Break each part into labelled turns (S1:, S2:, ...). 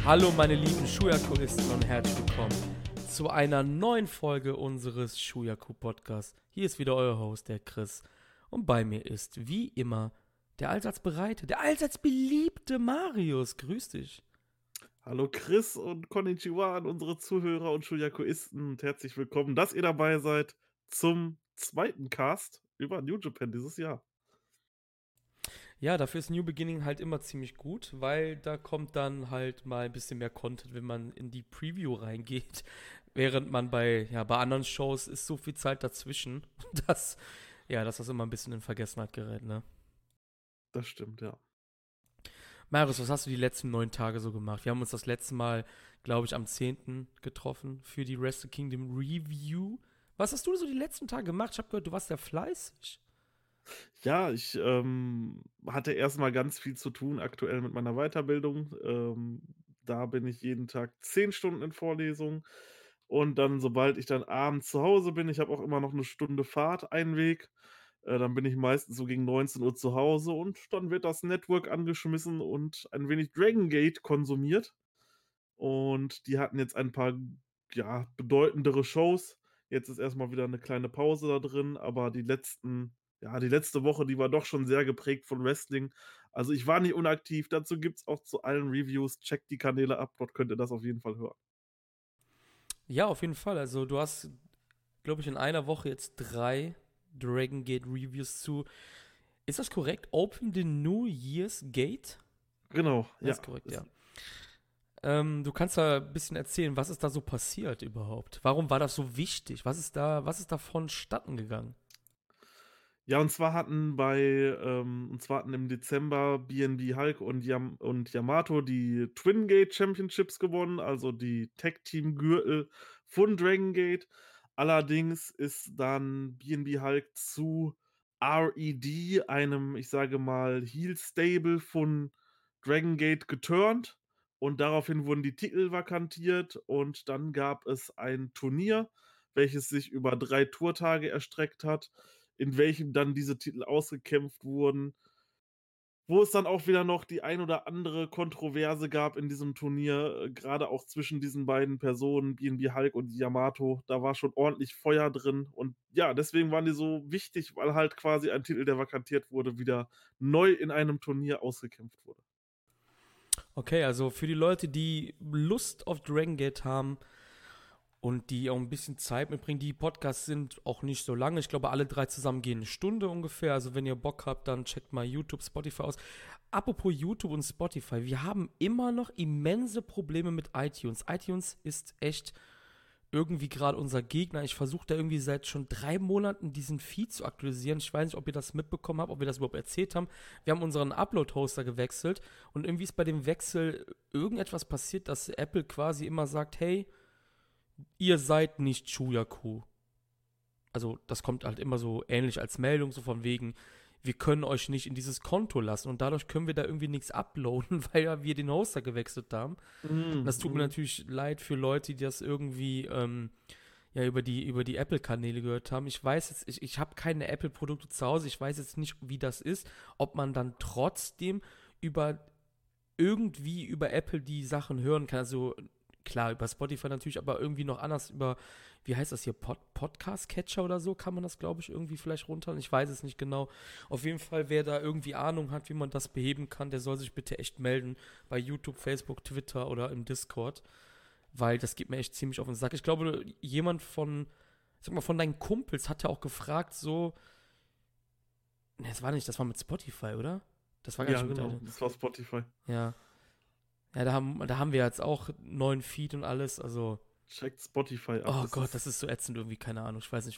S1: Hallo meine lieben Shuyaku-Isten und herzlich willkommen zu einer neuen Folge unseres Shuyaku-Podcasts. Hier ist wieder euer Host, der Chris. Und bei mir ist, wie immer, der allseits bereite, der allseits beliebte Marius. Grüß dich.
S2: Hallo Chris und Konnichiwa an unsere Zuhörer und Shuyakuisten und herzlich willkommen, dass ihr dabei seid zum zweiten Cast über New Japan dieses Jahr.
S1: Ja, dafür ist New Beginning halt immer ziemlich gut, weil da kommt dann halt mal ein bisschen mehr Content, wenn man in die Preview reingeht. Während man bei anderen Shows ist so viel Zeit dazwischen, dass das immer ein bisschen in Vergessenheit gerät, ne?
S2: Das stimmt, ja.
S1: Marius, was hast du die letzten 9 Tage so gemacht? Wir haben uns das letzte Mal, glaube ich, am 10. getroffen für die Wrestle Kingdom Review. Was hast du so die letzten Tage gemacht? Ich habe gehört, du warst ja fleißig.
S2: Ja, ich hatte erstmal ganz viel zu tun aktuell mit meiner Weiterbildung. Da bin ich jeden Tag 10 Stunden in Vorlesung und dann, sobald ich dann abends zu Hause bin, ich habe auch immer noch eine Stunde Fahrt, einen Weg, dann bin ich meistens so gegen 19 Uhr zu Hause und dann wird das Network angeschmissen und ein wenig Dragon Gate konsumiert. Und die hatten jetzt ein paar, ja, bedeutendere Shows. Jetzt ist erstmal wieder eine kleine Pause da drin, aber die letzte Woche, die war doch schon sehr geprägt von Wrestling. Also, ich war nicht unaktiv. Dazu gibt's auch zu allen Reviews, checkt die Kanäle ab, dort könnt ihr das auf jeden Fall hören.
S1: Ja, auf jeden Fall. Also du hast, glaube ich, in einer Woche jetzt 3 Dragon Gate Reviews zu. Ist das korrekt? Open the New Year's Gate?
S2: Genau,
S1: Das
S2: ja.
S1: ist korrekt, ja. Du kannst da ein bisschen erzählen, was ist da so passiert überhaupt? Warum war das so wichtig? Was ist da vonstatten gegangen?
S2: Ja, und zwar hatten im Dezember BNB Hulk und Yamato die Twin Gate Championships gewonnen, also die Tag-Team-Gürtel von Dragon Gate. Allerdings ist dann BNB Hulk zu RED, einem, ich sage mal, Heel-Stable von Dragon Gate geturnt und daraufhin wurden die Titel vakantiert und dann gab es ein Turnier, welches sich über 3 Tourtage erstreckt hat, in welchem dann diese Titel ausgekämpft wurden, wo es dann auch wieder noch die ein oder andere Kontroverse gab in diesem Turnier, grade auch zwischen diesen beiden Personen, BNB Hulk und Yamato. Da war schon ordentlich Feuer drin und ja, deswegen waren die so wichtig, weil halt quasi ein Titel, der vakantiert wurde, wieder neu in einem Turnier ausgekämpft wurde.
S1: Okay, also für die Leute, die Lust auf Dragon Gate haben und die auch ein bisschen Zeit mitbringen, die Podcasts sind auch nicht so lange. Ich glaube, alle 3 zusammen gehen eine Stunde ungefähr. Also wenn ihr Bock habt, dann checkt mal YouTube, Spotify aus. Apropos YouTube und Spotify, wir haben immer noch immense Probleme mit iTunes. iTunes ist echt irgendwie gerade unser Gegner. Ich versuche da irgendwie seit schon 3 Monaten diesen Feed zu aktualisieren. Ich weiß nicht, ob ihr das mitbekommen habt, ob wir das überhaupt erzählt haben. Wir haben unseren Upload-Hoster gewechselt und irgendwie ist bei dem Wechsel irgendetwas passiert, dass Apple quasi immer sagt, hey, ihr seid nicht Shuyaku. Also das kommt halt immer so ähnlich als Meldung, so von wegen, wir können euch nicht in dieses Konto lassen und dadurch können wir da irgendwie nichts uploaden, weil ja wir den Hoster gewechselt haben. Und das tut mir
S2: Mhm.
S1: natürlich leid für Leute, die das irgendwie über die Apple-Kanäle gehört haben. Ich weiß jetzt, ich habe keine Apple-Produkte zu Hause, ich weiß jetzt nicht, wie das ist, ob man dann trotzdem über Apple die Sachen hören kann. Also klar, über Spotify natürlich, aber irgendwie noch anders über, wie heißt das hier, Podcast-Catcher oder so, kann man das, glaube ich, irgendwie vielleicht runterladen. Ich weiß es nicht genau. Auf jeden Fall, wer da irgendwie Ahnung hat, wie man das beheben kann, der soll sich bitte echt melden bei YouTube, Facebook, Twitter oder im Discord, weil das geht mir echt ziemlich auf den Sack. Ich glaube, jemand sag mal, von deinen Kumpels hat ja auch gefragt, so, ne, das war mit Spotify, oder? Das war gar
S2: Ja,
S1: nicht mit
S2: genau,
S1: einer,
S2: das war Spotify.
S1: ja. Ja, da haben wir jetzt auch einen neuen Feed und alles, also,
S2: Checkt Spotify ab,
S1: oh
S2: das
S1: Gott, das
S2: ist
S1: ist so ätzend irgendwie, keine Ahnung. Ich weiß nicht,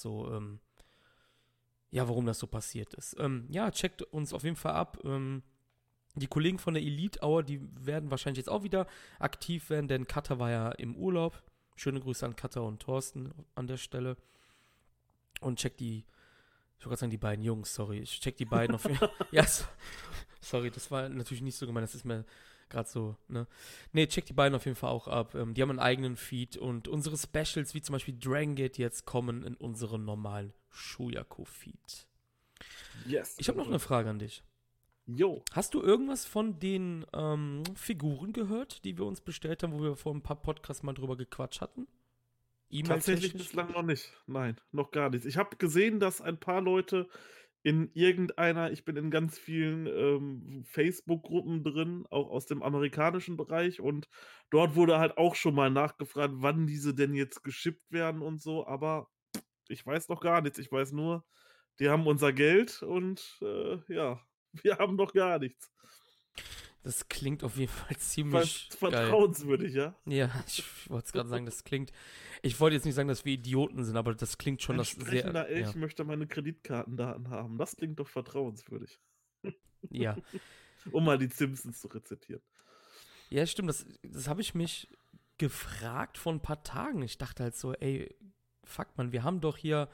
S1: warum das so passiert ist. Ja, checkt uns auf jeden Fall ab. Die Kollegen von der Elite Hour, die werden wahrscheinlich jetzt auch wieder aktiv werden, denn Katha war ja im Urlaub. Schöne Grüße an Katha und Thorsten an der Stelle. Und checkt ich wollte gerade sagen, die beiden Jungs, sorry. Ich check die beiden auf jeden Fall. Ja, sorry, das war natürlich nicht so gemeint, das ist mir gerade so, ne? Ne, check die beiden auf jeden Fall auch ab. Die haben einen eigenen Feed und unsere Specials, wie zum Beispiel Dragon Gate, jetzt kommen in unseren normalen Shuyaku-Feed.
S2: yes,
S1: Ich habe
S2: bin
S1: noch eine
S2: drin.
S1: Frage an dich.
S2: Jo.
S1: Hast du irgendwas von den Figuren gehört, die wir uns bestellt haben, wo wir vor ein paar Podcasts mal drüber gequatscht hatten?
S2: Tatsächlich
S1: E-Mail-technisch?
S2: bislang noch nicht. Nein, noch gar nichts. Ich habe gesehen, dass ein paar Leute ich bin in ganz vielen, Facebook-Gruppen drin, auch aus dem amerikanischen Bereich, und dort wurde halt auch schon mal nachgefragt, wann diese denn jetzt geshippt werden und so, aber ich weiß noch gar nichts. Ich weiß nur, die haben unser Geld und, ja, wir haben noch gar nichts.
S1: Das klingt auf jeden Fall
S2: Ver
S1: ziemlich geil.
S2: vertrauenswürdig, ja?
S1: Ja, ich wollte es gerade sagen, das klingt. Ich wollte jetzt nicht sagen, dass wir Idioten sind, aber das klingt schon
S2: Ein
S1: das sehr.
S2: sprechender
S1: Ja.
S2: Elch möchte meine Kreditkartendaten haben. Das klingt doch vertrauenswürdig.
S1: Ja.
S2: Um mal die Simpsons zu rezitieren.
S1: Ja, stimmt. Das habe ich mich gefragt vor ein paar Tagen. Ich dachte halt so, ey, fuck man, wir haben doch hier,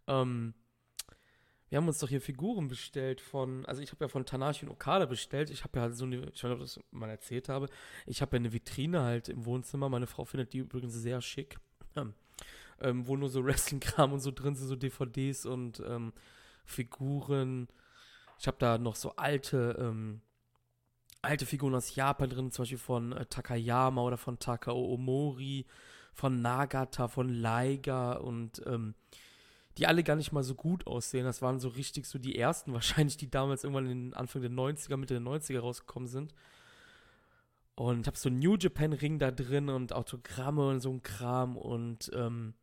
S1: wir haben uns doch hier Figuren bestellt also ich habe ja von Tanahashi und Okada bestellt. Ich habe ja halt so eine, ich weiß nicht, ob ich das mal erzählt habe, ich habe ja eine Vitrine halt im Wohnzimmer. Meine Frau findet die übrigens sehr schick. Wo nur so Wrestling-Kram und so drin sind, so DVDs und Figuren. Ich habe da noch so alte Figuren aus Japan drin, zum Beispiel von Takayama oder von Takao Omori, von Nagata, von Liger und die alle gar nicht mal so gut aussehen. Das waren so richtig so die ersten wahrscheinlich, die damals irgendwann in Anfang der 90er, Mitte der 90er rausgekommen sind. Und ich habe so einen New Japan Ring da drin und Autogramme und so ein Kram und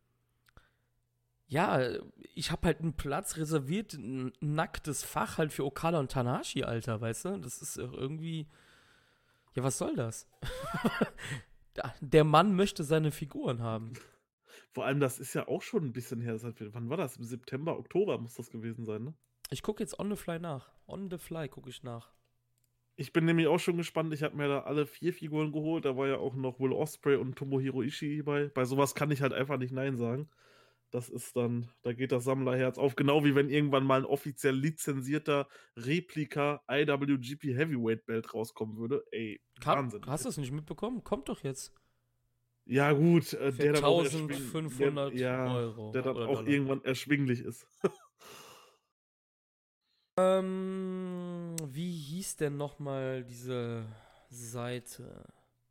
S1: ja, ich habe halt einen Platz reserviert, ein nacktes Fach halt für Okada und Tanahashi, Alter, weißt du? Das ist irgendwie, ja, was soll das? Der Mann möchte seine Figuren haben.
S2: Vor allem, das ist ja auch schon ein bisschen her. Wann war das? Im September, Oktober muss das gewesen sein, ne?
S1: Ich gucke jetzt on the fly nach. On the fly gucke ich nach.
S2: Ich bin nämlich auch schon gespannt. Ich habe mir da alle 4 Figuren geholt. Da war ja auch noch Will Ospreay und Tomohiro Ishii bei. Bei sowas kann ich halt einfach nicht Nein sagen. Das ist dann, da geht das Sammlerherz auf. Genau wie wenn irgendwann mal ein offiziell lizenzierter Replika IWGP Heavyweight Belt rauskommen würde. Ey, Wahnsinn.
S1: Hast du es nicht mitbekommen? Kommt doch jetzt.
S2: Ja, gut,
S1: Für
S2: der dann auch
S1: 1500 Euro.
S2: der dann
S1: oder
S2: auch
S1: Dollar.
S2: irgendwann erschwinglich ist.
S1: Wie hieß denn nochmal diese Seite?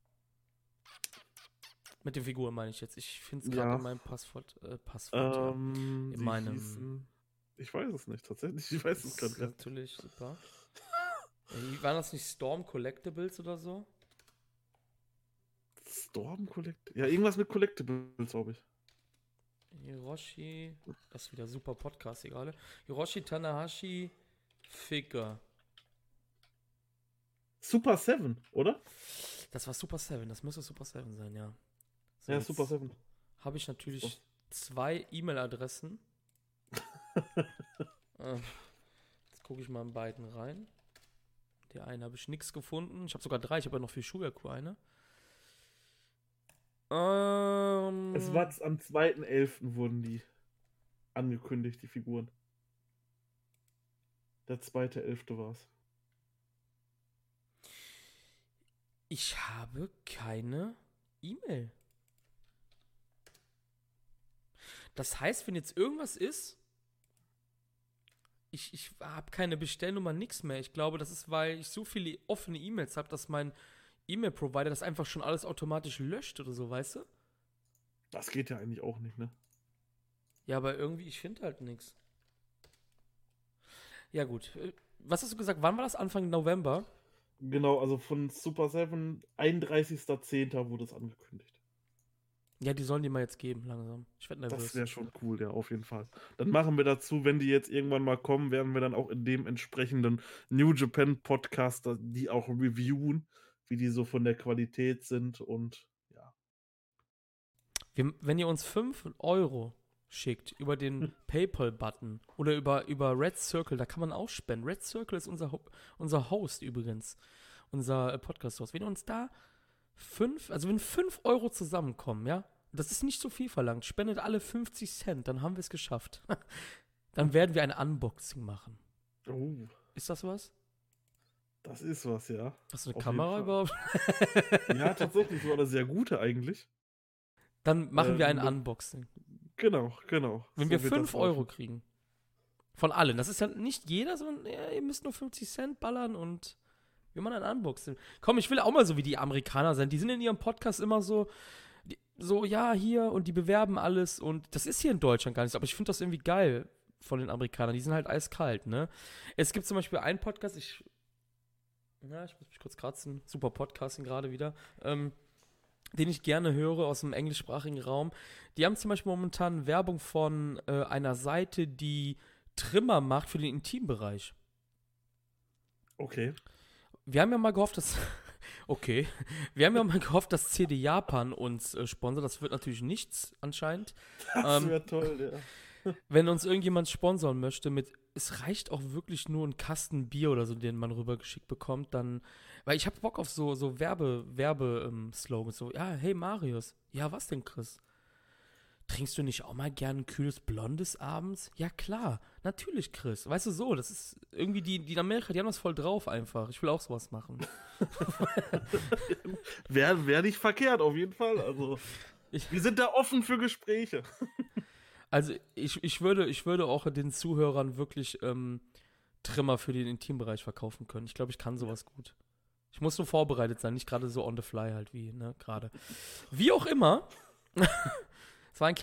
S1: Mit den Figuren meine ich jetzt. Ich finde es gerade
S2: Ja.
S1: in meinem Passwort. Ja. In
S2: Sie
S1: meinem.
S2: hießen, ich weiß es nicht, tatsächlich. Ich weiß es
S1: Das
S2: gerade
S1: ist
S2: gar nicht.
S1: natürlich super. Waren das nicht Storm Collectibles oder so?
S2: Storm Collect? Ja, irgendwas mit Collectibles, glaube ich.
S1: Hiroshi, das ist wieder super Podcast, egal. Hiroshi Tanahashi Figure.
S2: Super 7, oder?
S1: Das war Super 7, das müsste Super 7 sein, ja. So,
S2: Ja,
S1: jetzt
S2: Super 7.
S1: habe ich natürlich 2 E-Mail-Adressen. Jetzt gucke ich mal in beiden rein. Der eine habe ich nichts gefunden. Ich habe sogar 3, ich habe ja noch für Shuyaku eine.
S2: Es war am 2.11. wurden die angekündigt, die Figuren. Der 2.11. war es.
S1: Ich habe keine E-Mail. Das heißt, wenn jetzt irgendwas ist, ich habe keine Bestellnummer, nichts mehr. Ich glaube, das ist, weil ich so viele offene E-Mails habe, dass mein E-Mail-Provider das einfach schon alles automatisch löscht oder so, weißt du?
S2: Das geht ja eigentlich auch nicht, ne?
S1: Ja, aber irgendwie, ich finde halt nichts. Ja, gut. Was hast du gesagt? Wann war das? Anfang November?
S2: Genau, also von Super 7, 31.10. wurde es angekündigt.
S1: Ja, die sollen die mal jetzt geben, langsam. Ich werde nervös.
S2: Das wäre schon cool, ja, auf jeden Fall. Dann machen wir dazu, wenn die jetzt irgendwann mal kommen, werden wir dann auch in dem entsprechenden New Japan Podcast die auch reviewen, wie die so von der Qualität sind und ja.
S1: Wenn ihr uns 5 Euro schickt über den PayPal-Button oder über Red Circle, da kann man auch spenden. Red Circle ist unser Host übrigens, unser Podcast-Host. Wenn ihr uns da wenn 5 Euro zusammenkommen, ja, das ist nicht so viel verlangt, spendet alle 50 Cent, dann haben wir es geschafft. Dann werden wir ein Unboxing machen.
S2: Oh,
S1: Ist das was?
S2: das ist was, ja.
S1: Hast du eine
S2: Auf
S1: Kamera
S2: jeden
S1: überhaupt?
S2: Ja, tatsächlich, so eine sehr gute eigentlich.
S1: Dann machen wir ein Unboxing.
S2: Genau.
S1: Wenn
S2: So
S1: wir
S2: wird
S1: 5
S2: das
S1: Euro
S2: laufen.
S1: kriegen. Von allen. Das ist ja nicht jeder, sondern ihr müsst nur 50 Cent ballern und wir machen ein Unboxing. Komm, ich will auch mal so wie die Amerikaner sein. Die sind in ihrem Podcast immer so, ja, hier und die bewerben alles und das ist hier in Deutschland gar nicht so, aber ich finde das irgendwie geil von den Amerikanern. Die sind halt eiskalt, ne? Es gibt zum Beispiel einen Podcast, ich muss mich kurz kratzen, super Podcasting gerade wieder, den ich gerne höre aus dem englischsprachigen Raum. Die haben zum Beispiel momentan Werbung von einer Seite, die Trimmer macht für den Intimbereich.
S2: Okay.
S1: Wir haben ja mal gehofft, dass wir haben ja mal gehofft, dass CD Japan uns sponsert. Das wird natürlich nichts anscheinend.
S2: Das wäre toll, ja.
S1: Wenn uns irgendjemand sponsoren möchte es reicht auch wirklich nur ein Kasten Bier oder so, den man rübergeschickt bekommt, dann, weil ich habe Bock auf so Werbe-Slogans, so, ja, hey Marius, ja, was denn, Chris? Trinkst du nicht auch mal gern ein kühles Blondes abends? Ja, klar, natürlich, Chris. Weißt du, so, das ist irgendwie die in Amerika, die haben das voll drauf einfach. Ich will auch sowas machen.
S2: Wär nicht verkehrt, auf jeden Fall. Also, wir sind da offen für Gespräche.
S1: Also, ich würde auch den Zuhörern wirklich Trimmer für den Intimbereich verkaufen können. Ich glaube, ich kann sowas gut. Ich muss nur vorbereitet sein, nicht gerade so on the fly halt wie, ne, gerade. Wie auch immer. Es war ein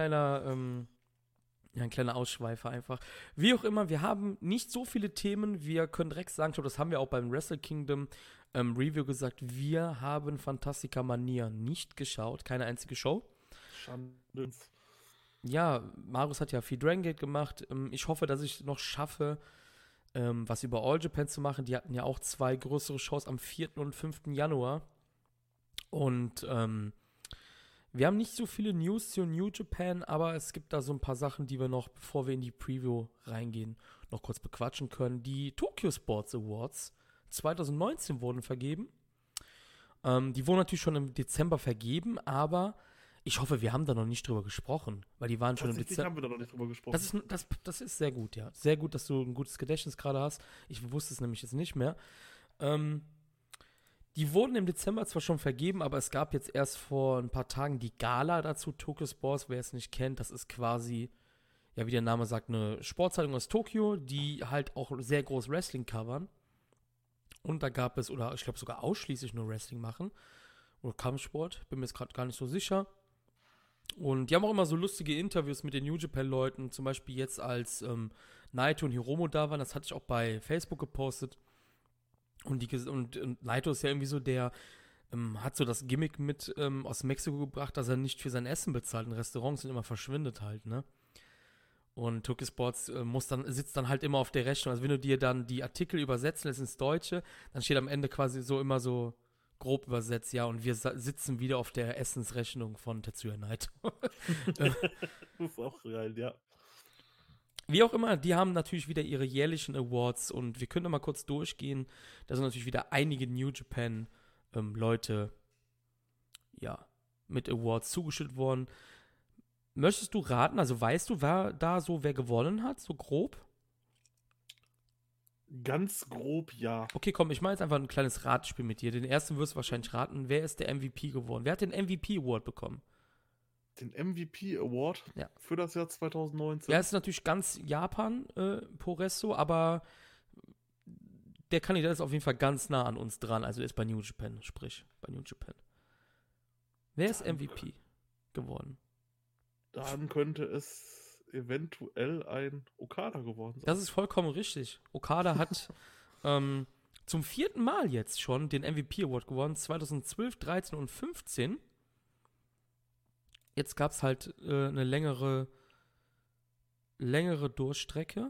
S1: kleiner Ausschweifer einfach. Wie auch immer, wir haben nicht so viele Themen. Wir können direkt sagen, ich glaube, das haben wir auch beim Wrestle Kingdom Review gesagt. Wir haben Fantastica Mania nicht geschaut. Keine einzige Show.
S2: Schande.
S1: Ja, Marius hat ja viel Dragon Gate gemacht. Ich hoffe, dass ich noch schaffe, was über All Japan zu machen. Die hatten ja auch 2 größere Shows am 4. und 5. Januar. Und wir haben nicht so viele News zu New Japan, aber es gibt da so ein paar Sachen, die wir noch, bevor wir in die Preview reingehen, noch kurz bequatschen können. Die Tokyo Sports Awards 2019 wurden vergeben. Die wurden natürlich schon im Dezember vergeben, aber ich hoffe, wir haben da noch nicht drüber gesprochen, weil die waren schon im Dezember.
S2: Haben wir da noch nicht drüber gesprochen.
S1: Das ist sehr gut, ja. Sehr gut, dass du ein gutes Gedächtnis gerade hast. Ich wusste es nämlich jetzt nicht mehr. Die wurden im Dezember zwar schon vergeben, aber es gab jetzt erst vor ein paar Tagen die Gala dazu, Tokyo Sports. Wer es nicht kennt, das ist quasi, ja, wie der Name sagt, eine Sportzeitung aus Tokio, die halt auch sehr groß Wrestling covern. Und da gab es, oder ich glaube sogar ausschließlich nur Wrestling machen. Oder Kampfsport, bin mir jetzt gerade gar nicht so sicher. Und die haben auch immer so lustige Interviews mit den New Japan-Leuten. Zum Beispiel jetzt, als Naito und Hiromu da waren, das hatte ich auch bei Facebook gepostet. Und Naito ist ja irgendwie so, der hat so das Gimmick mit aus Mexiko gebracht, dass er nicht für sein Essen bezahlt in Restaurants und immer verschwindet halt, ne? Und Tokyo Sports sitzt dann halt immer auf der Rechnung. Also wenn du dir dann die Artikel übersetzen lässt ins Deutsche, dann steht am Ende quasi so immer so grob übersetzt, ja, und wir sitzen wieder auf der Essensrechnung von Tetsuya Naito.
S2: Das ist auch geil, ja.
S1: Wie auch immer, die haben natürlich wieder ihre jährlichen Awards und wir können mal kurz durchgehen. Da sind natürlich wieder einige New Japan Leute, ja, mit Awards zugeschüttet worden. Möchtest du raten, also weißt du, wer gewonnen hat, so grob?
S2: Ganz grob, ja.
S1: Okay, komm, ich mache jetzt einfach ein kleines Ratspiel mit dir. Den ersten wirst du wahrscheinlich raten. Wer ist der MVP geworden? Wer hat den MVP Award bekommen?
S2: Den MVP Award für das Jahr 2019.
S1: Ja, es ist natürlich ganz Japan, Poresso, aber der Kandidat ist auf jeden Fall ganz nah an uns dran. Also er ist bei New Japan, sprich, bei New Japan. Wer ist MVP geworden?
S2: Dann könnte es eventuell ein Okada geworden sein.
S1: Das ist vollkommen richtig. Okada hat zum 4. Mal jetzt schon den MVP Award gewonnen, 2012, 13 und 15. Jetzt gab es halt eine längere Durchstrecke.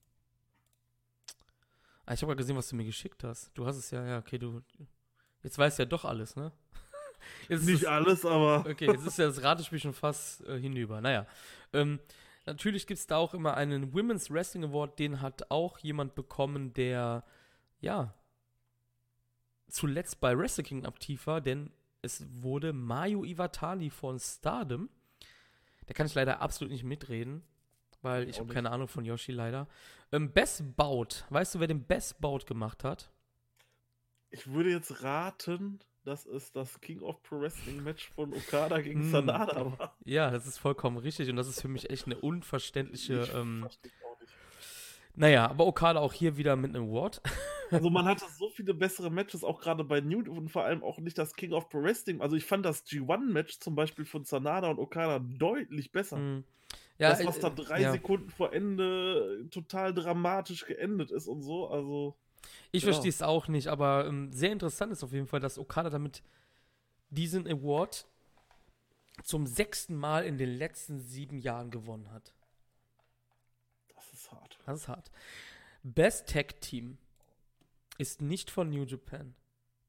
S1: Ich habe ja gesehen, was du mir geschickt hast. Du hast es ja, okay, jetzt weißt du ja doch alles, ne?
S2: Nicht alles, aber...
S1: Okay, jetzt ist ja das Ratespiel schon fast hinüber. Naja, natürlich gibt es da auch immer einen Women's Wrestling Award, den hat auch jemand bekommen, der, ja, zuletzt bei Wrestle Kingdom aktiv war, denn es wurde Mayu Iwatani von Stardom. Da kann ich leider absolut nicht mitreden, weil ich habe keine Ahnung von Yoshi leider. Best Bout. Weißt du, wer den Best Bout gemacht hat?
S2: Ich würde jetzt raten, dass es das King of Pro Wrestling Match von Okada gegen Sanada war.
S1: Ja, das ist vollkommen richtig und das ist für mich echt eine unverständliche Naja, aber Okada auch hier wieder mit einem Award.
S2: Also man hatte so viele bessere Matches, auch gerade bei New und vor allem auch nicht das King of Pro Wrestling. Also ich fand das G1-Match zum Beispiel von Sanada und Okada deutlich besser.
S1: Ja,
S2: Das, was da 3
S1: ja.
S2: Sekunden vor Ende total dramatisch geendet ist und so, also.
S1: Ich
S2: Ja.
S1: verstehe es auch nicht, aber sehr interessant ist auf jeden Fall, dass Okada damit diesen Award zum 6. Mal in den letzten 7 Jahren gewonnen hat.
S2: Das ist hart.
S1: Das ist hart. Best Tag Team ist nicht von New Japan.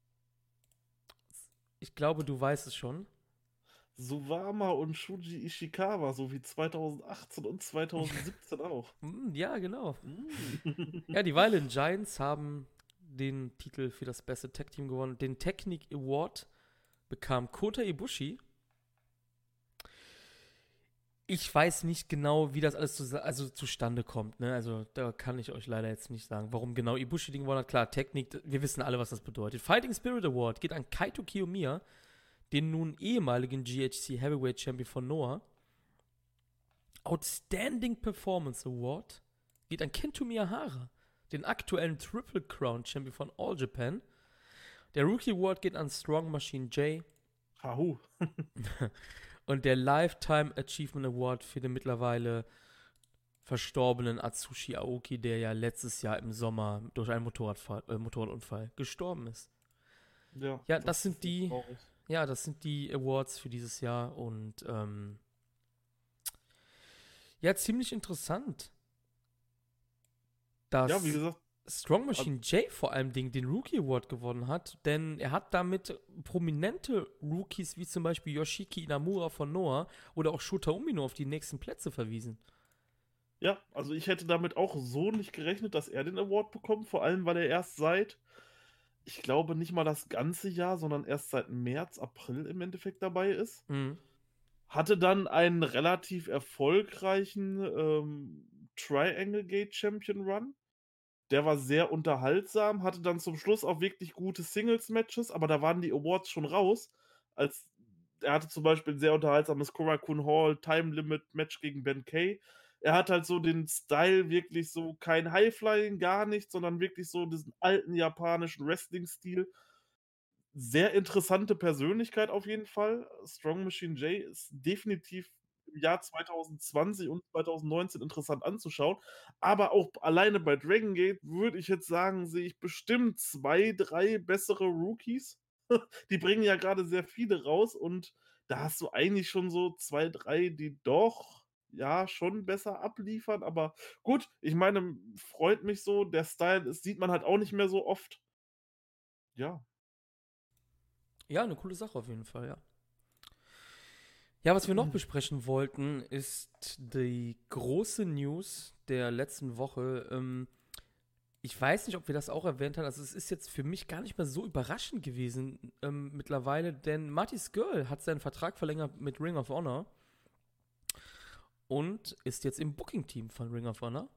S1: Ich glaube, du weißt es schon.
S2: Suwama und Shuji Ishikawa, so wie 2018 und 2017 auch.
S1: Ja, genau. Ja, die Violent Giants haben den Titel für das beste Tag Team gewonnen. Den Technic Award bekam Kota Ibushi. Ich weiß nicht genau, wie das alles zustande kommt. Ne? Also da kann ich euch leider jetzt nicht sagen, warum genau Ibushi den gewonnen hat. Klar, Technik, wir wissen alle, was das bedeutet. Fighting Spirit Award geht an Kaito Kiyomiya, den nun ehemaligen GHC Heavyweight Champion von Noah. Outstanding Performance Award geht an Kento Miyahara, den aktuellen Triple Crown Champion von All Japan. Der Rookie Award geht an Strong Machine J.
S2: Hahu.
S1: Und der Lifetime Achievement Award für den mittlerweile verstorbenen Atsushi Aoki, der ja letztes Jahr im Sommer durch einen Motorradunfall gestorben ist. Ja, das sind die Awards für dieses Jahr und ja, ziemlich interessant, dass
S2: Ja, wie gesagt,
S1: Strong Machine J vor allem den Rookie Award gewonnen hat, denn er hat damit prominente Rookies wie zum Beispiel Yoshiki Inamura von Noah oder auch Shota Umino auf die nächsten Plätze verwiesen.
S2: ja, also ich hätte damit auch so nicht gerechnet, dass er den Award bekommt, vor allem weil er erst seit, ich glaube nicht mal das ganze Jahr, sondern erst seit März, April im Endeffekt dabei ist. Hatte dann einen relativ erfolgreichen Triangle Gate Champion Run. Der war sehr unterhaltsam, hatte dann zum Schluss auch wirklich gute Singles-Matches, aber da waren die Awards schon raus. Er hatte zum Beispiel ein sehr unterhaltsames Korakuen Hall Time Limit Match gegen Ben Kay. Er hat halt so den Style, wirklich so kein Highflying, gar nicht, sondern wirklich so diesen alten japanischen Wrestling-Stil. Sehr interessante Persönlichkeit auf jeden Fall. Strong Machine J ist definitiv im Jahr 2020 und 2019 interessant anzuschauen. Aber auch alleine bei Dragon Gate würde ich jetzt sagen, sehe ich bestimmt 2, 3 bessere Rookies. Die bringen ja gerade sehr viele raus und da hast du eigentlich schon so 2, 3, die doch, ja, schon besser abliefern. Aber gut, ich meine, freut mich so. Der Style, das sieht man halt auch nicht mehr so oft. Ja.
S1: Ja, eine coole Sache auf jeden Fall, ja. Ja, was wir noch besprechen wollten, ist die große News der letzten Woche. Ich weiß nicht, ob wir das auch erwähnt haben. Also es ist jetzt für mich gar nicht mehr so überraschend gewesen mittlerweile, denn Marty Scurll hat seinen Vertrag verlängert mit Ring of Honor und ist jetzt im Booking-Team von Ring of Honor.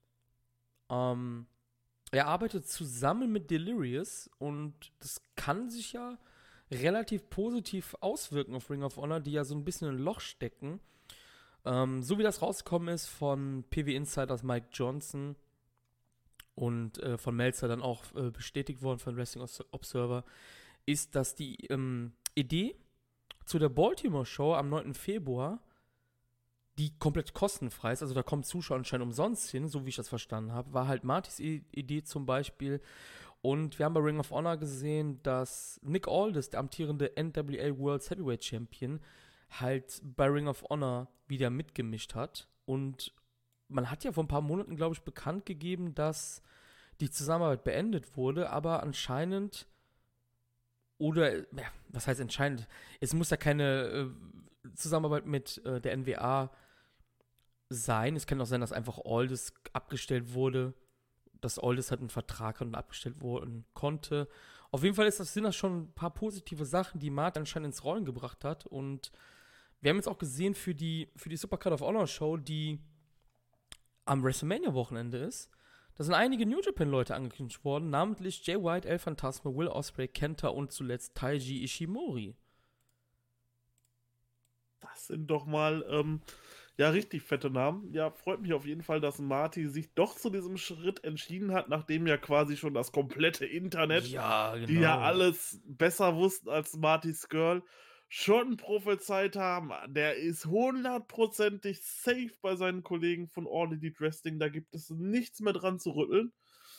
S1: Er arbeitet zusammen mit Delirious und das kann sich ja relativ positiv auswirken auf Ring of Honor, die ja so ein bisschen in ein Loch stecken. So wie das rausgekommen ist von PW Insiders Mike Johnson und von Meltzer dann auch bestätigt worden von Wrestling Observer, ist, dass die Idee zu der Baltimore Show am 9. Februar, die komplett kostenfrei ist, also da kommen Zuschauer anscheinend umsonst hin, so wie ich das verstanden habe, war halt Martys Idee zum Beispiel. Und wir haben bei Ring of Honor gesehen, dass Nick Aldis, der amtierende NWA World Heavyweight Champion, halt bei Ring of Honor wieder mitgemischt hat. Und man hat ja vor ein paar Monaten, glaube ich, bekannt gegeben, dass die Zusammenarbeit beendet wurde, aber anscheinend, oder, ja, was heißt anscheinend? Es muss ja keine Zusammenarbeit mit der NWA sein. Es kann auch sein, dass einfach Aldis abgestellt wurde, dass Aldis halt einen Vertrag hat und abgestellt werden konnte. Auf jeden Fall sind das schon ein paar positive Sachen, die Martin anscheinend ins Rollen gebracht hat. Und wir haben jetzt auch gesehen für die Supercard of Honor Show, die am WrestleMania-Wochenende ist, da sind einige New Japan-Leute angekündigt worden, namentlich Jay White, El Phantasma, Will Ospreay, Kenta und zuletzt Taiji Ishimori.
S2: Das sind doch mal Ja, richtig fette Namen. Ja, freut mich auf jeden Fall, dass Marty sich doch zu diesem Schritt entschieden hat, nachdem ja quasi schon das komplette Internet,
S1: Ja,
S2: die ja
S1: genau.
S2: alles besser wussten als Marty Scurll, schon prophezeit haben. Der ist hundertprozentig safe bei seinen Kollegen von All Elite Wrestling. Da gibt es nichts mehr dran zu rütteln.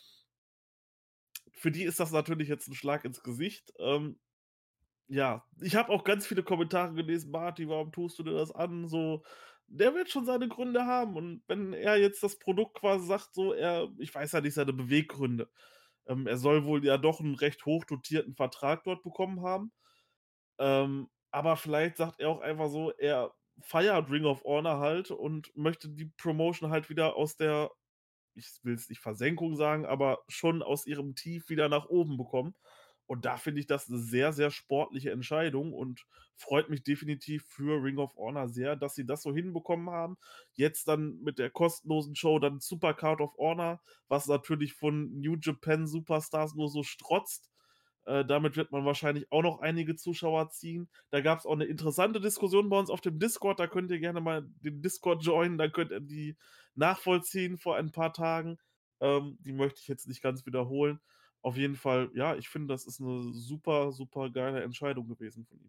S2: Für die ist das natürlich jetzt ein Schlag ins Gesicht. Ja, ich habe auch ganz viele Kommentare gelesen: „Marty, warum tust du dir das an?“ So, der wird schon seine Gründe haben und wenn er jetzt das Produkt quasi sagt, so ich weiß ja nicht seine Beweggründe. Er soll wohl ja doch 'n recht hoch dotierten Vertrag dort bekommen haben. Aber vielleicht sagt er auch einfach so, er feiert Ring of Honor halt und möchte die Promotion halt wieder aus der, ich will es nicht Versenkung sagen, aber schon aus ihrem Tief wieder nach oben bekommen. Und da finde ich das 'ne sehr, sehr sportliche Entscheidung und freut mich definitiv für Ring of Honor sehr, dass sie das so hinbekommen haben. Jetzt dann mit der kostenlosen Show dann Super Card of Honor, was natürlich von New Japan Superstars nur so strotzt. Damit wird man wahrscheinlich auch noch einige Zuschauer ziehen. Da gab's auch 'ne interessante Diskussion bei uns auf dem Discord. Da könnt ihr gerne mal den Discord joinen, da könnt ihr die nachvollziehen vor ein paar Tagen. Die möchte ich jetzt nicht ganz wiederholen. Auf jeden Fall, ja, ich finde, das ist 'ne super, super geile Entscheidung gewesen von ihm.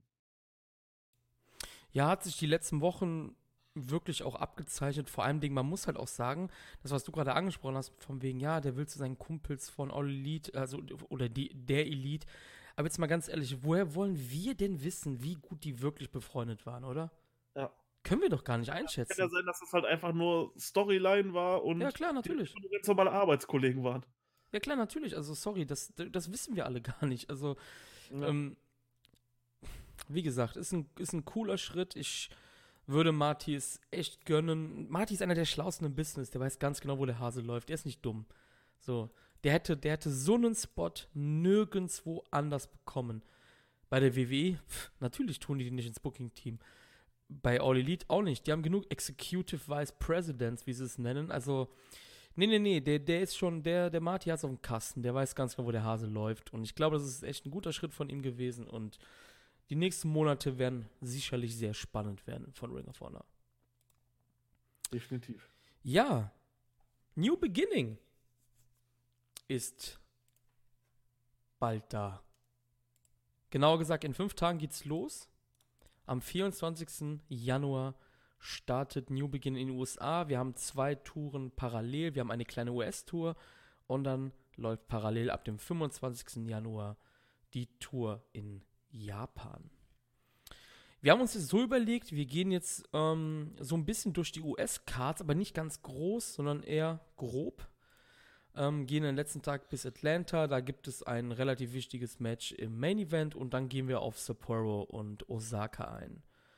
S1: Ja, hat sich die letzten Wochen wirklich auch abgezeichnet. Vor allem Dingen, man muss halt auch sagen, das, was du gerade angesprochen hast, von wegen, ja, der will zu seinen Kumpels von All Elite, also, oder der Elite. Aber jetzt mal ganz ehrlich, woher wollen wir denn wissen, wie gut die wirklich befreundet waren, oder?
S2: Ja.
S1: Können wir doch gar nicht
S2: Kann ja
S1: einschätzen.
S2: sein, dass das halt einfach nur Storyline war
S1: Ja,
S2: und
S1: klar,
S2: die
S1: natürlich.
S2: einfach nur ganz normale Arbeitskollegen waren.
S1: Ja, klar, natürlich. Also, sorry, das wissen wir alle gar nicht. Also,
S2: Ja.
S1: ähm, wie gesagt, ist ein cooler Schritt. Ich würde Marty es echt gönnen. Marty ist einer der Schlausten im Business. Der weiß ganz genau, wo der Hase läuft. Der ist nicht dumm. So, der hätte so einen Spot nirgendwo anders bekommen. Bei der WWE, natürlich tun die nicht ins Booking-Team. Bei All Elite auch nicht. Die haben genug Executive Vice Presidents, wie sie es nennen. Also, nee, der ist schon, der Marty hat es auf dem Kasten. Der weiß ganz genau, wo der Hase läuft. Und ich glaube, das ist echt ein guter Schritt von ihm gewesen. Und die nächsten Monate werden sicherlich sehr spannend werden von Ring of Honor.
S2: Definitiv.
S1: Ja, New Beginning ist bald da. Genauer gesagt, in 5 Tagen geht's los. Am 24. Januar startet New Beginning in den USA. Wir haben 2 Touren parallel. Wir haben eine kleine US-Tour und dann läuft parallel ab dem 25. Januar die Tour in Japan. Wir haben uns das so überlegt, wir gehen jetzt so ein bisschen durch die US-Cards, aber nicht ganz groß, sondern eher grob. Gehen den letzten Tag bis Atlanta, da gibt es ein relativ wichtiges Match im Main Event und dann gehen wir auf Sapporo und Osaka ein.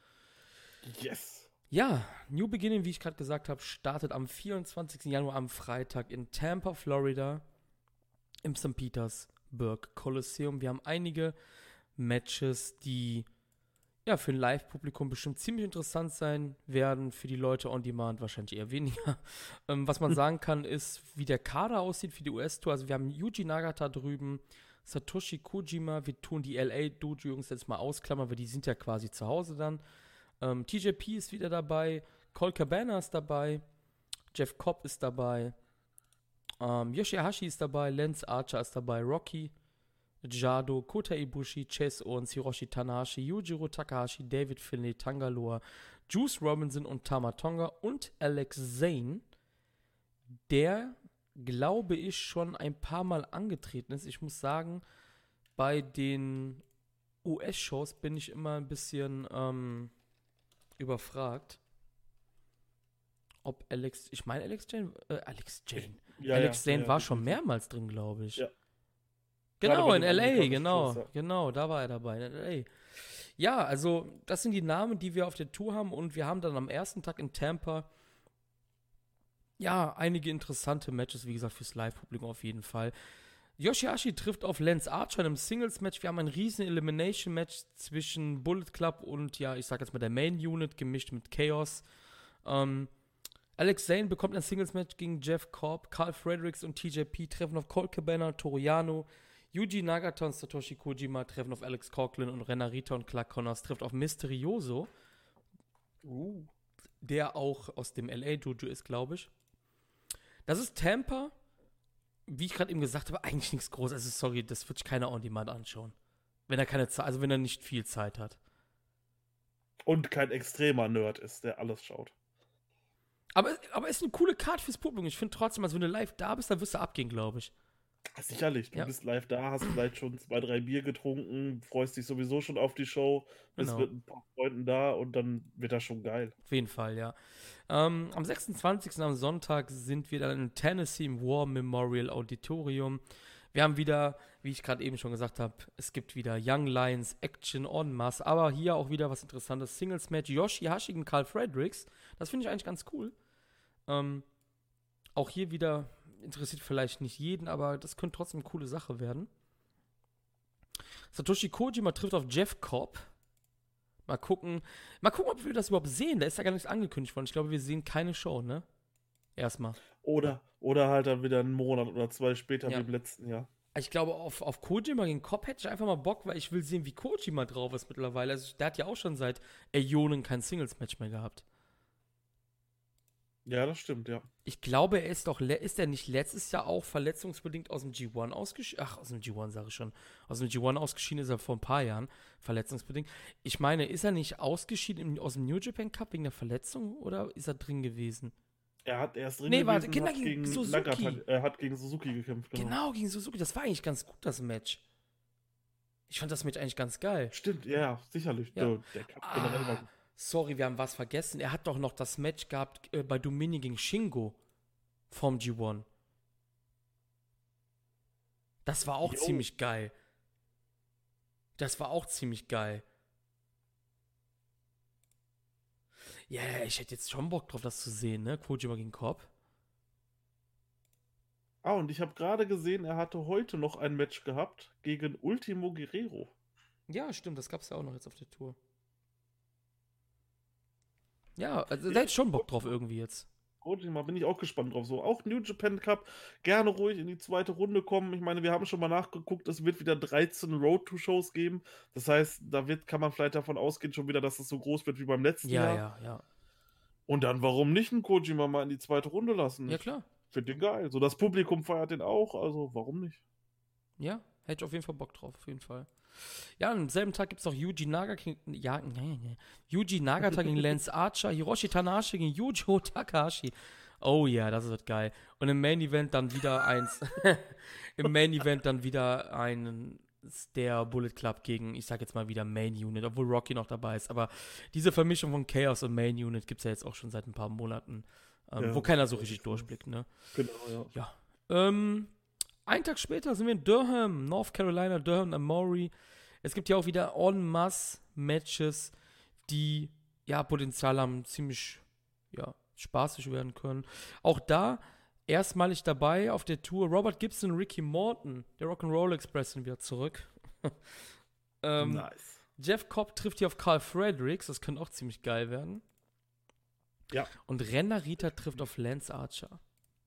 S2: Yes.
S1: Ja, New Beginning, wie ich gerade gesagt habe, startet am 24. Januar am Freitag in Tampa, Florida, im St. Petersburg Coliseum. Wir haben einige Matches, die ja für ein Live-Publikum bestimmt ziemlich interessant sein werden, für die Leute on Demand wahrscheinlich eher weniger. Was man sagen kann, ist, wie der Kader aussieht für die US-Tour. Also wir haben Yuji Nagata drüben, Satoshi Kojima, wir tun die LA-Dojo-Jungs jetzt mal ausklammern, weil die sind ja quasi zu Hause dann. TJP ist wieder dabei, Colt Cabana ist dabei, Jeff Cobb ist dabei, Yoshihashi ist dabei, Lance Archer ist dabei, Rocky, Jado, Kota Ibushi, Chase Owens, Hiroshi Tanahashi, Yujiro Takahashi, David Finlay, Tangaloa, Juice Robinson und Tama Tonga und Alex Zane, der, glaube ich, schon ein paar Mal angetreten ist. Ich muss sagen, bei den US-Shows bin ich immer ein bisschen überfragt, ob ich meine Alex Jane,
S2: Ja,
S1: Alex
S2: ja,
S1: Zane
S2: ja,
S1: war schon
S2: definitiv.
S1: mehrmals drin, glaube ich.
S2: Ja. Gerade
S1: Genau,
S2: bei
S1: in
S2: den
S1: LA,
S2: amerikanischen Shows, ja.
S1: genau, da war er dabei, in LA. Ja, also das sind die Namen, die wir auf der Tour haben und wir haben dann am ersten Tag in Tampa ja einige interessante Matches, wie gesagt, fürs Live-Publikum auf jeden Fall. Yoshihashi trifft auf Lance Archer in einem Singles-Match. Wir haben ein riesen Elimination-Match zwischen Bullet Club und, ja, ich sag jetzt mal der Main-Unit, gemischt mit Chaos. Alex Zane bekommt ein Singles-Match gegen Jeff Cobb. Carl Fredericks und TJP treffen auf Colt Cabana, Toriano. Yuji Nagata und Satoshi Kojima treffen auf Alex Coughlin und Renarita und Clark Connors trifft auf Mysterioso. der auch aus dem LA Dojo ist, glaube ich. Das ist Tampa. Wie ich gerade eben gesagt habe, eigentlich nichts Großes. Also sorry, das wird sich keiner on demand anschauen. Wenn er keine Zeit, also wenn er nicht viel Zeit hat.
S2: Und kein extremer Nerd ist, der alles schaut.
S1: Aber ist eine coole Card fürs Publikum. Ich finde trotzdem, also wenn du live da bist, dann wirst du abgehen, glaube ich.
S2: Sicherlich, du
S1: Ja.
S2: bist live da, hast vielleicht schon 2, 3 Bier getrunken, freust dich sowieso schon auf die Show, bist
S1: Genau.
S2: mit ein paar Freunden da und dann wird das schon geil.
S1: Auf jeden Fall, ja. Am 26. am Sonntag sind wir dann in Tennessee im War Memorial Auditorium. Wir haben wieder, wie ich gerade eben schon gesagt habe, es gibt wieder Young Lions Action en masse, aber hier auch wieder was Interessantes. Singles-Match Yoshihashi gegen Carl Fredericks. Das finde ich eigentlich ganz cool. Auch hier wieder interessiert vielleicht nicht jeden, aber das könnte trotzdem eine coole Sache werden. Satoshi Kojima trifft auf Jeff Cobb. Mal gucken, ob wir das überhaupt sehen. Da ist ja gar nichts angekündigt worden. Ich glaube, wir sehen keine Show, ne? Erstmal.
S2: Oder halt dann wieder einen Monat oder 2 später
S1: Ja.
S2: wie im letzten Jahr.
S1: Ich glaube, auf Kojima gegen Cobb hätte ich einfach mal Bock, weil ich will sehen, wie Kojima drauf ist mittlerweile. Also, der hat ja auch schon seit Äonen kein Singles-Match mehr gehabt.
S2: Ja, das stimmt, ja.
S1: Ich glaube, ist er nicht letztes Jahr auch verletzungsbedingt aus dem G1 ausgeschieden? Ach, aus dem G1 sage ich schon. Aus dem G1 ausgeschieden ist er vor ein paar Jahren, verletzungsbedingt. Ich meine, ist er nicht ausgeschieden aus dem New Japan Cup wegen der Verletzung oder ist er drin gewesen?
S2: Er ist drin
S1: Nee,
S2: gewesen,
S1: warte,
S2: hat
S1: gegen
S2: gegen
S1: Suzuki.
S2: Er hat gegen Suzuki gekämpft, genau.
S1: Genau, gegen Suzuki. Das war eigentlich ganz gut, das Match. Ich fand das Match eigentlich ganz geil.
S2: Stimmt, ja, sicherlich.
S1: Ja.
S2: Der Cup generell war
S1: Sorry, wir haben was vergessen. Er hat doch noch das Match gehabt bei Domini gegen Shingo vom G1. Das war auch
S2: Jo.
S1: ziemlich geil. Ja, ich hätte jetzt schon Bock drauf, das zu sehen, ne? Kojima gegen Cobb.
S2: und ich habe gerade gesehen, er hatte heute noch ein Match gehabt gegen Ultimo Guerrero.
S1: Ja, stimmt, das gab's ja auch noch jetzt auf der Tour. Ja, also da hätte ich schon Bock drauf irgendwie jetzt.
S2: Kojima bin ich auch gespannt drauf. So, auch New Japan Cup, gerne ruhig in die zweite Runde kommen. Ich meine, wir haben schon mal nachgeguckt, es wird wieder 13 Road-to-Shows geben. Das heißt, kann man vielleicht davon ausgehen schon wieder, dass es so groß wird wie beim letzten Jahr.
S1: Ja.
S2: Und dann, warum nicht einen Kojima mal in die zweite Runde lassen?
S1: Ja, klar.
S2: Ich finde den geil. So, das Publikum feiert den auch, also warum nicht?
S1: Ja, hätte ich auf jeden Fall Bock drauf, auf jeden Fall. Ja, am selben Tag gibt es noch Yuji Nagata gegen Lance Archer, Hiroshi Tanahashi gegen Yuji Takahashi. Oh ja, das wird geil. Und im Main Event dann wieder einen der Bullet Club gegen, ich sag jetzt mal wieder Main Unit, obwohl Rocky noch dabei ist. Aber diese Vermischung von Chaos und Main Unit gibt es ja jetzt auch schon seit ein paar Monaten, wo keiner so richtig durchblickt, ne?
S2: Genau, ja.
S1: Ja. Einen Tag später sind wir in Durham, North Carolina, Durham Amory. Es gibt ja auch wieder en masse Matches, die ja Potenzial haben, ziemlich spaßig werden können. Auch da erstmalig dabei auf der Tour Robert Gibson und Ricky Morton, der Rock'n'Roll Express sind wieder zurück.
S2: Nice.
S1: Jeff Cobb trifft hier auf Carl Fredericks, das könnte auch ziemlich geil werden.
S2: Ja.
S1: Und Ren Narita trifft auf Lance Archer.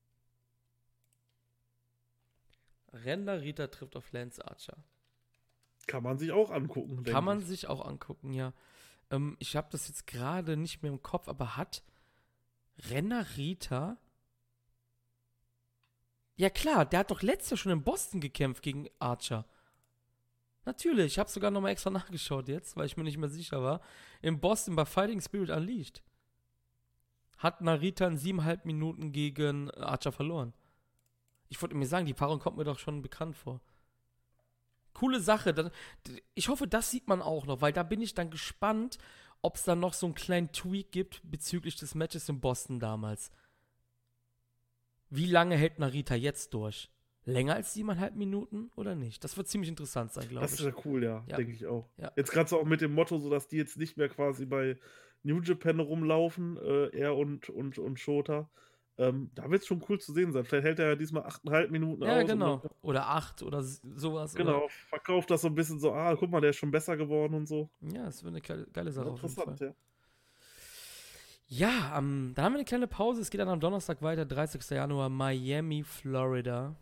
S1: Ren Narita trifft auf Lance Archer.
S2: Kann man sich auch angucken.
S1: Kann man sich auch angucken, ja. Ich habe das jetzt gerade nicht mehr im Kopf, aber hat Ren Narita... Ja klar, der hat doch letztes Jahr schon in Boston gekämpft gegen Archer. Natürlich, ich habe sogar nochmal extra nachgeschaut jetzt, weil ich mir nicht mehr sicher war. In Boston bei Fighting Spirit Unleashed hat Narita in 7,5 Minuten gegen Archer verloren. Ich wollte mir sagen, die Paarung kommt mir doch schon bekannt vor. Coole Sache. Ich hoffe, das sieht man auch noch, weil da bin ich dann gespannt, ob es dann noch so einen kleinen Tweak gibt bezüglich des Matches in Boston damals. Wie lange hält Narita jetzt durch? Länger als 7,5 Minuten oder nicht? Das wird ziemlich interessant sein, glaube ich.
S2: Das ist ja cool, ja. Denke ich auch.
S1: Ja.
S2: Jetzt gerade so auch mit dem Motto, so dass die jetzt nicht mehr quasi bei New Japan rumlaufen, er und Shota. Da wird es schon cool zu sehen sein. Vielleicht hält er ja diesmal 8,5 Minuten aus.
S1: Ja, genau. Oder 8 oder sowas.
S2: Genau,
S1: oder?
S2: verkauft das so ein bisschen so, guck mal, der ist schon besser geworden und so.
S1: Ja, das wird eine geile Sache.
S2: Interessant, ja.
S1: Ja, dann haben wir eine kleine Pause. Es geht dann am Donnerstag weiter, 30. Januar, Miami, Florida.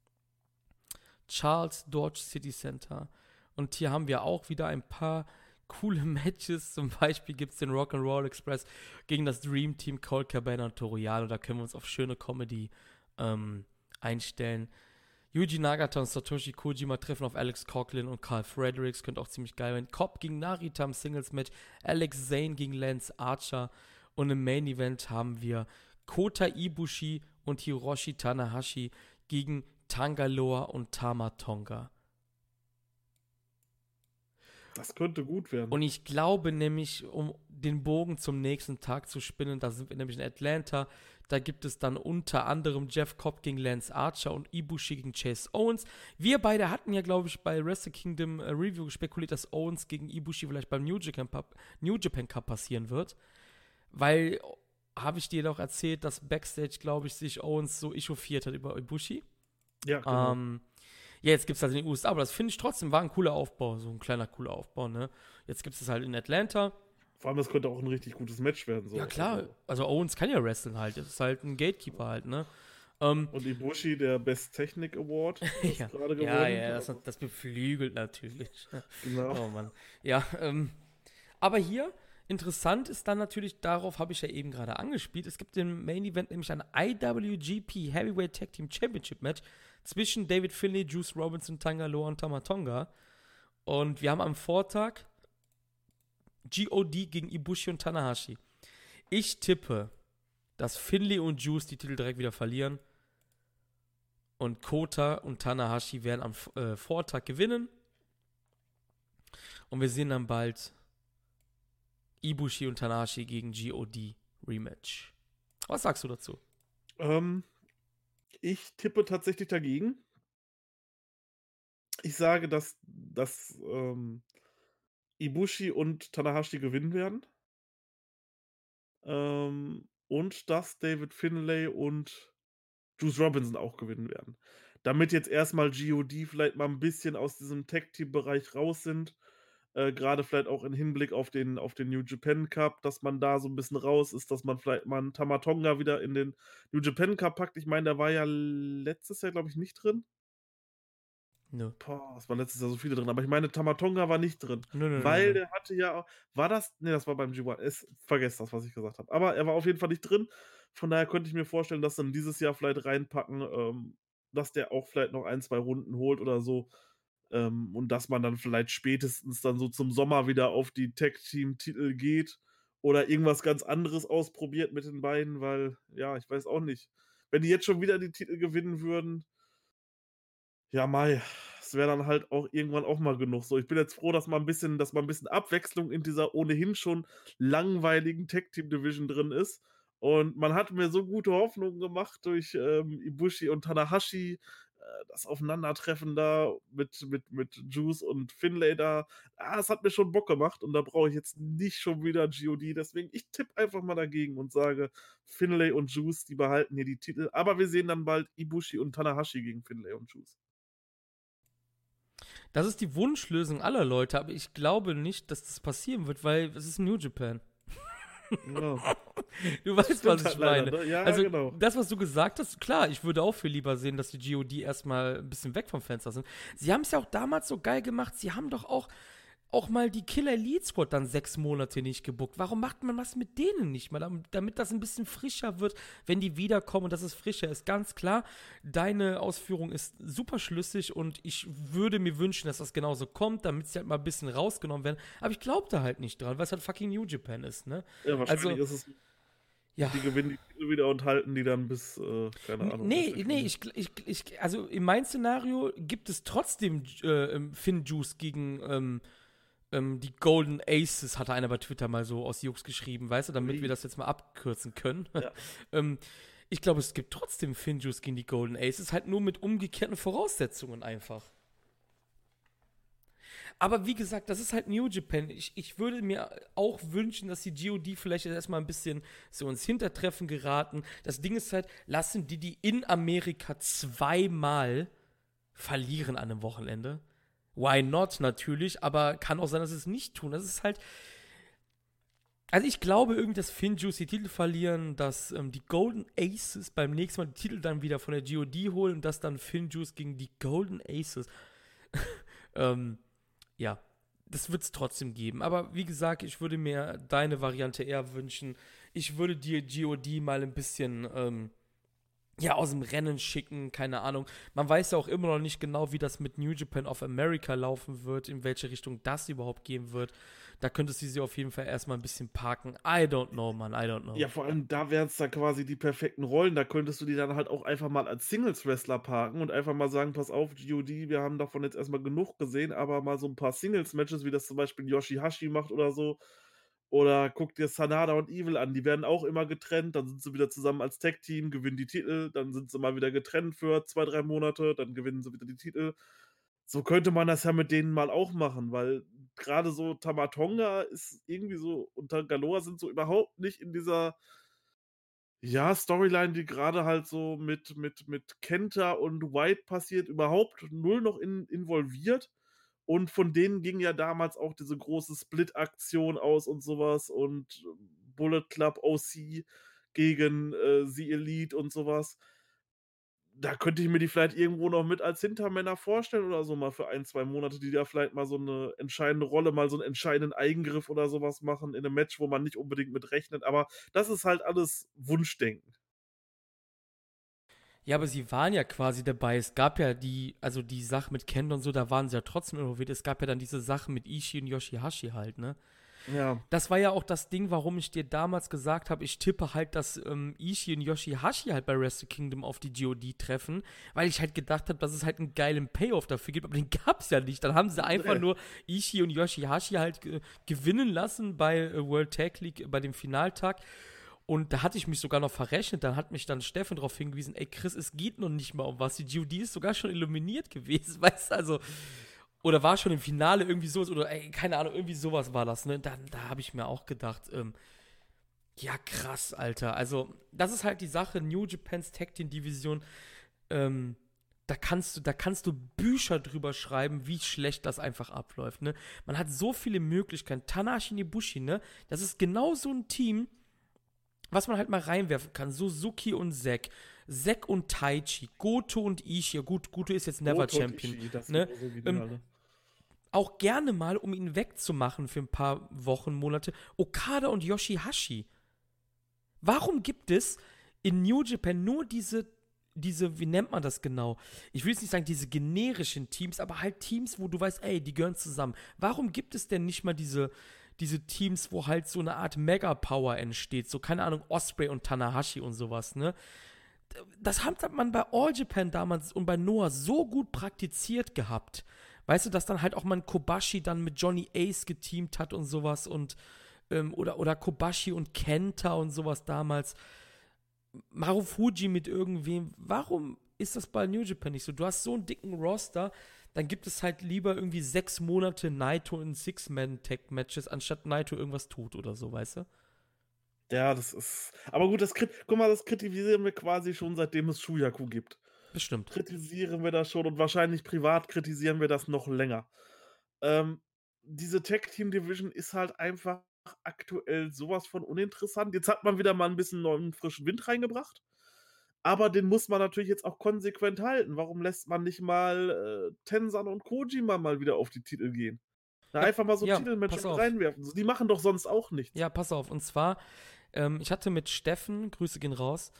S1: Charles Dodge City Center. Und hier haben wir auch wieder ein paar coole Matches. Zum Beispiel gibt es den Rock'n'Roll Express gegen das Dream Team, Colt Cabana und Toru Yano. Da können wir uns auf schöne Comedy einstellen. Yuji Nagata und Satoshi Kojima treffen auf Alex Coughlin und Carl Fredericks. Könnte auch ziemlich geil werden. Cobb gegen Narita im Singles-Match. Alex Zane gegen Lance Archer. Und im Main-Event haben wir Kota Ibushi und Hiroshi Tanahashi gegen Tangaloa und Tama Tonga.
S2: Das könnte gut werden.
S1: Und ich glaube nämlich, um den Bogen zum nächsten Tag zu spinnen, da sind wir nämlich in Atlanta, da gibt es dann unter anderem Jeff Cobb gegen Lance Archer und Ibushi gegen Chase Owens. Wir beide hatten ja, glaube ich, bei Wrestle Kingdom Review spekuliert, dass Owens gegen Ibushi vielleicht beim New Japan Cup passieren wird. Weil, habe ich dir doch erzählt, dass Backstage, glaube ich, sich Owens so echauffiert hat über Ibushi.
S2: Ja, genau.
S1: Ja, jetzt gibt es das in den USA, aber das finde ich trotzdem, war ein cooler Aufbau, so ein kleiner cooler Aufbau, ne? Jetzt gibt es halt in Atlanta.
S2: Vor allem, das könnte auch ein richtig gutes Match werden. So.
S1: Ja, klar, also Owens kann ja wrestlen halt, das ist halt ein Gatekeeper halt, ne?
S2: Und Ibushi, der Best Technik Award,
S1: ja,
S2: gerade gewonnen.
S1: ja, das beflügelt natürlich.
S2: Genau.
S1: Oh Mann. Ja, aber hier, interessant ist dann natürlich, darauf habe ich ja eben gerade angespielt, es gibt im Main Event nämlich ein IWGP Heavyweight Tag Team Championship Match zwischen David Finlay, Juice Robinson, Tangaloa und Tama Tonga. Und wir haben am Vortag GOD gegen Ibushi und Tanahashi. Ich tippe, dass Finlay und Juice die Titel direkt wieder verlieren. Und Kota und Tanahashi werden am Vortag gewinnen. Und wir sehen dann bald Ibushi und Tanahashi gegen GOD Rematch. Was sagst du dazu?
S2: Ich tippe tatsächlich dagegen. Ich sage, dass Ibushi und Tanahashi gewinnen werden. Und dass David Finlay und Juice Robinson auch gewinnen werden. Damit jetzt erstmal GOD vielleicht mal ein bisschen aus diesem Tag-Team-Bereich raus sind. Gerade vielleicht auch im Hinblick auf den New Japan Cup, dass man da so ein bisschen raus ist, dass man vielleicht mal einen Tama Tonga wieder in den New Japan Cup packt. Ich meine, der war ja letztes Jahr, glaube ich, nicht drin.
S1: Nö.
S2: Boah, es waren letztes Jahr so viele drin, aber ich meine, Tama Tonga war nicht drin.
S1: Nö.
S2: Weil der hatte ja auch. War das? Ne, das war beim G1. Vergesst das, was ich gesagt habe. Aber er war auf jeden Fall nicht drin. Von daher könnte ich mir vorstellen, dass dann dieses Jahr vielleicht reinpacken, dass der auch vielleicht noch 1, 2 Runden holt oder so. Und dass man dann vielleicht spätestens dann so zum Sommer wieder auf die Tag-Team-Titel geht oder irgendwas ganz anderes ausprobiert mit den beiden, weil, ja, ich weiß auch nicht. Wenn die jetzt schon wieder die Titel gewinnen würden, ja, mei, es wäre dann halt auch irgendwann auch mal genug so. Ich bin jetzt froh, dass mal 'n bisschen Abwechslung in dieser ohnehin schon langweiligen Tag-Team-Division drin ist. Und man hat mir so gute Hoffnungen gemacht durch, Ibushi und Tanahashi, das Aufeinandertreffen da mit Juice und Finlay da. Es hat mir schon Bock gemacht und da brauche ich jetzt nicht schon wieder GOD. Deswegen, ich tippe einfach mal dagegen und sage, Finlay und Juice, die behalten hier die Titel. Aber wir sehen dann bald Ibushi und Tanahashi gegen Finlay und Juice.
S1: Das ist die Wunschlösung aller Leute, aber ich glaube nicht, dass das passieren wird, weil es ist New Japan.
S2: Ja.
S1: Du weißt, was ich meine.
S2: Leider, ne? Ja,
S1: also,
S2: genau.
S1: das, was du gesagt hast, klar, ich würde auch viel lieber sehen, dass die GOD erstmal ein bisschen weg vom Fenster sind. Sie haben es ja auch damals so geil gemacht. Sie haben doch auch mal die Killer Elite Squad dann 6 Monate nicht gebuckt. Warum macht man was mit denen nicht mal? Damit das ein bisschen frischer wird, wenn die wiederkommen und dass es frischer ist. Ganz klar, deine Ausführung ist super schlüssig und ich würde mir wünschen, dass das genauso kommt, damit sie halt mal ein bisschen rausgenommen werden. Aber ich glaube da halt nicht dran, weil es halt fucking New Japan ist, ne?
S2: Ja, wahrscheinlich ist es.
S1: Ja.
S2: Die gewinnen die Titel wieder und halten die dann bis, keine Ahnung.
S1: Also in meinem Szenario gibt es trotzdem Finn Juice gegen die Golden Aces, hatte einer bei Twitter mal so aus Jux geschrieben, weißt du, damit wir das jetzt mal abkürzen können.
S2: Ja.
S1: Ich glaube, es gibt trotzdem Finn Juice gegen die Golden Aces, halt nur mit umgekehrten Voraussetzungen einfach. Aber wie gesagt, das ist halt New Japan. Ich würde mir auch wünschen, dass die GOD vielleicht erstmal ein bisschen so ins Hintertreffen geraten. Das Ding ist halt, lassen die in Amerika 2-mal verlieren an einem Wochenende. Why not, natürlich, aber kann auch sein, dass sie es nicht tun. Das ist halt. Also ich glaube irgendwie, dass Finn Juice die Titel verlieren, dass die Golden Aces beim nächsten Mal die Titel dann wieder von der GOD holen und dass dann Finn Juice gegen die Golden Aces ja, das wird es trotzdem geben. Aber wie gesagt, ich würde mir deine Variante eher wünschen. Ich würde dir GOD mal ein bisschen aus dem Rennen schicken, keine Ahnung. Man weiß ja auch immer noch nicht genau, wie das mit New Japan of America laufen wird, in welche Richtung das überhaupt gehen wird. Da könntest du sie auf jeden Fall erstmal ein bisschen parken. I don't know, man, I don't know.
S2: Ja, vor allem da wären es dann quasi die perfekten Rollen. Da könntest du die dann halt auch einfach mal als Singles-Wrestler parken und einfach mal sagen, pass auf, GOD, wir haben davon jetzt erstmal genug gesehen, aber mal so ein paar Singles-Matches, wie das zum Beispiel Yoshihashi macht oder so. Oder guck dir Sanada und Evil an, die werden auch immer getrennt, dann sind sie wieder zusammen als Tag-Team, gewinnen die Titel, dann sind sie mal wieder getrennt für 2, 3 Monate, dann gewinnen sie wieder die Titel. So könnte man das ja mit denen mal auch machen, weil gerade so Tamatonga ist irgendwie so und Tangaloa sind so überhaupt nicht in dieser, ja, Storyline, die gerade halt so mit Kenta und White passiert, überhaupt null noch involviert. Und von denen ging ja damals auch diese große Split-Aktion aus und sowas und Bullet Club OC gegen The Elite und sowas. Da könnte ich mir die vielleicht irgendwo noch mit als Hintermänner vorstellen oder so mal für 1, 2 Monate, die da vielleicht mal so eine entscheidende Rolle, mal so einen entscheidenden Eingriff oder sowas machen in 'nem Match, wo man nicht unbedingt mit rechnet. Aber das ist halt alles Wunschdenken.
S1: Ja, aber sie waren ja quasi dabei. Es gab ja die Sache mit Kendo und so, da waren sie ja trotzdem involviert. Es gab ja dann diese Sache mit Ishii und Yoshihashi halt, ne?
S2: Ja.
S1: Das war ja auch das Ding, warum ich dir damals gesagt habe, ich tippe halt, dass Ishii und Yoshihashi halt bei Wrestle Kingdom auf die GOD treffen, weil ich halt gedacht habe, dass es halt einen geilen Payoff dafür gibt, aber den gab es ja nicht. Dann haben sie einfach nur Ishii und Yoshihashi halt gewinnen lassen bei World Tag League bei dem Finaltag. Und da hatte ich mich sogar noch verrechnet. Dann hat mich dann Steffen darauf hingewiesen, ey Chris, es geht noch nicht mal um was. Die GOD ist sogar schon illuminiert gewesen, weißt du, also. Oder war schon im Finale irgendwie sowas, oder ey, keine Ahnung, irgendwie sowas war das, ne? Da habe ich mir auch gedacht, ja krass, Alter. Also, das ist halt die Sache, New Japans Tag Team Division, da kannst du Bücher drüber schreiben, wie schlecht das einfach abläuft, ne? Man hat so viele Möglichkeiten. Tanahashi und Ibushi, ne? Das ist genau so ein Team, was man halt mal reinwerfen kann. Suzuki und Zack und Taichi, Goto und Ishii. Gut, Goto ist jetzt Never
S2: Goto und
S1: Champion.
S2: Ishii, das
S1: Ne?
S2: sind so Geniale.
S1: Auch gerne mal, um ihn wegzumachen für ein paar Wochen, Monate, Okada und Yoshihashi. Warum gibt es in New Japan nur diese, wie nennt man das genau? Ich will jetzt nicht sagen, diese generischen Teams, aber halt Teams, wo du weißt, ey, die gehören zusammen. Warum gibt es denn nicht mal diese Teams, wo halt so eine Art Mega-Power entsteht? So, keine Ahnung, Osprey und Tanahashi und sowas, ne? Das hat man bei All Japan damals und bei Noah so gut praktiziert gehabt. Weißt du, dass dann halt auch mal ein Kobashi dann mit Johnny Ace geteamt hat und sowas und oder Kobashi und Kenta und sowas damals. Marufuji mit irgendwem. Warum ist das bei New Japan nicht so? Du hast so einen dicken Roster, dann gibt es halt lieber irgendwie 6 Monate Naito in Six-Man-Tag-Matches, anstatt Naito irgendwas tut oder so, weißt du?
S2: Ja, das ist. Aber gut, guck mal, das kritisieren wir quasi schon, seitdem es Shuyaku gibt.
S1: Bestimmt.
S2: Kritisieren wir das schon und wahrscheinlich privat kritisieren wir das noch länger. Ähm, diese Tag Team Division ist halt einfach aktuell sowas von uninteressant. Jetzt hat man wieder mal ein bisschen neuen frischen Wind reingebracht, aber den muss man natürlich jetzt auch konsequent halten. Warum lässt man nicht mal Tenzan und Kojima mal wieder auf die Titel gehen? Na,
S1: Ja,
S2: einfach mal so
S1: ja,
S2: Titelmatches
S1: pass auf.
S2: reinwerfen. Die machen doch sonst auch nichts.
S1: Ja, pass auf. Und zwar, ich hatte mit Steffen, Grüße gehen raus,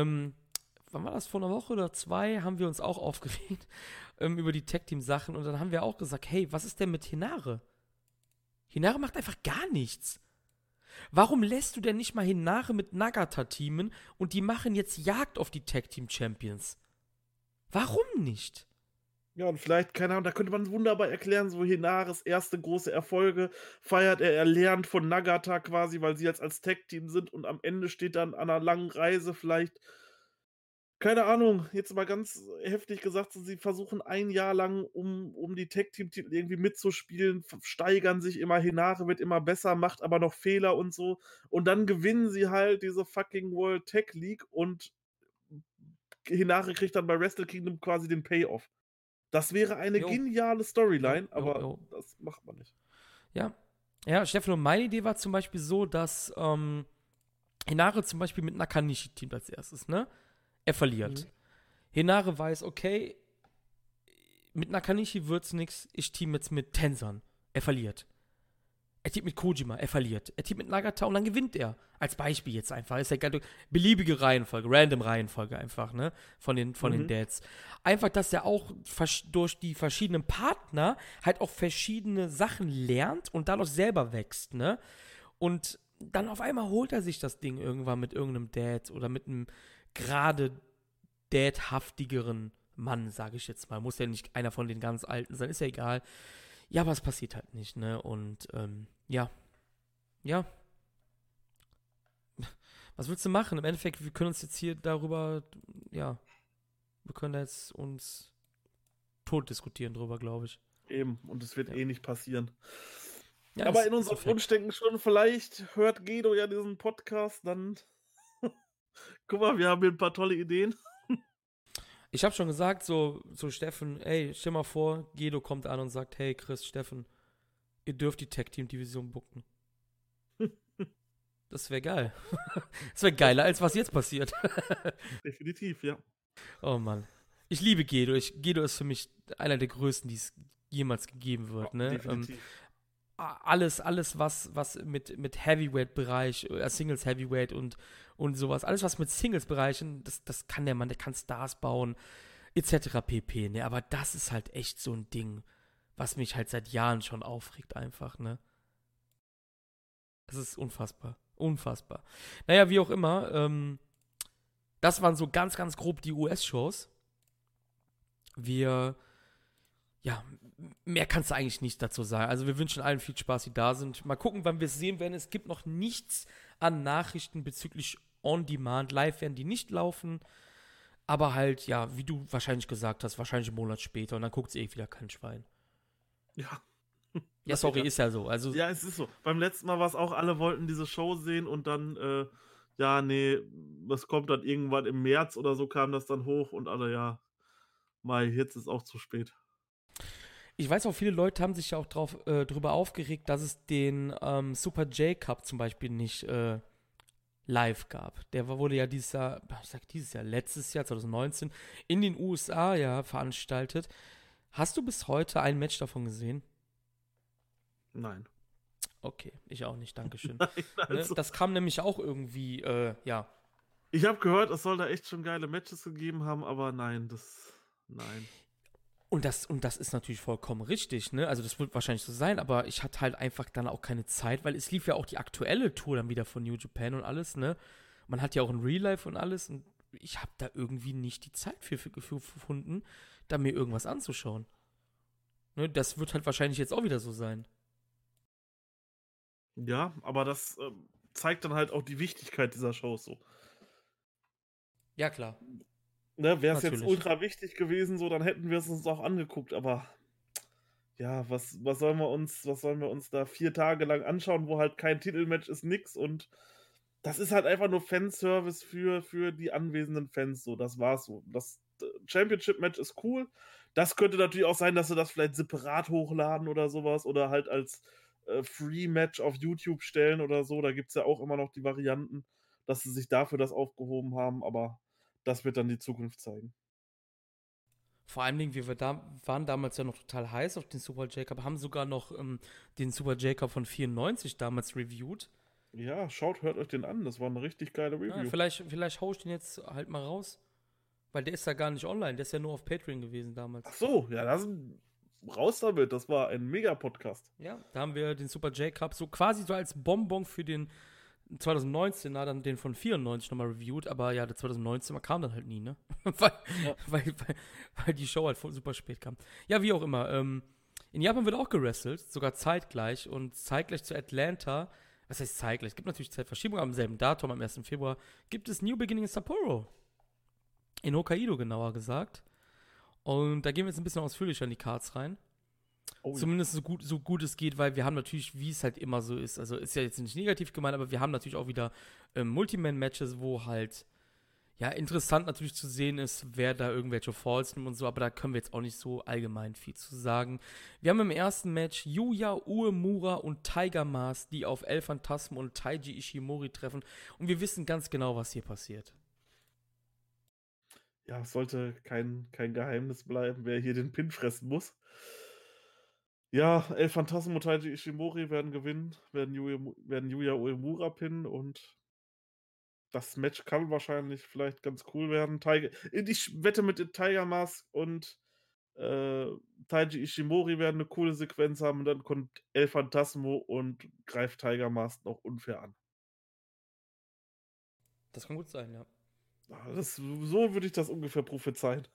S1: wann war das, vor einer Woche oder 2, haben wir uns auch aufgeregt über die Tag-Team-Sachen und dann haben wir auch gesagt, hey, was ist denn mit Hinare? Hinare macht einfach gar nichts. Warum lässt du denn nicht mal Hinare mit Nagata teamen und die machen jetzt Jagd auf die Tag-Team-Champions? Warum nicht?
S2: Ja, und vielleicht, keine Ahnung, da könnte man wunderbar erklären, so Henares erste große Erfolge feiert er lernt von Nagata quasi, weil sie jetzt als Tag-Team sind und am Ende steht dann an einer langen Reise vielleicht, keine Ahnung, jetzt mal ganz heftig gesagt, so, sie versuchen 1 Jahr lang, um die Tag-Team-Titel irgendwie mitzuspielen, steigern sich immer, Henare wird immer besser, macht aber noch Fehler und so. Und dann gewinnen sie halt diese fucking World Tag League und Henare kriegt dann bei Wrestle Kingdom quasi den Payoff. Das wäre eine
S1: Jo,
S2: geniale
S1: jo,
S2: Storyline,
S1: jo,
S2: aber
S1: jo.
S2: das macht man nicht.
S1: Ja. Ja, Steffen, und meine Idee war zum Beispiel so, dass Hinare zum Beispiel mit Nakanishi teamt als erstes, ne? Er verliert.
S2: Mhm.
S1: Hinare weiß, okay, mit Nakanishi wird's nix, ich team jetzt mit Tenzan. er verliert. Er teamt mit Kojima, er verliert. Er teamt mit Nagata und dann gewinnt er. Als Beispiel jetzt einfach. Ist ja ganz beliebige Reihenfolge, random Reihenfolge einfach, ne? Von den
S2: Mhm.
S1: Dads. Einfach, dass er auch durch die verschiedenen Partner halt auch verschiedene Sachen lernt und dadurch selber wächst, ne? Und dann auf einmal holt er sich das Ding irgendwann mit irgendeinem Dad oder mit einem gerade dadhaftigeren Mann, sage ich jetzt mal. Muss ja nicht einer von den ganz Alten sein, ist ja egal. Ja, aber es passiert halt nicht, ne? Und ja, ja. Was willst du machen? Im Endeffekt, wir können uns jetzt hier darüber, ja, wir können da jetzt uns tot diskutieren drüber, glaube ich.
S2: Eben, und es wird
S1: Ja,
S2: eh nicht passieren.
S1: ja
S2: Aber in
S1: ist ein
S2: unserem
S1: Fact.
S2: Wunschdenken schon, vielleicht hört Guido ja diesen Podcast, dann guck mal, wir haben hier ein paar tolle Ideen.
S1: Ich habe schon gesagt, so Steffen, ey, stell mal vor, Guido kommt an und sagt, hey Chris, Steffen, ihr dürft die Tag-Team-Division booken. Das wäre geil. Das wäre
S2: Das
S1: geiler, als was jetzt passiert.
S2: definitiv, ja.
S1: Oh Mann. Ich liebe Guido. Guido ist für mich einer der größten, die es jemals gegeben
S2: Ja,
S1: wird. Ne?
S2: definitiv.
S1: Alles was mit Heavyweight-Bereich, Singles Heavyweight und sowas, alles was mit Singles-Bereichen, das kann der Mann, der kann Stars bauen, etc. pp. Ne? Aber das ist halt echt so ein Ding, was mich halt seit Jahren schon aufregt, einfach, ne? Es ist unfassbar. Unfassbar. Naja, wie auch immer, das waren so ganz, ganz grob die US-Shows. Wir, ja, mehr kannst du eigentlich nicht dazu sagen. Also wir wünschen allen viel Spaß, die da sind. Mal gucken, wann wir es sehen werden. Es gibt noch nichts an Nachrichten bezüglich On-Demand. Live werden die nicht laufen. Aber halt, ja, wie du wahrscheinlich gesagt hast, wahrscheinlich einen Monat später. Und dann guckt es eh wieder kein Schwein.
S2: Ja,
S1: Ja, sorry,
S2: leider.
S1: ist ja so. Also,
S2: Ja, es ist so. Beim letzten Mal war es auch, alle wollten diese Show sehen und dann, ja, nee, das kommt dann irgendwann im März oder so kam das dann hoch und alle, ja, Mai, jetzt ist auch zu spät.
S1: ich weiß auch, viele Leute haben sich ja auch drüber aufgeregt, dass es den Super J-Cup zum Beispiel nicht live gab. Wurde ja letztes Jahr, 2019, in den USA ja veranstaltet. Hast du bis heute ein Match davon gesehen?
S2: Nein.
S1: Okay, ich auch nicht, Dankeschön.
S2: Nein,
S1: Ne?
S2: also,
S1: Das kam nämlich auch irgendwie, ja.
S2: ich habe gehört, es soll da echt schon geile Matches gegeben haben, aber nein, nein.
S1: Und das ist natürlich vollkommen richtig, ne? Also das wird wahrscheinlich so sein, aber ich hatte halt einfach dann auch keine Zeit, weil es lief ja auch die aktuelle Tour dann wieder von New Japan und alles, ne? Man hat ja auch ein Real Life und alles und ich habe da irgendwie nicht die Zeit für gefunden, da mir irgendwas anzuschauen. Ne? Das wird halt wahrscheinlich jetzt auch wieder so sein.
S2: Ja, aber das zeigt dann halt auch die Wichtigkeit dieser Shows so.
S1: Ja, klar.
S2: Ne, wäre es jetzt
S1: Natürlich.
S2: ultra wichtig gewesen, so, dann hätten wir es uns auch angeguckt, aber ja, was sollen wir uns da 4 Tage lang anschauen, wo halt kein Titelmatch ist, nix und das ist halt einfach nur Fanservice für die anwesenden Fans, so, das war's so. Das Championship-Match ist cool. Das könnte natürlich auch sein, dass sie das vielleicht separat hochladen oder sowas oder halt als Free-Match auf YouTube stellen oder so. Da gibt's ja auch immer noch die Varianten, dass sie sich dafür das aufgehoben haben, aber das wird dann die Zukunft zeigen.
S1: Vor allen Dingen, waren damals ja noch total heiß auf den Super J-Cup, haben sogar noch den Super J-Cup von 94 damals reviewed.
S2: Ja, hört euch den an. Das war eine richtig geile
S1: Ja,
S2: Review.
S1: vielleicht hau ich den jetzt halt mal raus. Weil der ist ja gar nicht online, der ist ja nur auf Patreon gewesen
S2: Ach
S1: damals.
S2: so, ja, raus damit. Das war ein Mega-Podcast.
S1: Ja, da haben wir den Super J-Cup so quasi so als Bonbon für den 2019er, dann den von 94 nochmal reviewed, aber ja, der 2019er kam dann halt nie, ne? weil,
S2: Ja.
S1: weil die Show halt super spät kam. Ja, wie auch immer. In Japan wird auch gewrestelt, sogar zeitgleich und zeitgleich zu Atlanta. Was heißt zeitgleich? Es gibt natürlich Zeitverschiebung, am selben Datum, am 1. Februar, gibt es New Beginning in Sapporo. In Hokkaido genauer gesagt. Und da gehen wir jetzt ein bisschen ausführlicher in die Cards rein.
S2: Oh ja.
S1: Zumindest so gut es geht, weil wir haben natürlich, wie es halt immer so ist, also ist ja jetzt nicht negativ gemeint, aber wir haben natürlich auch wieder Multiman-Matches, wo halt, ja, interessant natürlich zu sehen ist, wer da irgendwelche Falls nimmt und so, aber da können wir jetzt auch nicht so allgemein viel zu sagen. Wir haben im ersten Match Yuya Uemura und Tiger Mask, die auf El Phantasm und Taiji Ishimori treffen und wir wissen ganz genau, was hier passiert.
S2: Ja, es sollte kein Geheimnis bleiben, wer hier den Pin fressen muss. Ja, El Phantasmo und Taiji Ishimori werden gewinnen, werden Yuya Uemura pinnen und das Match kann wahrscheinlich vielleicht ganz cool werden. Ich wette mit Tiger Mask und äh, Taiji Ishimori werden eine coole Sequenz haben und dann kommt El Phantasmo und greift Tiger Mask noch unfair an.
S1: Das kann gut sein, ja.
S2: So würde ich das ungefähr prophezeien.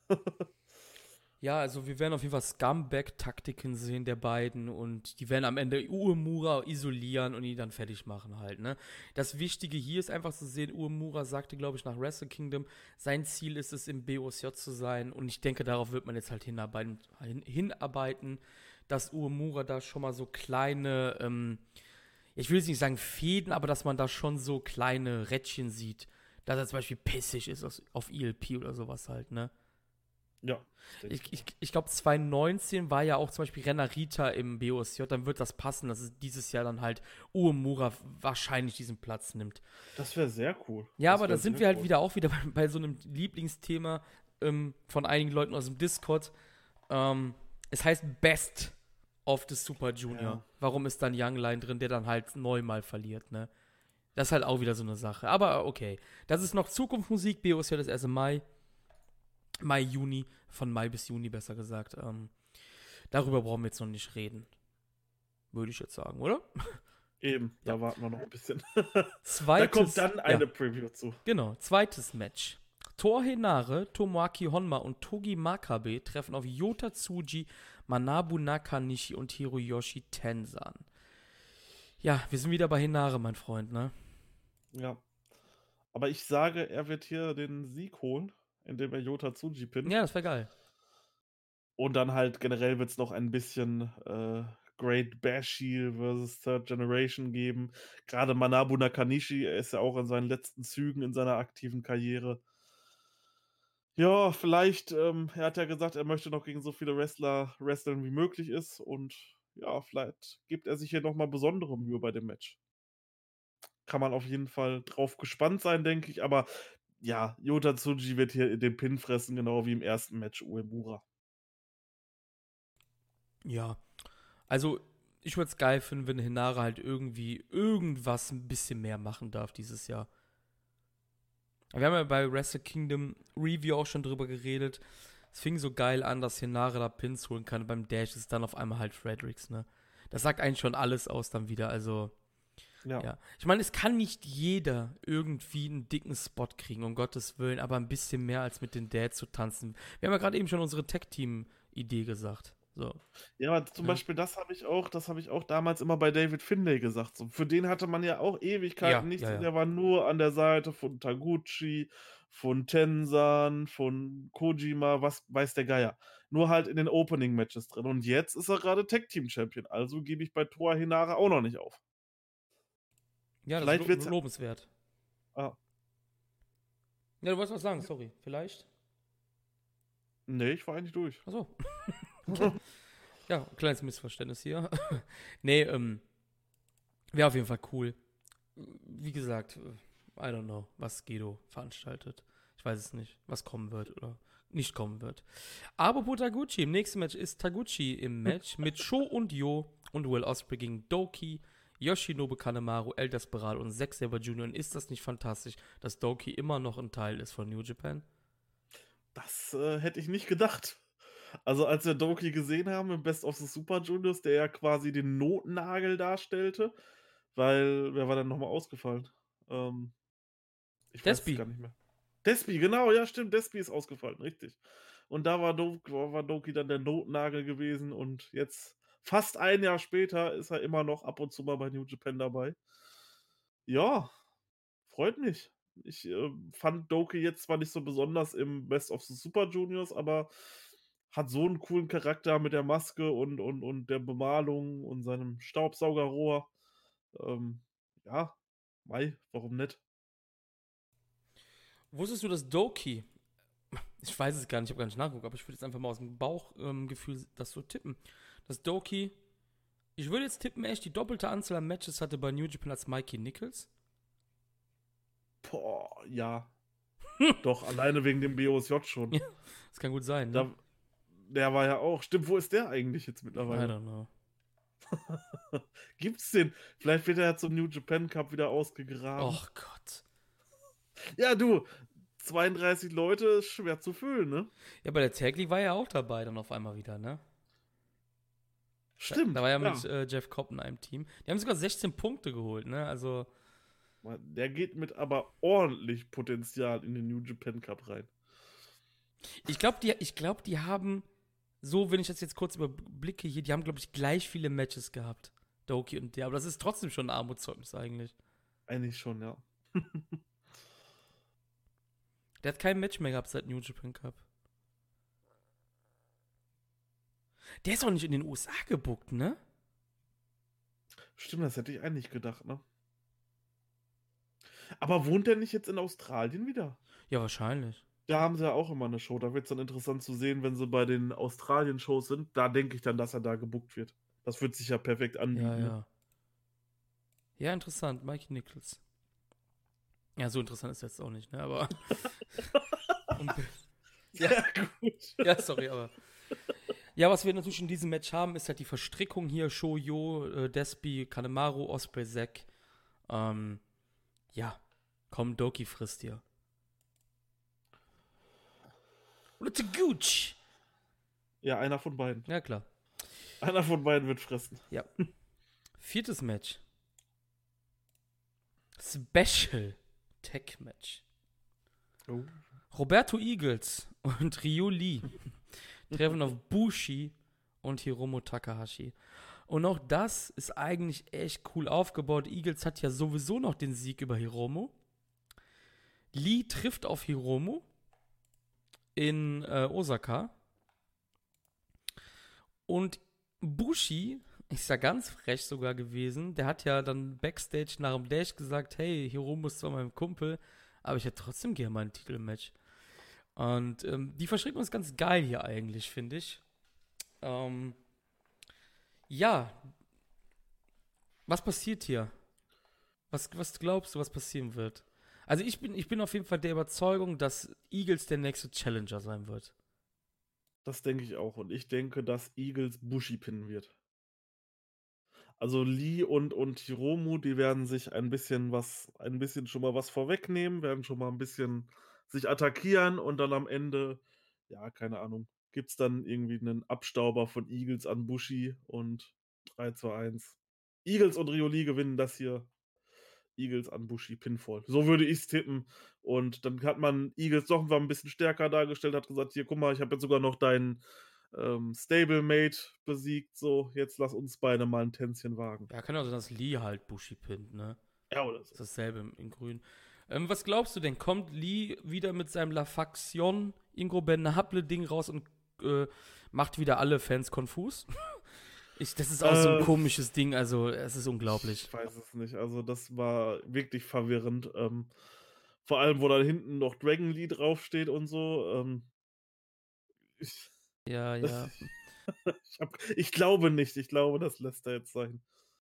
S1: Ja, also wir werden auf jeden Fall Scumbag-Taktiken sehen der beiden und die werden am Ende Uemura isolieren und ihn dann fertig machen halt, ne? Das Wichtige hier ist einfach zu sehen, Uemura sagte, glaube ich, nach Wrestle Kingdom, sein Ziel ist es, im BOSJ zu sein und ich denke, darauf wird man jetzt halt hinarbeiten, dass Uemura da schon mal so kleine, ich will jetzt nicht sagen Fäden, aber dass man da schon so kleine Rädchen sieht, dass er zum Beispiel pissig ist auf ELP oder sowas halt, ne?
S2: Ja, denke
S1: Ich,
S2: ich
S1: ich,
S2: auch.
S1: ich glaube, 2019 war ja auch zum Beispiel Renarita im BOSJ, dann wird das passen, dass es dieses Jahr dann halt Uemura wahrscheinlich diesen Platz nimmt.
S2: Das wäre sehr cool.
S1: Ja,
S2: Das
S1: aber da
S2: wäre
S1: sind
S2: sehr
S1: wir halt
S2: cool.
S1: wieder auch wieder bei so einem Lieblingsthema von einigen Leuten aus dem Discord. Es heißt Best of the Super Junior.
S2: Ja.
S1: Warum ist dann Young Line drin, der dann halt neunmal verliert, ne? Das ist halt auch wieder so eine Sache. Aber okay. Das ist noch Zukunftsmusik. BOSJ ist erst im Mai. Mai, Juni. Von Mai bis Juni besser gesagt. Darüber brauchen wir jetzt noch nicht reden. Würde ich jetzt sagen, oder?
S2: Eben,
S1: Ja.
S2: da warten wir noch ein bisschen. Da kommt
S1: Zweites,
S2: dann eine Preview zu.
S1: genau, zweites Match. Toa Henare, Tomoaki Honma und Togi Makabe treffen auf Yota Tsuji, Manabu Nakanishi und Hiroyoshi Tenzan. Ja, wir sind wieder bei Henare, mein Freund, ne?
S2: Ja. Aber ich sage, er wird hier den Sieg holen, indem er Yota Tsuji pinnt.
S1: Ja, das wäre geil.
S2: Und dann halt generell wird es noch ein bisschen Great Bashi versus Third Generation geben. Gerade Manabu Nakanishi, er ist ja auch in seinen letzten Zügen in seiner aktiven Karriere. Ja, vielleicht, er hat ja gesagt, er möchte noch gegen so viele Wrestler wresteln wie möglich ist. Und ja, vielleicht gibt er sich hier nochmal besondere Mühe bei dem Match. Kann man auf jeden Fall drauf gespannt sein, denke ich. Aber ja, Yota Tsuji wird hier den Pin fressen, genau wie im ersten Match Uemura.
S1: Ja. Also, ich würde es geil finden, wenn Henare halt irgendwie irgendwas ein bisschen mehr machen darf dieses Jahr. Wir haben ja bei Wrestle Kingdom Review auch schon drüber geredet. Es fing so geil an, dass Henare da Pins holen kann. Beim Dash ist dann auf einmal halt Fredericks, ne? Das sagt eigentlich schon alles aus dann wieder. Also,
S2: Ja.
S1: ja. Ich meine, es kann nicht jeder irgendwie einen dicken Spot kriegen, um Gottes Willen, aber ein bisschen mehr als mit den Dads zu tanzen. Wir haben ja gerade eben schon unsere Tag-Team-Idee gesagt. So.
S2: Ja, aber zum
S1: Ne?
S2: Beispiel das habe ich auch damals immer bei David Finlay gesagt. So, für den hatte man ja auch Ewigkeiten
S1: Ja,
S2: nichts
S1: ja,
S2: und
S1: ja.
S2: der war nur an der Seite von Taguchi, von Tenzan, von Kojima, was weiß der Geier. Nur halt in den Opening-Matches drin. Und jetzt ist er gerade Tag-Team-Champion. Also gebe ich bei Toa Henare auch noch nicht auf.
S1: Ja, das ist
S2: Vielleicht wird's.
S1: lobenswert.
S2: Ah,
S1: Ja, du wolltest was sagen, sorry. Vielleicht?
S2: nee, ich war eigentlich durch.
S1: Achso. Okay. Ja, ein kleines Missverständnis hier. Nee, wäre auf jeden Fall cool. Wie gesagt, I don't know, was Gedo veranstaltet. Ich weiß es nicht, was kommen wird oder nicht kommen wird. Aber Taguchi, im nächsten Match ist Taguchi im Match mit Sho und Yo und Will Ospreay gegen Doki, Yoshinobu Kanemaru, El Desperado und Zack Sabre Jr. Und ist das nicht fantastisch, dass Doki immer noch ein Teil ist von New Japan?
S2: Das hätte ich nicht gedacht. Also, als wir Doki gesehen haben im Best of the Super Juniors, der ja quasi den Notnagel darstellte, weil wer war denn nochmal ausgefallen? Ähm, ich weiß es
S1: Despi.
S2: gar nicht mehr. Despi, genau, ja, stimmt, Despi ist ausgefallen, richtig. Und da war Doki dann der Notnagel gewesen und jetzt, fast ein Jahr später, ist er immer noch ab und zu mal bei New Japan dabei. Ja, freut mich. Ich fand Doki jetzt zwar nicht so besonders im Best of the Super Juniors, aber hat so einen coolen Charakter mit der Maske und der Bemalung und seinem Staubsaugerrohr. Ähm, ja, Mai, warum nicht?
S1: Wusstest du, dass Doki, ich weiß es gar nicht, ich habe gar nicht nachgeguckt, aber ich würde jetzt einfach mal aus dem Bauchgefühl das so tippen, dass Doki, ich würde jetzt tippen, echt die doppelte Anzahl an Matches hatte bei New Japan als Mikey Nichols.
S2: Boah, ja. Doch, alleine wegen dem BOSJ schon.
S1: Ja, das kann gut sein, ne?
S2: Da, der war ja auch. Stimmt, wo ist der eigentlich jetzt
S1: I
S2: mittlerweile?
S1: don't know.
S2: Gibt's den? Vielleicht wird er ja zum New Japan Cup wieder ausgegraben.
S1: Och Gott.
S2: Ja, du, 32 Leute ist schwer zu füllen, ne?
S1: Ja, aber der Tag League war ja auch dabei dann auf einmal wieder, ne? Da
S2: Stimmt,
S1: war ja
S2: ja.
S1: mit Jeff Cobb in einem Team. Die haben sogar 16 Punkte geholt, ne? Also,
S2: Der geht mit aber ordentlich Potenzial in den New Japan Cup rein.
S1: ich glaube, die haben, so, wenn ich das jetzt kurz überblicke hier, die haben, glaube ich, gleich viele Matches gehabt. Doki und der. Aber das ist trotzdem schon ein Armutszeugnis eigentlich.
S2: Eigentlich schon, ja.
S1: Der hat kein Match mehr gehabt seit New Japan Cup. Der ist auch nicht in den USA gebuckt, ne?
S2: Stimmt, das hätte ich eigentlich gedacht, ne? Aber wohnt der nicht jetzt in Australien wieder?
S1: Ja, wahrscheinlich.
S2: Da haben sie ja auch immer eine Show. Da wird es dann interessant zu sehen, wenn sie bei den Australien-Shows sind. Da denke ich dann, dass er da gebuckt wird. Das wird sich ja perfekt anbieten.
S1: Ja,
S2: Ne?
S1: ja. Ja, interessant. Mikey Nichols. Ja, so interessant ist jetzt auch nicht, ne? Aber.
S2: Ja, gut.
S1: Ja, sorry, aber. Ja, was wir natürlich in diesem Match haben, ist halt die Verstrickung hier: Shoyo, Despi, Kanemaru, Osprey, Zack. Ja. Komm, Doki frisst dir. Oder zu Gooch.
S2: Ja, einer von beiden.
S1: Ja, klar.
S2: Einer von beiden wird fressen.
S1: Ja. Viertes Match. Special Tech Match.
S2: Oh.
S1: Roberto Eagles und Ryu Lee treffen auf Bushi und Hiromu Takahashi. Und auch das ist eigentlich echt cool aufgebaut. Eagles hat ja sowieso noch den Sieg über Hiromu. Lee trifft auf Hiromu in Osaka. Und Bushi ist ja ganz frech sogar gewesen. Der hat ja dann Backstage nach dem Dash gesagt, hey, Hiromu ist zwar mein Kumpel, aber ich hätte trotzdem gerne mal ein Titelmatch. Und die Verschränkung ist ganz geil hier eigentlich, finde ich. Ja, was passiert hier? Was glaubst du, was passieren wird? Also ich bin auf jeden Fall der Überzeugung, dass Eagles der nächste Challenger sein wird.
S2: Das denke ich auch. Und ich denke, dass Eagles Bushi pinnen wird. Also Lee und Hiromu, die werden sich ein bisschen schon mal was vorwegnehmen, werden schon mal ein bisschen sich attackieren und dann am Ende, ja, keine Ahnung, gibt es dann irgendwie einen Abstauber von Eagles an Bushi und 3-2-1. Eagles und Ryo Lee gewinnen das hier. Eagles an Bushi Pinfall. So würde ich es tippen. Und dann hat man Eagles doch ein bisschen stärker dargestellt, hat gesagt, hier, guck mal, ich habe jetzt sogar noch deinen Stablemate besiegt, so, jetzt lass uns beide mal ein Tänzchen wagen.
S1: Ja, kann ja sein, dass Lee halt Bushi pinnt, ne?
S2: Ja, oder so.
S1: Das ist dasselbe in grün. Was glaubst du denn? Kommt Lee wieder mit seinem La Faction Ingro Benhable-Ding raus und macht wieder alle Fans konfus? Das ist auch so ein komisches Ding, also es ist unglaublich.
S2: Ich weiß es nicht, also das war wirklich verwirrend. Vor allem, wo da hinten noch Dragon Lee draufsteht und so.
S1: Ja, ja.
S2: Ich glaube nicht, ich glaube, das lässt er jetzt sein.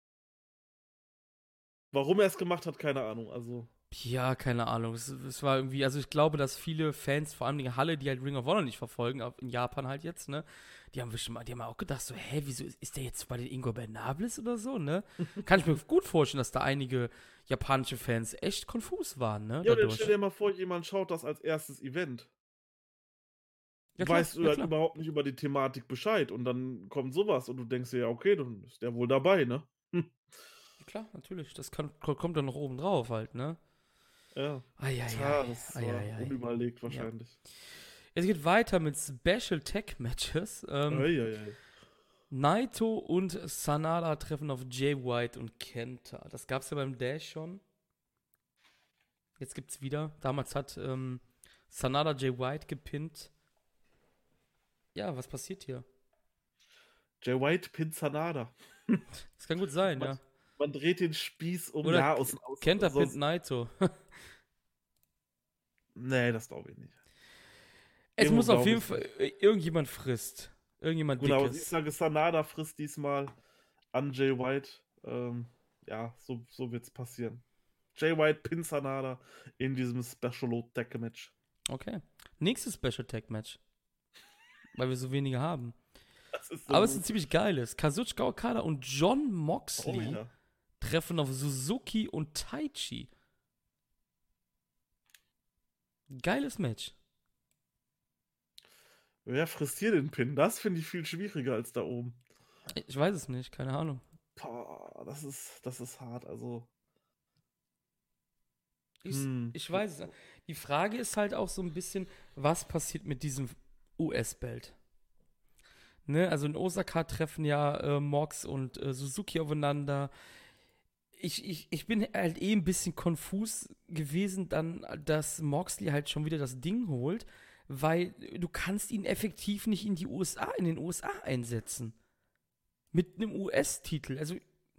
S2: Warum er es gemacht hat, keine Ahnung, also.
S1: Ja, keine Ahnung. Es war irgendwie, also ich glaube, dass viele Fans, vor allem die Halle, die halt Ring of Honor nicht verfolgen, in Japan halt jetzt, ne, die haben auch gedacht, so, hä, wieso ist der jetzt bei den Ingo Bernables oder so, ne? Kann ich mir gut vorstellen, dass da einige japanische Fans echt konfus waren, ne?
S2: Ja, dann stell dir mal vor, jemand schaut das als erstes Event.
S1: Ja, klar,
S2: Weißt du
S1: ja,
S2: halt
S1: klar.
S2: überhaupt nicht über die Thematik Bescheid und dann kommt sowas und du denkst dir, ja, okay, dann ist der wohl dabei, ne?
S1: Ja, klar, natürlich. Das kommt dann noch oben drauf halt, ne?
S2: Ja.
S1: Eieiei.
S2: Das war unüberlegt wahrscheinlich.
S1: Ja. Es geht weiter mit Special Tech Matches. Naito und Sanada treffen auf Jay White und Kenta. Das gab's ja beim Dash schon. Jetzt gibt's wieder. Damals hat Sanada Jay White gepinnt. Ja, was passiert hier?
S2: Jay White pinnt Sanada.
S1: Das kann gut sein, ja.
S2: Man dreht den Spieß um.
S1: Oder
S2: ja,
S1: Kenta pinnt Naito.
S2: Nee, das glaube ich nicht.
S1: Es muss auf jeden Fall irgendjemand frisst. Irgendjemand
S2: genau,
S1: Dickes.
S2: Ich sage, Sanada frisst diesmal an Jay White. Ja, so wird's passieren. Jay White pinnt Sanada in diesem Special Tag Match.
S1: Okay. Nächstes Special Tag Match. Weil wir so wenige haben.
S2: ist so
S1: Aber es ist
S2: gut.
S1: ein ziemlich geiles. Kazuchika Okada und Jon
S2: Oh
S1: Moxley
S2: ja.
S1: treffen auf Suzuki und Taichi. Geiles Match.
S2: Wer frisst hier den Pin? Das finde ich viel schwieriger als da oben.
S1: Ich weiß es nicht, keine Ahnung.
S2: Boah, das ist hart. Also,
S1: Ich,
S2: hm.
S1: ich weiß es. Die Frage ist halt auch so ein bisschen, was passiert mit diesem US-Belt? Ne? Also in Osaka treffen ja Mox und Suzuki aufeinander. Ich bin halt ein bisschen konfus gewesen dann, dass Moxley halt schon wieder das Ding holt, weil du kannst ihn effektiv nicht in den USA einsetzen. Mit einem US-Titel. Also,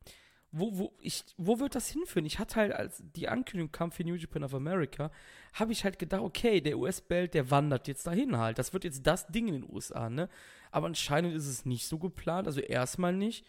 S1: wo wird das hinführen? Ich hatte halt, als die Ankündigung kam für New Japan of America, habe ich halt gedacht, okay, der US-Belt, der wandert jetzt dahin halt. Das wird jetzt das Ding in den USA, ne? Aber anscheinend ist es nicht so geplant, also erstmal nicht.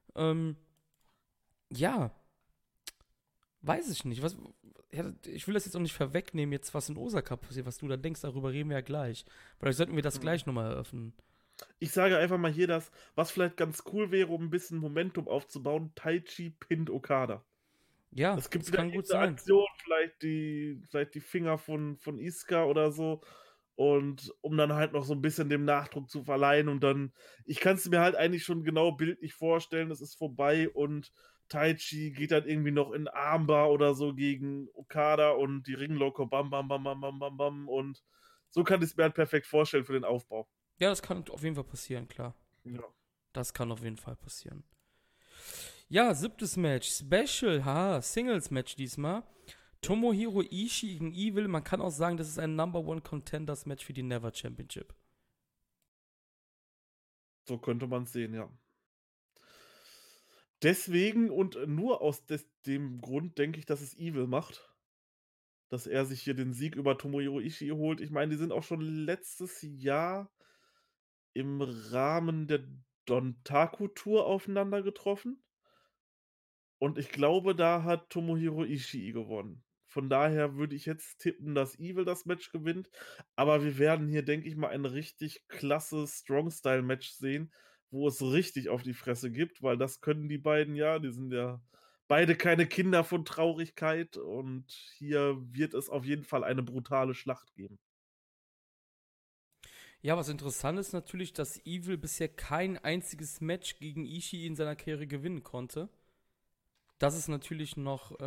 S1: Ja, weiß ich nicht. Ja, ich will das jetzt auch nicht vorwegnehmen, jetzt was in Osaka passiert, was du da denkst, darüber reden wir ja gleich. Vielleicht sollten wir das
S2: Hm.
S1: gleich nochmal eröffnen.
S2: Ich sage einfach mal hier das, was vielleicht ganz cool wäre, um ein bisschen Momentum aufzubauen: Taichi pinnt Okada.
S1: Ja,
S2: Es gibt
S1: das
S2: wieder
S1: kann gut
S2: irgendeine
S1: sein.
S2: Aktion, vielleicht die Finger von Iska oder so. Und um dann halt noch so ein bisschen dem Nachdruck zu verleihen. Und dann, ich kann es mir halt eigentlich schon genau bildlich vorstellen, es ist vorbei und Taichi geht dann irgendwie noch in Armbar oder so gegen Okada und die Ringloco bam, bam, bam, bam, bam, bam, bam. Und so kann ich es mir halt perfekt vorstellen für den Aufbau.
S1: Ja, das kann auf jeden Fall passieren, klar.
S2: Ja.
S1: Das kann auf jeden Fall passieren. Ja, 7. Match. Special, Singles-Match diesmal. Tomohiro Ishii gegen Evil. Man kann auch sagen, das ist ein Number One Contenders Match für die Never Championship.
S2: So könnte man es sehen, ja. Deswegen und nur aus dem Grund denke ich, dass es Evil macht, dass er sich hier den Sieg über Tomohiro Ishii holt. Ich meine, die sind auch schon letztes Jahr im Rahmen der Dontaku-Tour aufeinander getroffen. Und ich glaube, da hat Tomohiro Ishii gewonnen. Von daher würde ich jetzt tippen, dass Evil das Match gewinnt. Aber wir werden hier, denke ich mal, ein richtig klasse Strong-Style-Match sehen, wo es richtig auf die Fresse gibt, weil das können die beiden ja. Die sind ja beide keine Kinder von Traurigkeit. Und hier wird es auf jeden Fall eine brutale Schlacht geben.
S1: Ja, was interessant ist natürlich, dass Evil bisher kein einziges Match gegen Ishii in seiner Karriere gewinnen konnte. Das ist natürlich noch,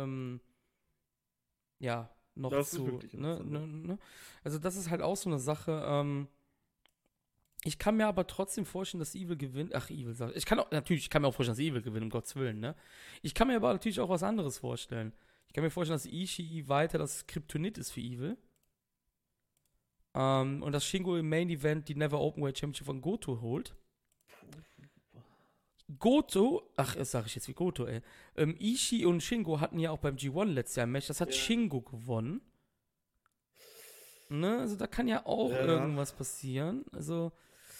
S1: ja, noch
S2: Das ist
S1: zu,
S2: wirklich
S1: ne,
S2: interessant.
S1: ne, ne. Also das ist halt auch so eine Sache, ich kann mir aber trotzdem vorstellen, dass Evil gewinnt. Ach, Evil sagt. Ich kann mir auch vorstellen, dass Evil gewinnt, um Gottes Willen, ne? Ich kann mir aber natürlich auch was anderes vorstellen. Ich kann mir vorstellen, dass Ishii weiter das Kryptonit ist für Evil. Und dass Shingo im Main Event die Never Openweight Championship von Goto holt. Das sage ich jetzt wie Goto, ey. Ishii und Shingo hatten ja auch beim G1 letztes Jahr ein Match. Das hat
S2: Ja.
S1: Shingo gewonnen. Ne? Also da kann ja auch
S2: Ja.
S1: irgendwas passieren. Also,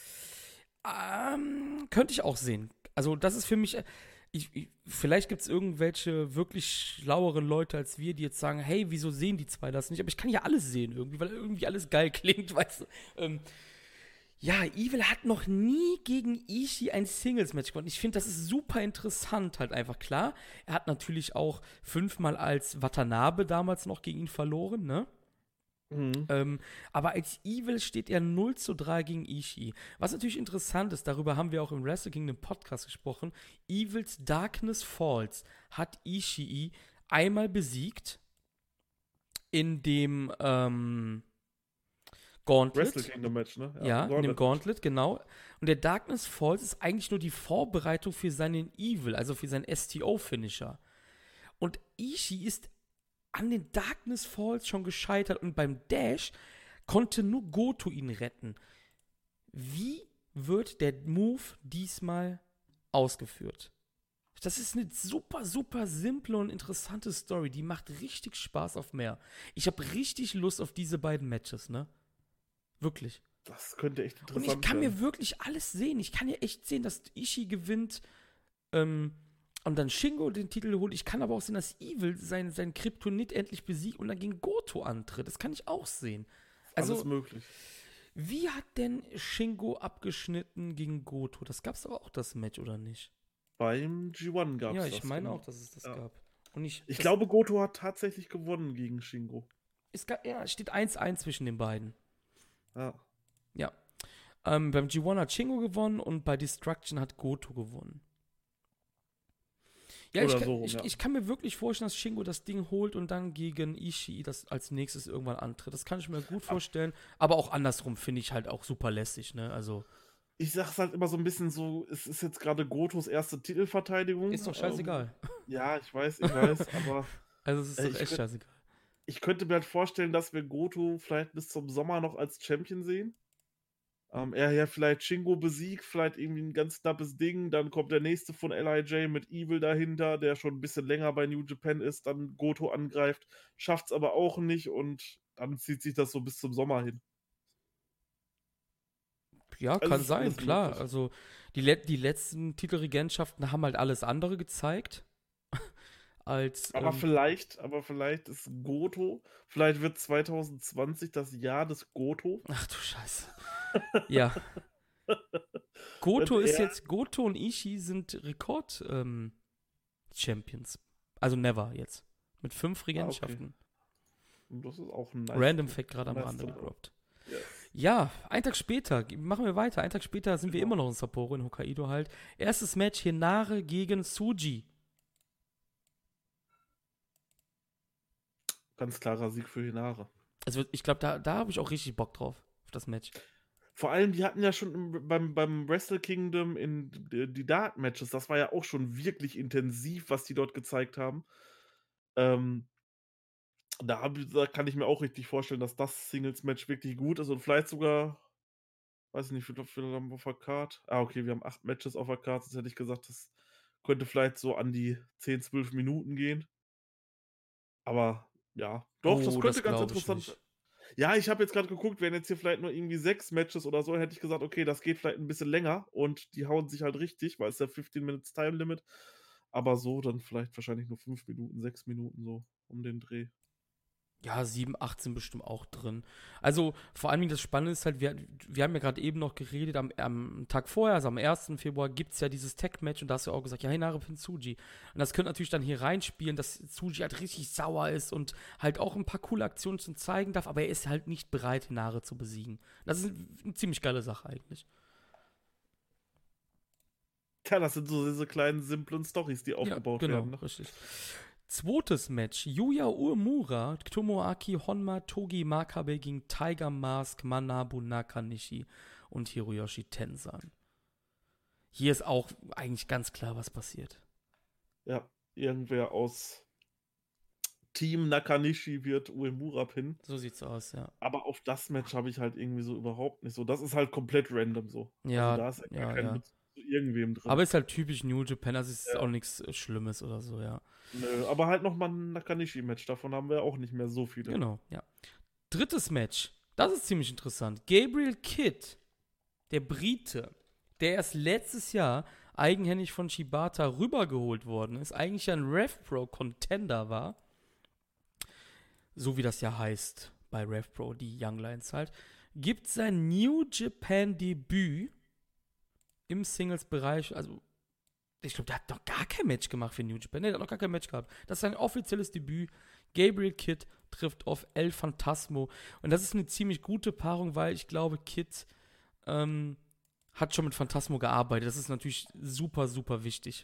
S1: könnte ich auch sehen. Also, das ist für mich. Vielleicht gibt es irgendwelche wirklich schlaueren Leute als wir, die jetzt sagen, hey, wieso sehen die zwei das nicht? Aber ich kann ja alles sehen irgendwie, weil irgendwie alles geil klingt, weißt du. Ja, Evil hat noch nie gegen Ishii ein Singles-Match gewonnen. Ich finde, das ist super interessant halt einfach, klar. Er hat natürlich auch 5-mal als Watanabe damals noch gegen ihn verloren, ne?
S2: Mhm.
S1: Aber als Evil steht er 0:3 gegen Ishii. Was natürlich interessant ist, darüber haben wir auch im Wrestle Kingdom Podcast gesprochen. Evils Darkness Falls hat Ishii einmal besiegt in dem
S2: Wrestle
S1: Gauntlet.
S2: Kingdom Match, ne?
S1: Ja, in dem
S2: Gauntlet.
S1: Gauntlet, genau. Und der Darkness Falls ist eigentlich nur die Vorbereitung für seinen Evil, also für seinen STO-Finisher. Und Ishii ist an den Darkness Falls schon gescheitert und beim Dash konnte nur Goto ihn retten. Wie wird der Move diesmal ausgeführt? Das ist eine super, super simple und interessante Story. Die macht richtig Spaß auf mehr. Ich habe richtig Lust auf diese beiden Matches, ne? Wirklich.
S2: Das könnte echt
S1: Und
S2: interessant
S1: ich kann
S2: werden.
S1: mir wirklich alles sehen. Ich kann ja echt sehen, dass Ishii gewinnt und dann Shingo den Titel holt. Ich kann aber auch sehen, dass Evil sein Kryptonit endlich besiegt und dann gegen Goto antritt. Das kann ich auch sehen.
S2: Alles
S1: Also,
S2: möglich.
S1: Wie hat denn Shingo abgeschnitten gegen Goto? Das gab's aber auch das Match, oder nicht?
S2: Beim G1
S1: Ja,
S2: gab's
S1: ich
S2: das,
S1: meine auch,
S2: genau.
S1: dass es das
S2: Ja.
S1: gab. Und
S2: Ich glaube, Goto hat tatsächlich gewonnen gegen Shingo.
S1: ja, es steht 1-1 zwischen den beiden.
S2: Ja.
S1: Ja. Beim G1 hat Shingo gewonnen und bei Destruction hat Goto gewonnen. Ja,
S2: Oder so rum, ja.
S1: ich kann mir wirklich vorstellen, dass Shingo das Ding holt und dann gegen Ishii das als nächstes irgendwann antritt. Das kann ich mir gut vorstellen. Aber auch andersrum finde ich halt auch super lässig, ne? Also,
S2: Ich sag's halt immer so ein bisschen so, es ist jetzt gerade Gotos erste Titelverteidigung.
S1: ist doch scheißegal.
S2: Ja, ich weiß, aber
S1: Also, es ist doch
S2: ich
S1: echt
S2: könnt
S1: scheißegal.
S2: ich könnte mir halt vorstellen, dass wir Goto vielleicht bis zum Sommer noch als Champion sehen. Er ja vielleicht Shingo besiegt, vielleicht irgendwie ein ganz knappes Ding, dann kommt der nächste von LIJ mit Evil dahinter, der schon ein bisschen länger bei New Japan ist, dann Goto angreift, schafft's aber auch nicht und dann zieht sich das so bis zum Sommer hin.
S1: Ja,
S2: Also,
S1: kann
S2: es ist
S1: sein,
S2: alles
S1: klar.
S2: möglich.
S1: Also, die letzten Titelregentschaften haben halt alles andere gezeigt, als,
S2: Aber vielleicht ist Goto, vielleicht wird 2020 das Jahr des Goto.
S1: ach du Scheiße. Ja,
S2: Wenn er
S1: Goto und Ishii sind Champions. Also never jetzt. Mit 5
S2: okay.
S1: Regentschaften.
S2: Und das ist auch ein
S1: Random Fact gerade am
S2: nice
S1: Rande
S2: to know.
S1: gedroppt.
S2: Yes.
S1: Ja, einen Tag später, machen wir weiter. Einen Tag später sind wir
S2: Genau.
S1: immer noch in Sapporo, in Hokkaido halt. Erstes Match Hinare gegen Tsuji.
S2: Ganz klarer Sieg für Hinare.
S1: Also ich glaube, da habe ich auch richtig Bock drauf, auf das Match.
S2: Vor allem, die hatten ja schon beim Wrestle Kingdom in die Dark-Matches, das war ja auch schon wirklich intensiv, was die dort gezeigt haben. Da kann ich mir auch richtig vorstellen, dass das Singles-Match wirklich gut ist und vielleicht sogar, weiß ich nicht, wie viele haben wir auf der Card? Okay, wir haben 8 Matches auf der Card, sonst hätte ich gesagt, das könnte vielleicht so an die 10, 12 Minuten gehen. Aber ja, doch, das
S1: Oh,
S2: könnte
S1: das
S2: ganz
S1: glaube ich
S2: interessant.
S1: nicht.
S2: Ja, ich habe jetzt gerade geguckt, wären jetzt hier vielleicht nur irgendwie 6 Matches oder so, hätte ich gesagt, okay, das geht vielleicht ein bisschen länger und die hauen sich halt richtig, weil es ja 15 Minutes Time Limit. Aber so dann vielleicht wahrscheinlich nur 5 Minuten, 6 Minuten so um den Dreh.
S1: Ja, 7, 8 sind bestimmt auch drin. Also, vor allem das Spannende ist halt, wir haben ja gerade eben noch geredet, am Tag vorher, also am 1. Februar, gibt es ja dieses Tech-Match und da hast du auch gesagt, ja, Hinare pin Tsuji. Und das könnte natürlich dann hier reinspielen, dass Tsuji halt richtig sauer ist und halt auch ein paar coole Aktionen schon zeigen darf, aber er ist halt nicht bereit, Hinare zu besiegen. Das ist eine ziemlich geile Sache eigentlich.
S2: Ja, das sind so diese kleinen, simplen Storys, die
S1: Ja,
S2: aufgebaut
S1: genau,
S2: werden. Ne?
S1: richtig. Zweites Match. Yuya Uemura, Tomoaki Honma, Togi Makabe gegen Tiger Mask, Manabu Nakanishi und Hiroyoshi Tenzan. Hier ist auch eigentlich ganz klar, was passiert.
S2: Ja, irgendwer aus Team Nakanishi wird Uemura pinnen.
S1: So sieht's aus, ja.
S2: Aber auf das Match habe ich halt irgendwie so überhaupt nicht so. Das ist halt komplett random so. Also
S1: Ja,
S2: da ist ja gar
S1: ja,
S2: kein
S1: ja.
S2: Bezug zu irgendwem drin.
S1: Aber ist halt typisch New Japan, also ist
S2: Ja.
S1: auch nichts Schlimmes oder so, ja.
S2: Nö, aber halt nochmal ein Nakanishi-Match. Davon haben wir auch nicht mehr so viele.
S1: Genau, ja. Drittes Match. Das ist ziemlich interessant. Gabriel Kidd, der Brite, der erst letztes Jahr eigenhändig von Shibata rübergeholt worden ist, eigentlich ein RevPro-Contender war, so wie das ja heißt bei RevPro, die Young Lions halt, gibt sein New Japan-Debüt im Singles-Bereich, also ich glaube, der hat noch gar kein Match gemacht für New Japan. Der hat noch gar kein Match gehabt. Das ist sein offizielles Debüt. Gabriel Kidd trifft auf El Phantasmo. Und das ist eine ziemlich gute Paarung, weil ich glaube, Kidd hat schon mit Phantasmo gearbeitet. Das ist natürlich super, super wichtig.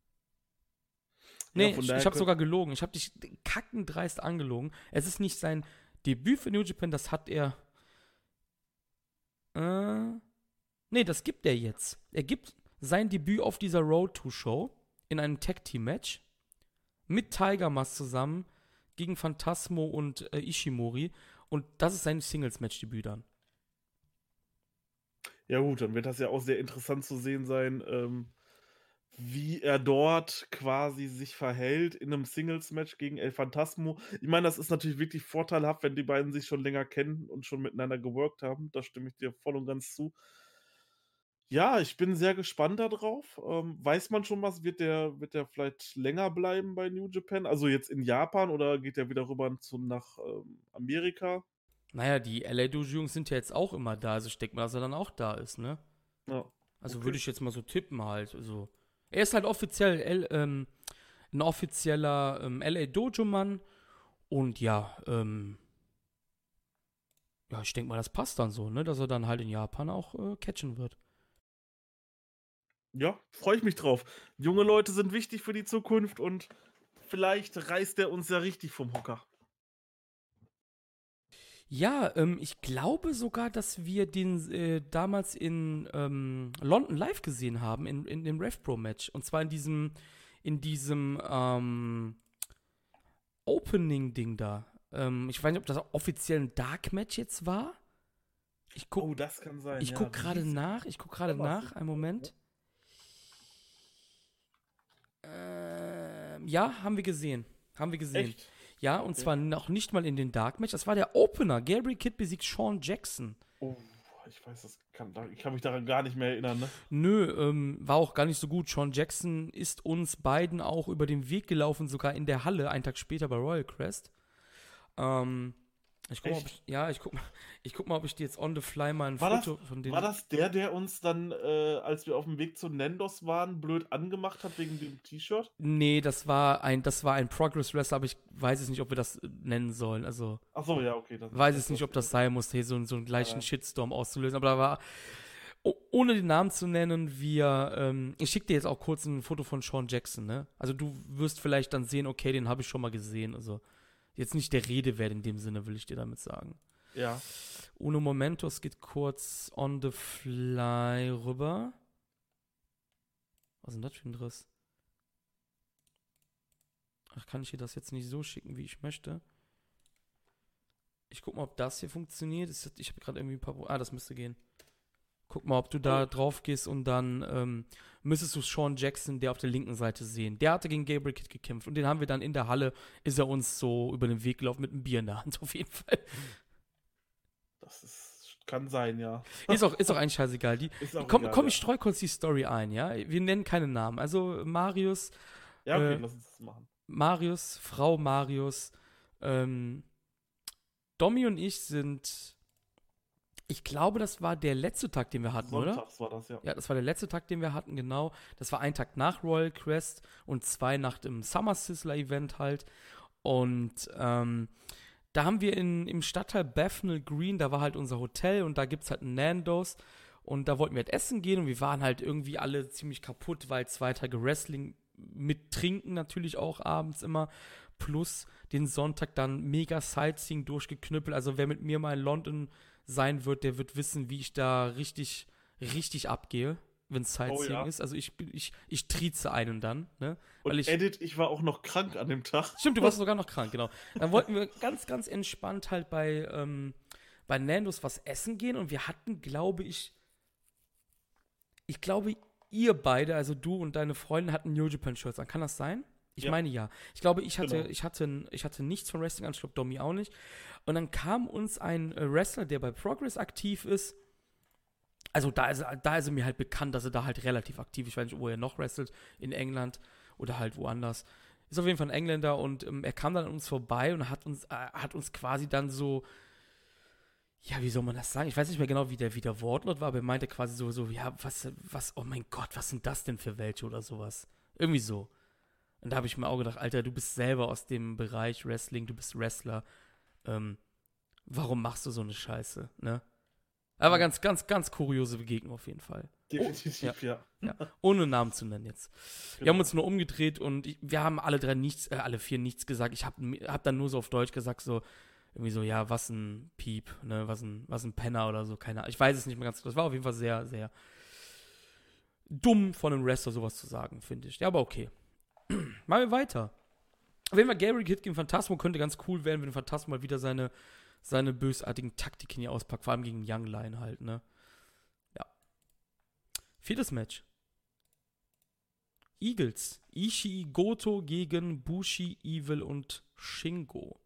S2: Ja,
S1: Nee,
S2: von
S1: ich
S2: daher
S1: habe sogar gelogen. Ich habe dich kackendreist angelogen. Es ist nicht sein Debüt für New Japan, das hat er. Nee, das gibt er jetzt. Er gibt sein Debüt auf dieser Road to Show in einem Tag Team Match mit Tiger Mask zusammen gegen Phantasmo und Ishimori. Und das ist sein Singles-Match-Debüt dann.
S2: Ja gut, dann wird das ja auch sehr interessant zu sehen sein, wie er dort quasi sich verhält in einem Singles-Match gegen El Phantasmo. Ich meine, das ist natürlich wirklich vorteilhaft, wenn die beiden sich schon länger kennen und schon miteinander geworkt haben. Da stimme ich dir voll und ganz zu. Ja, ich bin sehr gespannt darauf. Weiß man schon was? Wird der vielleicht länger bleiben bei New Japan? Also jetzt in Japan oder geht der wieder rüber nach Amerika?
S1: Naja, die LA Dojo-Jungs sind ja jetzt auch immer da, also ich denke mal, dass er dann auch da ist, ne?
S2: Ja.
S1: Also
S2: Okay.
S1: würde ich jetzt mal so tippen halt. Also, er ist halt offiziell ein offizieller LA Dojo-Mann und ja, ich denke mal, das passt dann so, ne? Dass er dann halt in Japan auch catchen wird.
S2: Ja, freue ich mich drauf. Junge Leute sind wichtig für die Zukunft und vielleicht reißt er uns ja richtig vom Hocker.
S1: Ja, ich glaube sogar, dass wir den damals in London live gesehen haben, in dem RevPro-Match. Und zwar in diesem Opening-Ding da. Ich weiß nicht, ob das offiziell ein Dark-Match jetzt war. Ich guck,
S2: Oh, das kann sein,
S1: ich
S2: ja.
S1: guck gerade nach. Ich guck gerade nach. Einen Moment. Ja, haben wir gesehen. Haben wir gesehen.
S2: Echt?
S1: Ja, und
S2: Okay.
S1: zwar noch nicht mal in den Dark Match. Das war der Opener. Gabriel Kidd besiegt Sean Jackson.
S2: Oh, ich weiß, ich kann mich daran gar nicht mehr erinnern, ne?
S1: Nö, war auch gar nicht so gut. Sean Jackson ist uns beiden auch über den Weg gelaufen, sogar in der Halle, einen Tag später bei Royal Crest. Ich guck mal,
S2: Echt?
S1: ich guck mal, ob ich dir jetzt on the fly mal ein
S2: War das,
S1: Foto von den.
S2: war das der uns dann, als wir auf dem Weg zu Nandos waren, blöd angemacht hat wegen dem T-Shirt?
S1: Nee, das war ein Progress Wrestler, aber ich weiß es nicht, ob wir das nennen sollen. Also,
S2: Ach so, ja, okay.
S1: weiß es nicht, ob das sein muss, hier so einen gleichen
S2: Nein.
S1: Shitstorm auszulösen. Aber da war, ohne den Namen zu nennen, ich schicke dir jetzt auch kurz ein Foto von Sean Jackson, ne? Also du wirst vielleicht dann sehen, okay, den habe ich schon mal gesehen. Also jetzt nicht der Rede wert in dem Sinne, will ich dir damit sagen.
S2: Ja.
S1: Uno Momento, es geht kurz on the fly rüber. Was ist denn das für ein Driss? Ach, kann ich dir das jetzt nicht so schicken, wie ich möchte? Ich guck mal, ob das hier funktioniert. Ich habe gerade irgendwie ein paar. Das müsste gehen. Guck mal, ob du da drauf gehst und dann müsstest du Sean Jackson, der auf der linken Seite sehen. Der hatte gegen Gabriel Kidd gekämpft und den haben wir dann in der Halle, ist er uns so über den Weg gelaufen mit einem Bier in der Hand auf jeden Fall.
S2: Kann sein, ja.
S1: Ist auch eigentlich scheißegal.
S2: Ist auch
S1: Komm,
S2: egal,
S1: ich
S2: ja.
S1: streue kurz die Story ein, ja? Wir nennen keine Namen. Also
S2: Ja, okay,
S1: äh,
S2: lass uns das machen.
S1: Frau Marius, Domi und ich sind. Ich glaube, das war der letzte Tag, den wir hatten, oder?
S2: Sonntags war das, ja.
S1: Ja, das war der letzte Tag, den wir hatten, genau. Das war ein Tag nach Royal Crest und 2 nach dem Summer Sizzler Event halt. Und da haben wir im Stadtteil Bethnal Green, da war halt unser Hotel und da gibt es halt ein Nando's. Und da wollten wir halt essen gehen und wir waren halt irgendwie alle ziemlich kaputt, weil 2 Tage Wrestling mit Trinken natürlich auch abends immer. Plus den Sonntag dann mega Sightseeing durchgeknüppelt. Also wer mit mir mal in London sein wird, der wird wissen, wie ich da richtig, richtig abgehe, wenn es Sightseeing
S2: ja.
S1: ist. Also ich trieze einen dann, ne?
S2: Und
S1: Weil ich.
S2: Edit, ich war auch noch krank an dem Tag.
S1: Stimmt, du warst sogar noch krank, genau. Dann wollten wir ganz, ganz entspannt halt bei Nandos was essen gehen und wir hatten, ich glaube, ihr beide, also du und deine Freundin, hatten New Japan Shirts an. Kann das sein? Ich
S2: Ja.
S1: meine ja. Ich glaube, ich hatte,
S2: Genau.
S1: ich hatte nichts von Wrestling an, ich glaube, Domi auch nicht. Und dann kam uns ein Wrestler, der bei Progress aktiv ist. Also da ist er mir halt bekannt, dass er da halt relativ aktiv ist. Ich weiß nicht, wo er noch wrestelt, in England oder halt woanders. Ist auf jeden Fall ein Engländer und er kam dann an uns vorbei und hat uns quasi dann so, ja, wie soll man das sagen? Ich weiß nicht mehr genau, wie der Wortlaut war, aber er meinte quasi so, ja, oh mein Gott, was sind das denn für welche oder sowas? Irgendwie so. Und da habe ich mir auch gedacht, Alter, du bist selber aus dem Bereich Wrestling, du bist Wrestler. Warum machst du so eine Scheiße, ne? Aber ganz, ganz, ganz kuriose Begegnung auf jeden Fall.
S2: Definitiv, ja.
S1: Ja, ohne Namen zu nennen jetzt. Wir
S2: Genau.
S1: haben uns nur umgedreht und wir haben alle 4 nichts gesagt. Ich hab dann nur so auf Deutsch gesagt, so, irgendwie so, ja, was ein Piep, ne, was ein Penner oder so, keine Ahnung. Ich weiß es nicht mehr ganz genau. Das war auf jeden Fall sehr, sehr dumm von einem Wrestler sowas zu sagen, finde ich. Ja, aber okay. Machen wir weiter. Auf jeden Fall, Gabriel Kidd gegen Phantasmo könnte ganz cool werden, wenn Phantasmo mal wieder seine bösartigen Taktiken hier auspackt, vor allem gegen Young Lion halt, ne? Ja. 4. Match. Eagles. Ishii Goto gegen Bushi, Evil und Shingo.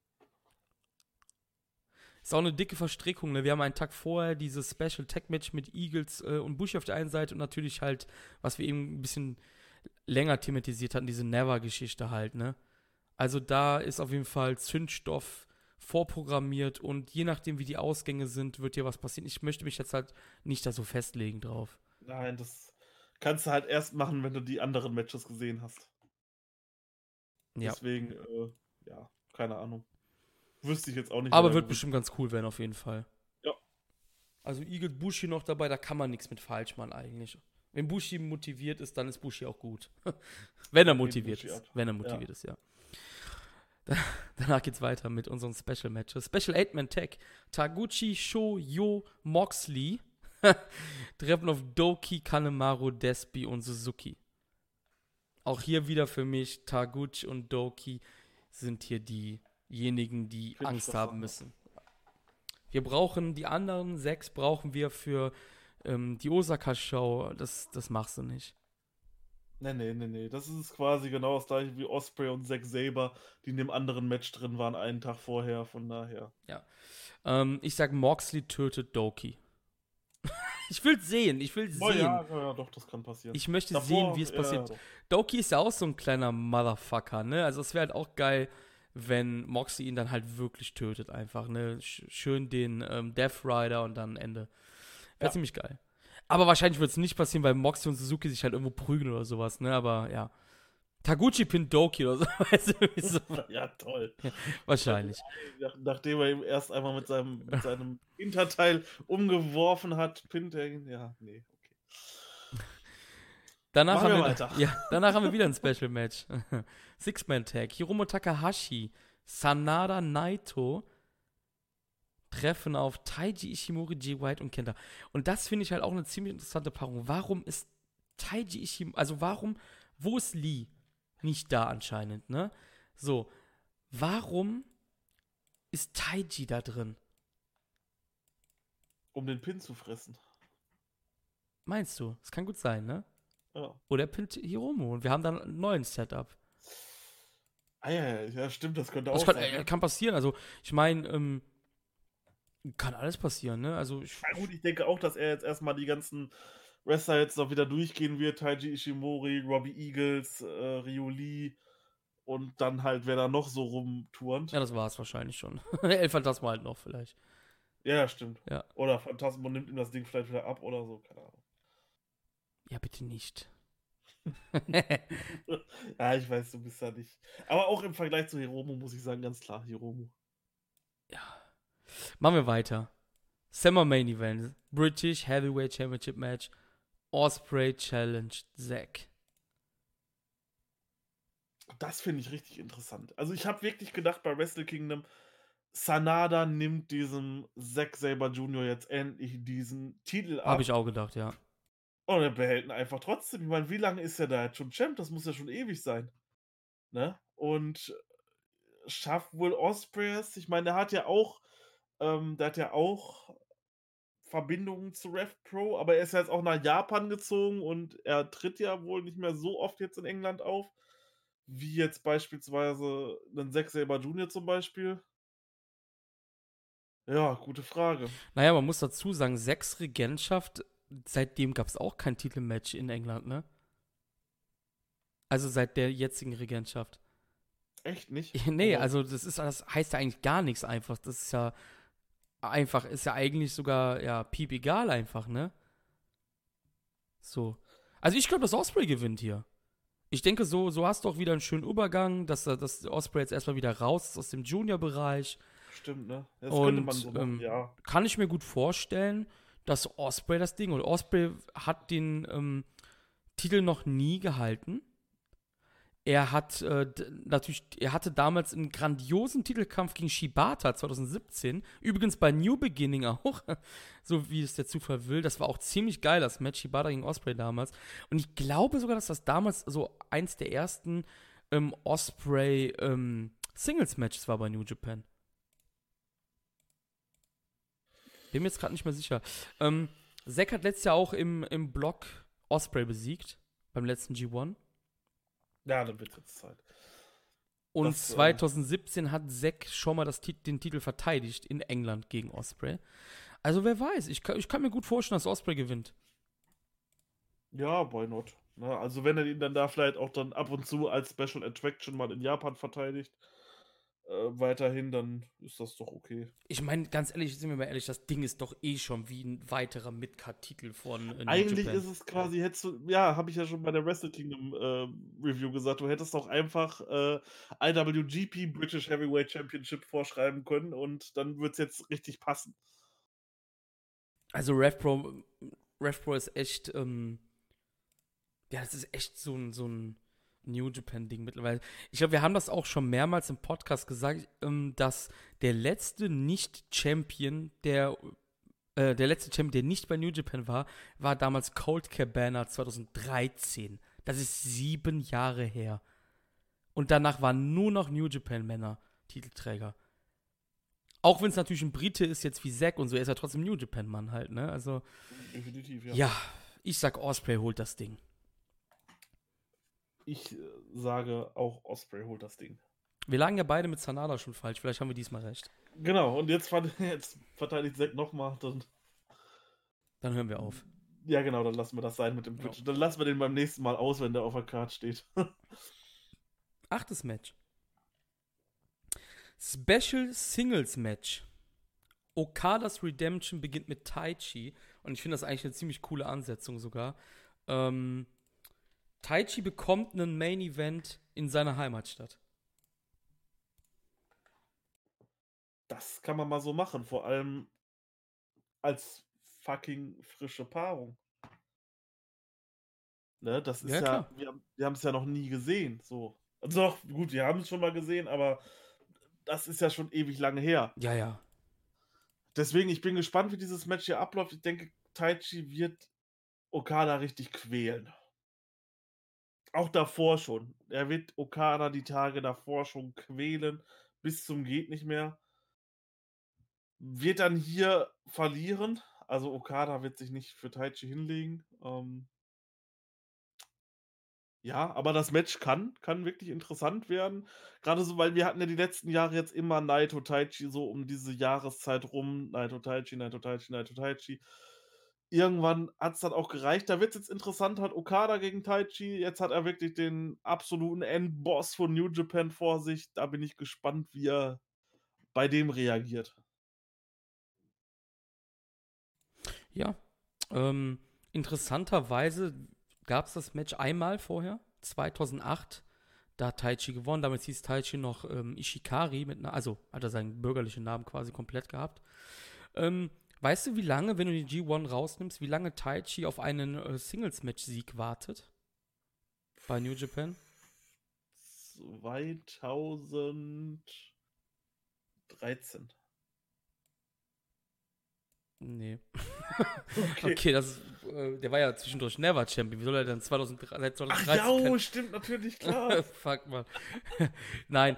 S1: Ist auch eine dicke Verstrickung, ne? Wir haben einen Tag vorher dieses Special Tag Match mit Eagles und Bushi auf der einen Seite und natürlich halt, was wir eben ein bisschen länger thematisiert hatten, diese Never-Geschichte halt, ne? Also da ist auf jeden Fall Zündstoff vorprogrammiert und je nachdem, wie die Ausgänge sind, wird hier was passieren. Ich möchte mich jetzt halt nicht da so festlegen drauf.
S2: Nein, das kannst du halt erst machen, wenn du die anderen Matches gesehen hast.
S1: Ja.
S2: Deswegen, ja, keine Ahnung. Wüsste ich jetzt auch nicht, wer
S1: Aber
S2: da
S1: wird
S2: gewinnt.
S1: bestimmt ganz cool werden, auf jeden Fall.
S2: Ja.
S1: Also Eagle Bushi noch dabei, da kann man nichts mit falsch machen eigentlich. Wenn Bushi motiviert ist, dann ist Bushi auch gut. Wenn er
S2: Geht
S1: motiviert
S2: Bushi
S1: ist.
S2: ab.
S1: Wenn er motiviert ist, ja. Danach geht's weiter mit unseren Special Matches. Special 8-Man-Tag. Taguchi, Sho, Yo, Moxley treffen auf Doki, Kanemaru, Despi und Suzuki. Auch hier wieder für mich, Taguchi und Doki sind hier diejenigen, die
S2: Finde ich
S1: Angst
S2: das
S1: haben
S2: auch.
S1: müssen. Wir brauchen die anderen 6 brauchen wir für die Osaka-Show. Das machst du nicht.
S2: Nee. Das ist quasi genau das gleiche wie Osprey und Zack Saber, die in dem anderen Match drin waren, einen Tag vorher, von daher.
S1: Ich sag, Moxley tötet Doki. Ich will sehen,
S2: Oh ja, doch, das kann passieren.
S1: Ich möchte
S2: Davor,
S1: sehen, wie es passiert.
S2: Ja,
S1: Doki ist ja auch so ein kleiner Motherfucker, ne? Also es wäre halt auch geil, wenn Moxley ihn dann halt wirklich tötet einfach, ne? Schön den Death Rider und dann Ende. Wäre
S2: Ja.
S1: ziemlich geil. Aber wahrscheinlich wird es nicht passieren, weil Moxley und Suzuki sich halt irgendwo prügeln oder sowas, ne? Aber ja. Taguchi pinnt Doki oder so, weißt du, wie so.
S2: ja, toll.
S1: Wahrscheinlich.
S2: Nachdem er ihm erst einmal mit seinem Hinterteil umgeworfen hat, pinnt er ihn. Ja, nee, okay.
S1: Danach
S2: Machen
S1: haben
S2: wir
S1: wir,
S2: weiter.
S1: ja, danach haben wir wieder ein Special Match. Six-Man-Tag. Hiromu Takahashi, Sanada Naito treffen auf Taiji Ishimori, Jay White und Kenta. Und das finde ich halt auch eine ziemlich interessante Paarung. Warum ist Taiji Ishimori, also wo ist Lee? Nicht da anscheinend, ne? So, warum ist Taiji da drin?
S2: Um den Pin zu fressen.
S1: Meinst du? Das kann gut sein, ne?
S2: Ja.
S1: Oder er pinnt Hiromu und wir haben dann einen neuen Setup.
S2: Ja, stimmt, das könnte
S1: Das
S2: auch
S1: kann,
S2: sein.
S1: kann passieren. Also, ich meine, kann alles passieren, ne? Also,
S2: Ja, gut, ich denke auch, dass er jetzt erstmal die ganzen Wrestler jetzt noch wieder durchgehen wird. Taiji Ishimori, Robbie Eagles, Ryu Lee und dann halt, wer da noch so rumturnt.
S1: ja, das war es wahrscheinlich schon. El Phantasma halt noch vielleicht.
S2: Ja, stimmt.
S1: Ja.
S2: Oder Phantasmo nimmt ihm das Ding vielleicht wieder ab oder so, keine Ahnung.
S1: Ja, bitte nicht.
S2: Ja, ich weiß, du bist da nicht. Aber auch im Vergleich zu Hiromu muss ich sagen, ganz klar, Hiromu.
S1: Machen wir weiter. Summer Main Event. British Heavyweight Championship Match. Osprey Challenge Zack.
S2: Das finde ich richtig interessant. Also ich habe wirklich gedacht bei Wrestle Kingdom, Sanada nimmt diesem Zack Sabre Jr. jetzt endlich diesen Titel ab.
S1: Habe ich auch gedacht, ja.
S2: Und er behält ihn einfach trotzdem. Ich meine, wie lange ist er da jetzt schon Champ? Das muss ja schon ewig sein. Ne? Und schafft wohl Osprey es. Ich meine, der hat ja auch Verbindungen zu Rev Pro, aber er ist ja jetzt auch nach Japan gezogen und er tritt ja wohl nicht mehr so oft jetzt in England auf, wie jetzt beispielsweise ein Zack Sabre Jr. zum Beispiel. Ja, gute Frage.
S1: Naja, man muss dazu sagen, 6 Regentschaft, seitdem gab es auch kein Titelmatch in England, ne? Also seit der jetzigen Regentschaft.
S2: Echt nicht?
S1: Nee,
S2: Aber
S1: also das heißt ja eigentlich gar nichts einfach. Das ist ja einfach, ist ja eigentlich sogar, ja, piep egal einfach, ne? So. Also ich glaube, dass Osprey gewinnt hier. Ich denke, so hast du auch wieder einen schönen Übergang, dass Osprey jetzt erstmal wieder raus ist aus dem Junior-Bereich.
S2: stimmt, ne? Das könnte man
S1: Und
S2: so machen, ja.
S1: kann ich mir gut vorstellen, dass Osprey das Ding, und Osprey hat den Titel noch nie gehalten. Er hatte damals einen grandiosen Titelkampf gegen Shibata 2017. Übrigens bei New Beginning auch, so wie es der Zufall will. Das war auch ziemlich geil, das Match Shibata gegen Osprey damals. Und ich glaube sogar, dass das damals so eins der ersten Osprey Singles-Matches war bei New Japan. Bin mir jetzt gerade nicht mehr sicher. Zack hat letztes Jahr auch im Block Osprey besiegt, beim letzten G1.
S2: Ja, dann wird jetzt Zeit.
S1: Und
S2: Das,
S1: 2017 hat Zack schon mal den Titel verteidigt in England gegen Osprey. Also wer weiß, ich kann mir gut vorstellen, dass Osprey gewinnt.
S2: Ja, why not? Ne? Also wenn er ihn dann da vielleicht auch dann ab und zu als Special Attraction mal in Japan verteidigt, weiterhin, dann ist das doch okay.
S1: Ich meine, ganz ehrlich, sind wir mal ehrlich, das Ding ist doch eh schon wie ein weiterer Midcard-Titel von New
S2: Eigentlich
S1: Japan.
S2: ist es quasi, hättest du, ja, habe ich ja schon bei der Wrestle Kingdom Review gesagt, du hättest doch einfach IWGP British Heavyweight Championship vorschreiben können und dann wird es jetzt richtig passen.
S1: Also RevPro ist echt, ja, das ist echt so ein New Japan-Ding mittlerweile. Ich glaube, wir haben das auch schon mehrmals im Podcast gesagt, dass der letzte Nicht-Champion, der letzte Champion, der nicht bei New Japan war damals Colt Cabana 2013. Das ist 7 Jahre her. Und danach waren nur noch New Japan-Männer Titelträger. Auch wenn es natürlich ein Brite ist, jetzt wie Zack und so, er ist ja trotzdem New Japan-Mann halt, ne? Also,
S2: Definitiv, ja.
S1: ja, ich sag, Osprey holt das Ding.
S2: Ich sage auch, Osprey holt das Ding.
S1: Wir lagen ja beide mit Sanada schon falsch, vielleicht haben wir diesmal recht.
S2: Genau, und jetzt verteidigt Zack nochmal.
S1: Dann hören wir auf.
S2: Ja, genau, dann lassen wir das sein mit dem Twitch. Dann lassen wir den beim nächsten Mal aus, wenn der auf der Card steht.
S1: 8. Match. Special Singles Match. Okadas Redemption beginnt mit Taichi. Und ich finde das eigentlich eine ziemlich coole Ansetzung sogar. Taichi bekommt einen Main Event in seiner Heimatstadt.
S2: Das kann man mal so machen, vor allem als fucking frische Paarung. Ne, das ist
S1: Ja, klar.
S2: wir haben es ja noch nie gesehen. So. Also doch, gut, wir haben es schon mal gesehen, aber das ist ja schon ewig lange her.
S1: Ja, ja.
S2: Deswegen, ich bin gespannt, wie dieses Match hier abläuft. Ich denke, Taichi wird Okada richtig quälen. Auch davor schon. Er wird Okada die Tage davor schon quälen, bis zum geht nicht mehr. Wird dann hier verlieren. Also Okada wird sich nicht für Taichi hinlegen. Ja, aber das Match kann wirklich interessant werden. Gerade so, weil wir hatten ja die letzten Jahre jetzt immer Naito Taichi so um diese Jahreszeit rum. Naito Taichi, Naito Taichi, Naito Taichi. Irgendwann hat es dann auch gereicht. Da wird es jetzt interessant, hat Okada gegen Taichi. Jetzt hat er wirklich den absoluten Endboss von New Japan vor sich. Da bin ich gespannt, wie er bei dem reagiert.
S1: Ja. Interessanterweise gab es das Match einmal vorher, 2008. Da hat Taichi gewonnen. Damals hieß Taichi noch Ishikari, also hat er seinen bürgerlichen Namen quasi komplett gehabt. Weißt du, wie lange, wenn du den G1 rausnimmst, wie lange Taichi auf einen Singles-Match-Sieg wartet? Bei New Japan?
S2: 2013.
S1: Nee.
S2: Okay.
S1: Okay, der war ja zwischendurch Never Champion. Wie soll er denn seit 2013
S2: Ach ja, stimmt, natürlich, klar.
S1: Fuck, Mann. Nein.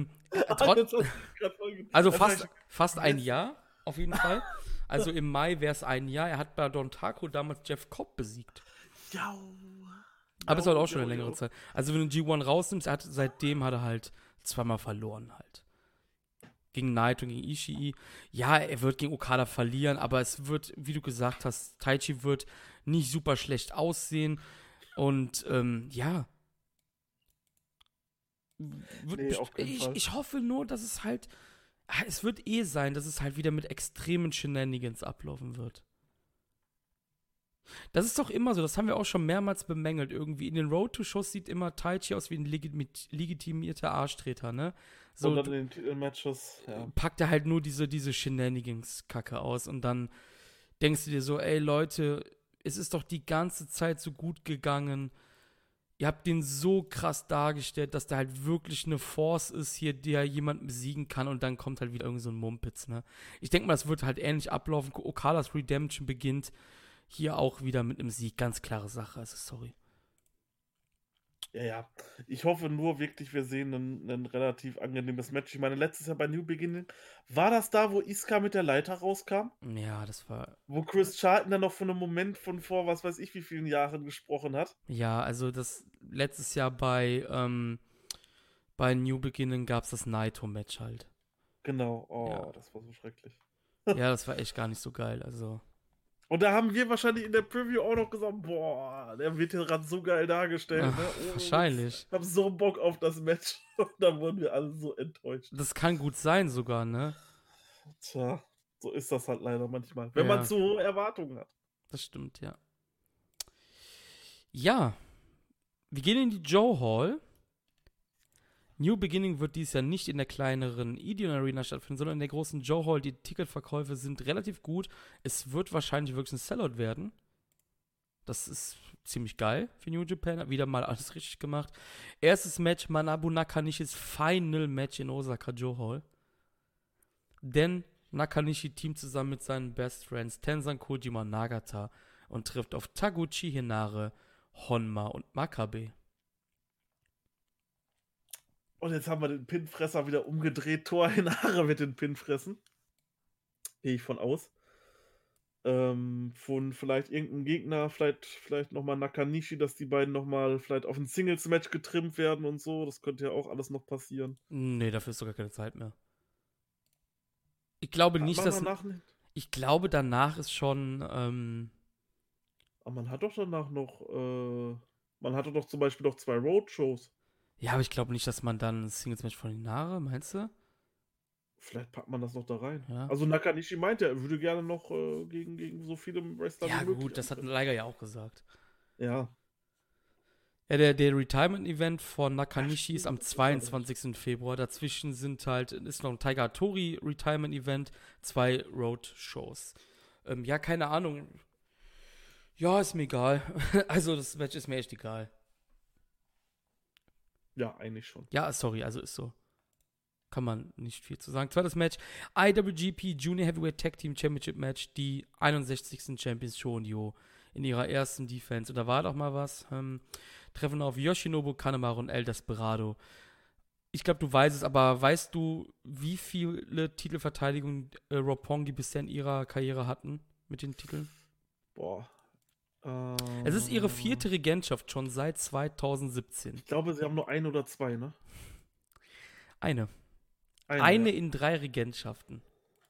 S2: Jetzt
S1: Also fast ein Jahr, auf jeden Fall. Also im Mai wäre es ein Jahr. Er hat bei Don Taco damals Jeff Cobb besiegt.
S2: Ja.
S1: Aber es war auch schon eine längere Zeit. Also wenn du G1 rausnimmst, seitdem hat er halt zweimal verloren halt. Gegen Naito und gegen Ishii. Ja, er wird gegen Okada verlieren, aber es wird, wie du gesagt hast, Taichi wird nicht super schlecht aussehen. Und ja.
S2: Auf keinen Fall.
S1: Ich hoffe nur, dass es halt. Es wird sein, dass es halt wieder mit extremen Shenanigans ablaufen wird. Das ist doch immer so, das haben wir auch schon mehrmals bemängelt. Irgendwie in den Road-to-Shows sieht immer Taichi aus wie ein legitimierter Arschtreter, ne? So,
S2: und dann in den Titelmatches, ja.
S1: Packt er halt nur diese Shenanigans-Kacke aus und dann denkst du dir so, ey Leute, es ist doch die ganze Zeit so gut gegangen. Ihr habt den so krass dargestellt, dass da halt wirklich eine Force ist hier, der jemanden besiegen kann und dann kommt halt wieder irgend so ein Mumpitz, ne? Ich denke mal, das wird halt ähnlich ablaufen. Okadas Redemption beginnt hier auch wieder mit einem Sieg. Ganz klare Sache, also sorry.
S2: Ja. Ich hoffe nur wirklich, wir sehen ein relativ angenehmes Match. Ich meine, letztes Jahr bei New Beginning, war das da, wo Iska mit der Leiter rauskam?
S1: Ja, das war.
S2: Wo Chris Charlton dann noch von einem Moment von vor, was weiß ich, wie vielen Jahren gesprochen hat?
S1: Ja, also das letztes Jahr bei New Beginning gab es das Naito-Match halt.
S2: Genau,
S1: Ja.
S2: Das war so schrecklich.
S1: Ja, das war echt gar nicht so geil, also.
S2: Und da haben wir wahrscheinlich in der Preview auch noch gesagt, boah, der wird hier gerade so geil dargestellt, ne?
S1: Ach,
S2: Oh,
S1: wahrscheinlich.
S2: ich hab so Bock auf das Match. Und dann wurden wir alle so enttäuscht.
S1: Das kann gut sein sogar, ne?
S2: Tja, so ist das halt leider manchmal. Wenn man
S1: Ja,
S2: zu hohe Erwartungen hat.
S1: das stimmt, ja. Ja, wir gehen in die Joe Hall. New Beginning wird dies Jahr nicht in der kleineren Edion Arena stattfinden, sondern in der großen Joe Hall. Die Ticketverkäufe sind relativ gut. Es wird wahrscheinlich wirklich ein Sellout werden. Das ist ziemlich geil für New Japan. Hat wieder mal alles richtig gemacht. Erstes Match, Manabu Nakanishis Final Match in Osaka Joe Hall. Denn Nakanishi teamt zusammen mit seinen Best Friends Tenzan Kojima und Nagata und trifft auf Taguchi Hinare, Honma und Makabe.
S2: Und jetzt haben wir den Pinfresser wieder umgedreht. Tor in Haare wird den Pin fressen. Gehe ich von aus. Von vielleicht irgendeinem Gegner, vielleicht nochmal Nakanishi, dass die beiden nochmal vielleicht auf ein Singles-Match getrimmt werden und so. Das könnte ja auch alles noch passieren.
S1: Nee, dafür ist sogar keine Zeit mehr. Ich glaube
S2: Hat
S1: nicht,
S2: man
S1: dass.
S2: danach nicht.
S1: Ich glaube, danach ist schon.
S2: Aber man hat doch danach noch. Man hatte doch zum Beispiel noch 2 Roadshows.
S1: Ja, aber ich glaube nicht, dass man dann ein Singles-Match von Hinare, meinst du?
S2: Vielleicht packt man das noch da rein.
S1: Ja.
S2: Also Nakanishi meinte, er würde gerne noch gegen so viele Wrestler
S1: Ja,
S2: wie möglich
S1: gut, das hat
S2: antreten.
S1: Liger ja auch gesagt.
S2: Ja.
S1: Ja, der Retirement-Event von Nakanishi ist am
S2: Stimmt, das ist alles.
S1: 22. Februar. Dazwischen ist noch ein Tiger Hattori Retirement-Event, 2 Road-Shows. Ja, keine Ahnung. Ja, ist mir egal. Also, das Match ist mir echt egal.
S2: Ja, eigentlich schon.
S1: Ja, sorry, also ist so. Kann man nicht viel zu sagen. Zweites Match, IWGP Junior Heavyweight Tag Team Championship Match, die 61. Champions Shonyo in ihrer ersten Defense. Und da war doch mal was. Treffen auf Yoshinobu Kanemaru und El Desperado. Ich glaube, du weißt es, aber weißt du, wie viele Titelverteidigungen Roppongi bisher in ihrer Karriere hatten mit den Titeln?
S2: Boah.
S1: Es ist ihre 4. Regentschaft schon seit 2017.
S2: Ich glaube, sie haben nur 1 oder 2, ne?
S1: Eine.
S2: Eine,
S1: Eine
S2: ja.
S1: in 3 Regentschaften.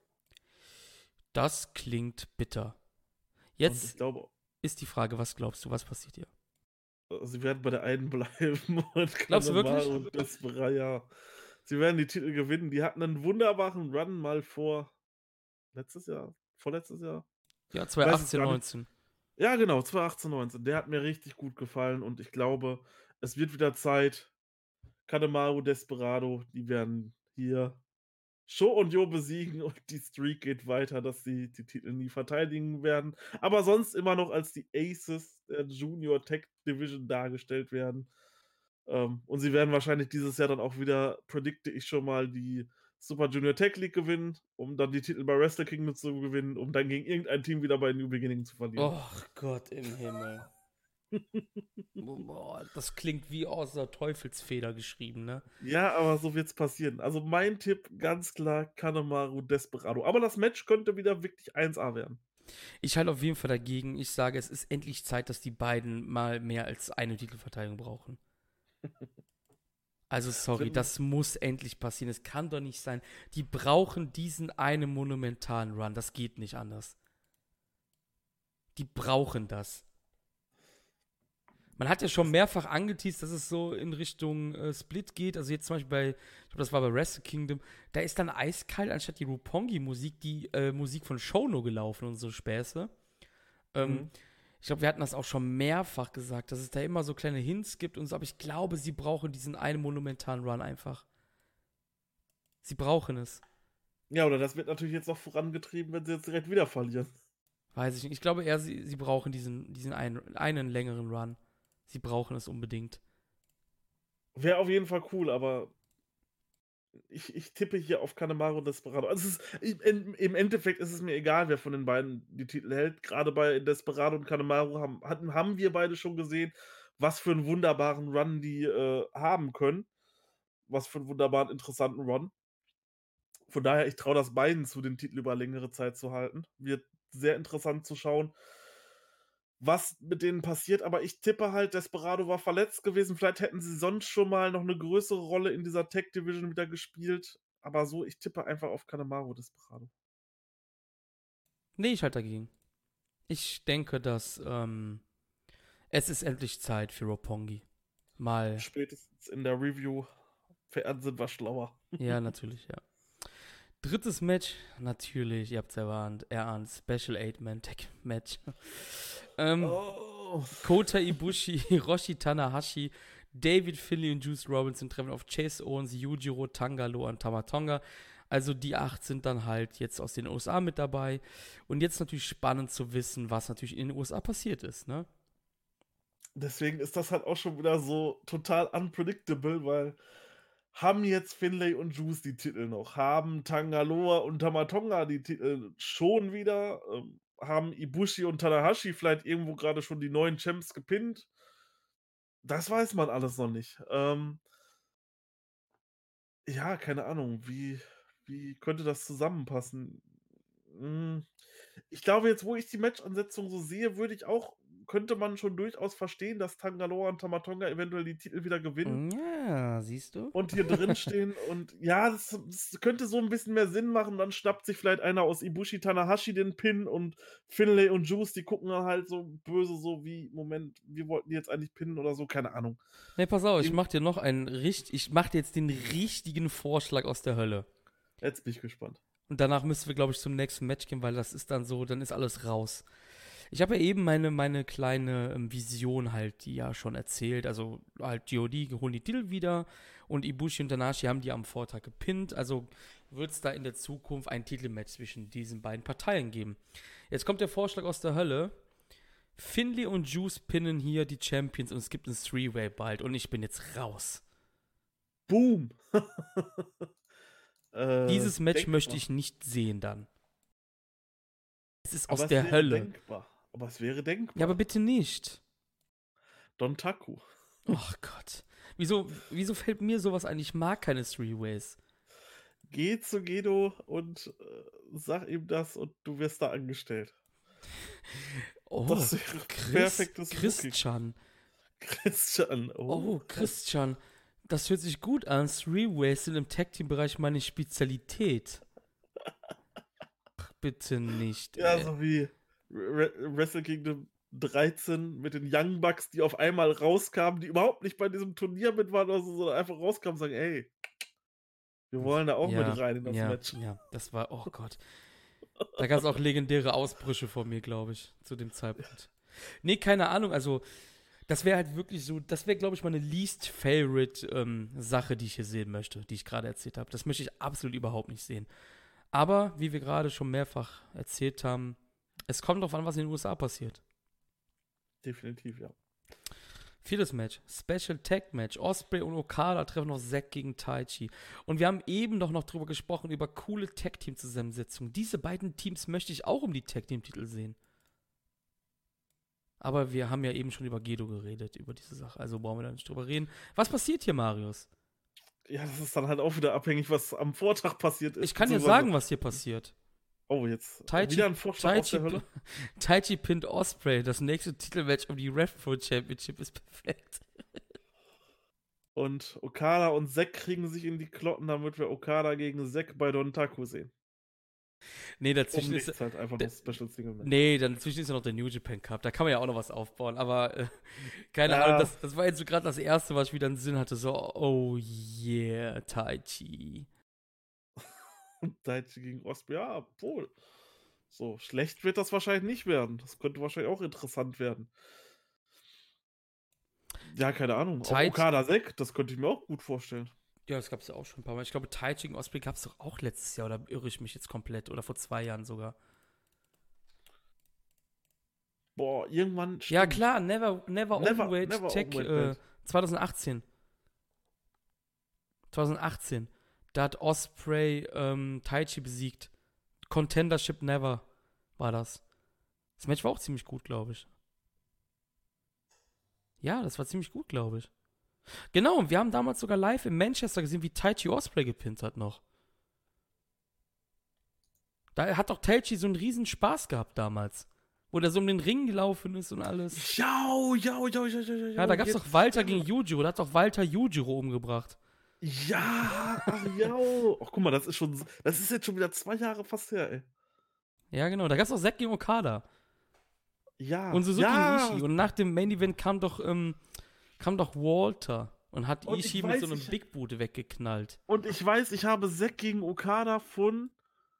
S1: Das klingt bitter.
S2: Und ich
S1: Jetzt
S2: glaube,
S1: ist die Frage, was glaubst du, was passiert hier?
S2: sie werden bei der einen bleiben und
S1: Glaubst du wirklich?
S2: Kanemaru und Desperado, ja. Sie werden die Titel gewinnen. Die hatten einen wunderbaren Run mal vor letztes Jahr, vorletztes Jahr.
S1: Ja,
S2: Ich weiß es
S1: 2018,
S2: gar nicht.
S1: 19.
S2: Ja, genau, 2018, 19. Der hat mir richtig gut gefallen und ich glaube, es wird wieder Zeit. Kanemaru, Desperado, die werden hier Sho und Jo besiegen und die Streak geht weiter, dass sie die Titel nie verteidigen werden. Aber sonst immer noch als die Aces der Junior Tech Division dargestellt werden. Und sie werden wahrscheinlich dieses Jahr dann auch wieder, predikte ich schon mal, die Super Junior Tech League gewinnen, um dann die Titel bei Wrestle Kingdom zu gewinnen, um dann gegen irgendein Team wieder bei New Beginning zu verlieren.
S1: Oh Gott im Himmel. Boah, das klingt wie aus der Teufelsfeder geschrieben, ne?
S2: Ja, aber so wird's passieren. Also mein Tipp ganz klar Kanemaru Desperado. Aber das Match könnte wieder wirklich 1A werden.
S1: Ich halte auf jeden Fall dagegen. Ich sage, es ist endlich Zeit, dass die beiden mal mehr als eine Titelverteidigung brauchen. Also sorry, das muss endlich passieren. Es kann doch nicht sein. Die brauchen diesen einen monumentalen Run. Das geht nicht anders. Die brauchen das. Man hat ja schon mehrfach angeteased, dass es so in Richtung Split geht. Also jetzt zum Beispiel bei, ich glaube, das war bei Wrestle Kingdom, da ist dann eiskalt anstatt die Roppongi-Musik die Musik von Shono gelaufen und so Späße.
S2: Mhm.
S1: Ich glaube, wir hatten das auch schon mehrfach gesagt, dass es da immer so kleine Hints gibt und so, aber ich glaube, sie brauchen diesen einen monumentalen Run einfach. Sie brauchen es.
S2: Ja, oder das wird natürlich jetzt noch vorangetrieben, wenn sie jetzt direkt wieder verlieren.
S1: Weiß ich nicht. Ich glaube eher, sie brauchen diesen einen längeren Run. Sie brauchen es unbedingt.
S2: Wäre auf jeden Fall cool, aber ich tippe hier auf Kanemaru Desperado. Also im Endeffekt ist es mir egal, wer von den beiden die Titel hält. Gerade bei Desperado und Kanemaru haben wir beide schon gesehen, was für einen wunderbaren Run die haben können. Was für einen wunderbaren, interessanten Run. Von daher, ich traue das beiden zu, den Titel über längere Zeit zu halten. Wird sehr interessant zu schauen, was mit denen passiert. Aber ich tippe halt, Desperado war verletzt gewesen. Vielleicht hätten sie sonst schon mal noch eine größere Rolle in dieser Tech Division wieder gespielt. Aber so, ich tippe einfach auf Kanemaru Desperado.
S1: Nee, ich halte dagegen. Ich denke, dass es ist endlich Zeit für Roppongi. Mal.
S2: Spätestens in der Review sind wir schlauer.
S1: Ja, natürlich, ja. Drittes Match, natürlich, ihr habt es erahnt, Special 8-Man Tag Match.
S2: Oh.
S1: Kota Ibushi, Hiroshi Tanahashi, David Finlay und Juice Robinson treffen auf Chase Owens, Yujiro, Tangalo und Tamatonga. Also die 8 sind dann halt jetzt aus den USA mit dabei. Und jetzt natürlich spannend zu wissen, was natürlich in den USA passiert ist, ne?
S2: Deswegen ist das halt auch schon wieder so total unpredictable, weil haben jetzt Finlay und Juice die Titel noch? Haben Tangaloa und Tamatonga die Titel schon wieder? Haben Ibushi und Tanahashi vielleicht irgendwo gerade schon die neuen Champs gepinnt? Das weiß man alles noch nicht. Ja, keine Ahnung, wie könnte das zusammenpassen? Ich glaube jetzt, wo ich die Match-Ansetzung so sehe, könnte man schon durchaus verstehen, dass Tangaloa und Tamatonga eventuell die Titel wieder gewinnen
S1: Ja, siehst du?
S2: und hier drin stehen. Und ja, das könnte so ein bisschen mehr Sinn machen. Dann schnappt sich vielleicht einer aus Ibushi Tanahashi den Pin und Finlay und Juice, die gucken dann halt so böse, so wie, Moment, wir wollten die jetzt eigentlich pinnen oder so, keine Ahnung.
S1: Ne, pass auf, ich mach dir jetzt den richtigen Vorschlag aus der Hölle.
S2: Jetzt bin ich gespannt.
S1: Und danach müssen wir, glaube ich, zum nächsten Match gehen, weil das ist dann so, dann ist alles raus. Ich habe ja eben meine kleine Vision halt, die ja schon erzählt. Also halt GOD holen die Titel wieder und Ibushi und Tanahashi haben die am Vortag gepinnt. Also wird es da in der Zukunft ein Titelmatch zwischen diesen beiden Parteien geben. Jetzt kommt der Vorschlag aus der Hölle. Finlay und Juice pinnen hier die Champions und es gibt ein Three-Way bald und ich bin jetzt raus.
S2: Boom!
S1: Dieses Match
S2: denkbar.
S1: möchte ich nicht sehen dann. Es ist aus
S2: Aber
S1: der
S2: es wäre
S1: Hölle.
S2: denkbar. Aber es wäre denkbar.
S1: Ja, aber bitte nicht.
S2: Don Taku.
S1: Ach Gott. Wieso fällt mir sowas ein? Ich mag keine Three-Ways.
S2: Geh zu Gedo und sag ihm das und du wirst da angestellt.
S1: Oh,
S2: Das wäre perfektes
S1: Christian.
S2: Christian.
S1: Oh, Christian. Das hört sich gut an. Three-Ways sind im Tag-Team-Bereich meine Spezialität. Ach, bitte nicht.
S2: Ja,
S1: ey.
S2: so wie Wrestle Kingdom 13 mit den Young Bucks, die auf einmal rauskamen, die überhaupt nicht bei diesem Turnier mit waren oder so, sondern einfach rauskamen und sagen, ey, wir wollen da auch mit rein in das Match.
S1: Ja, das war, oh Gott. Da gab es auch legendäre Ausbrüche von mir, glaube ich, zu dem Zeitpunkt. Nee, keine Ahnung, also das wäre halt wirklich so, das wäre, glaube ich, meine least favorite Sache, die ich hier sehen möchte, die ich gerade erzählt habe. Das möchte ich absolut überhaupt nicht sehen. Aber, wie wir gerade schon mehrfach erzählt haben, es kommt darauf an, was in den USA passiert.
S2: Definitiv, ja.
S1: Viertes Match, Special Tag Match. Ospreay und Okada treffen auf Zack gegen Taichi. Und wir haben eben doch noch drüber gesprochen, über coole Tag-Team-Zusammensetzungen. Diese beiden Teams möchte ich auch um die Tag-Team-Titel sehen. Aber wir haben ja eben schon über Gedo geredet, über diese Sache. Also brauchen wir da nicht drüber reden. Was passiert hier, Marius?
S2: Ja, das ist dann halt auch wieder abhängig, was am Vortag passiert ist.
S1: Ich kann dir sagen, was hier passiert.
S2: Oh, jetzt
S1: Taichi,
S2: wieder ein Vorschlag aus der Hölle.
S1: Taichi pinnt Ospreay. Das nächste Titelmatch um die RevPro Championship ist perfekt.
S2: Und Okada und Zack kriegen sich in die Klotten, damit wir Okada gegen Zack bei Don Taku sehen.
S1: Nee, dazwischen ist
S2: halt einfach noch Special Single Match.
S1: Nee, dazwischen ist ja noch der New Japan Cup. Da kann man ja auch noch was aufbauen. Aber keine Ahnung, das war jetzt so gerade das Erste, was ich wieder einen Sinn hatte. So, oh yeah, Taichi.
S2: Taichi gegen Ospreay, ja, wohl. So, schlecht wird das wahrscheinlich nicht werden. Das könnte wahrscheinlich auch interessant werden. Ja, keine Ahnung. Auch Okada Zack, das könnte ich mir auch gut vorstellen.
S1: Ja, das gab es ja auch schon ein paar Mal. Ich glaube, Taichi gegen Ospreay gab es doch auch letztes Jahr. Oder irre ich mich jetzt komplett? Oder vor 2 Jahren sogar.
S2: Boah, irgendwann.
S1: Ja, klar, Never Openweight Tech 2018. 2018. Da hat Ospreay Taichi besiegt. Contendership Never war das. Das Match war auch ziemlich gut, glaube ich. Ja, das war ziemlich gut, glaube ich. Genau, und wir haben damals sogar live in Manchester gesehen, wie Taichi Ospreay gepinnt hat noch. Da hat doch Taichi so einen riesen Spaß gehabt damals. Wo der so um den Ring gelaufen ist und alles.
S2: Ja,
S1: da gab's doch Walter gegen Yujiro. Da hat doch Walter Yujiro umgebracht.
S2: Ja, ach ja. Ach, guck mal, das ist jetzt schon wieder 2 Jahre fast her, ey.
S1: Ja, genau. Da gab's auch Zack gegen Okada. Und
S2: Ja,
S1: Suzuki und
S2: ja!
S1: Ishii. Und nach dem Main Event kam doch Walter und hat
S2: Und ich
S1: Ishii mit so
S2: weiß,
S1: einem Big Boot weggeknallt.
S2: ich habe Zack gegen Okada von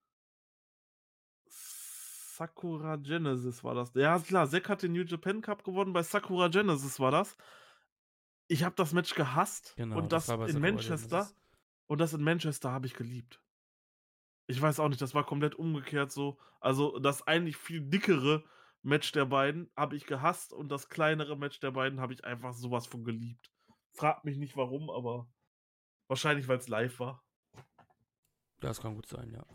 S2: Sakura Genesis war das. Ja, klar, Zack hat den New Japan Cup gewonnen, bei Sakura Genesis war das. Ich habe das Match gehasst
S1: Genau,
S2: und
S1: das
S2: das
S1: war bei
S2: in
S1: Sakura
S2: Manchester
S1: Genesis.
S2: habe ich geliebt. Ich weiß auch nicht, das war komplett umgekehrt so. Also, das eigentlich viel dickere Match der beiden habe ich gehasst und das kleinere Match der beiden habe ich einfach so was von geliebt. Fragt mich nicht warum, aber wahrscheinlich, weil's live war.
S1: Das kann gut sein, ja.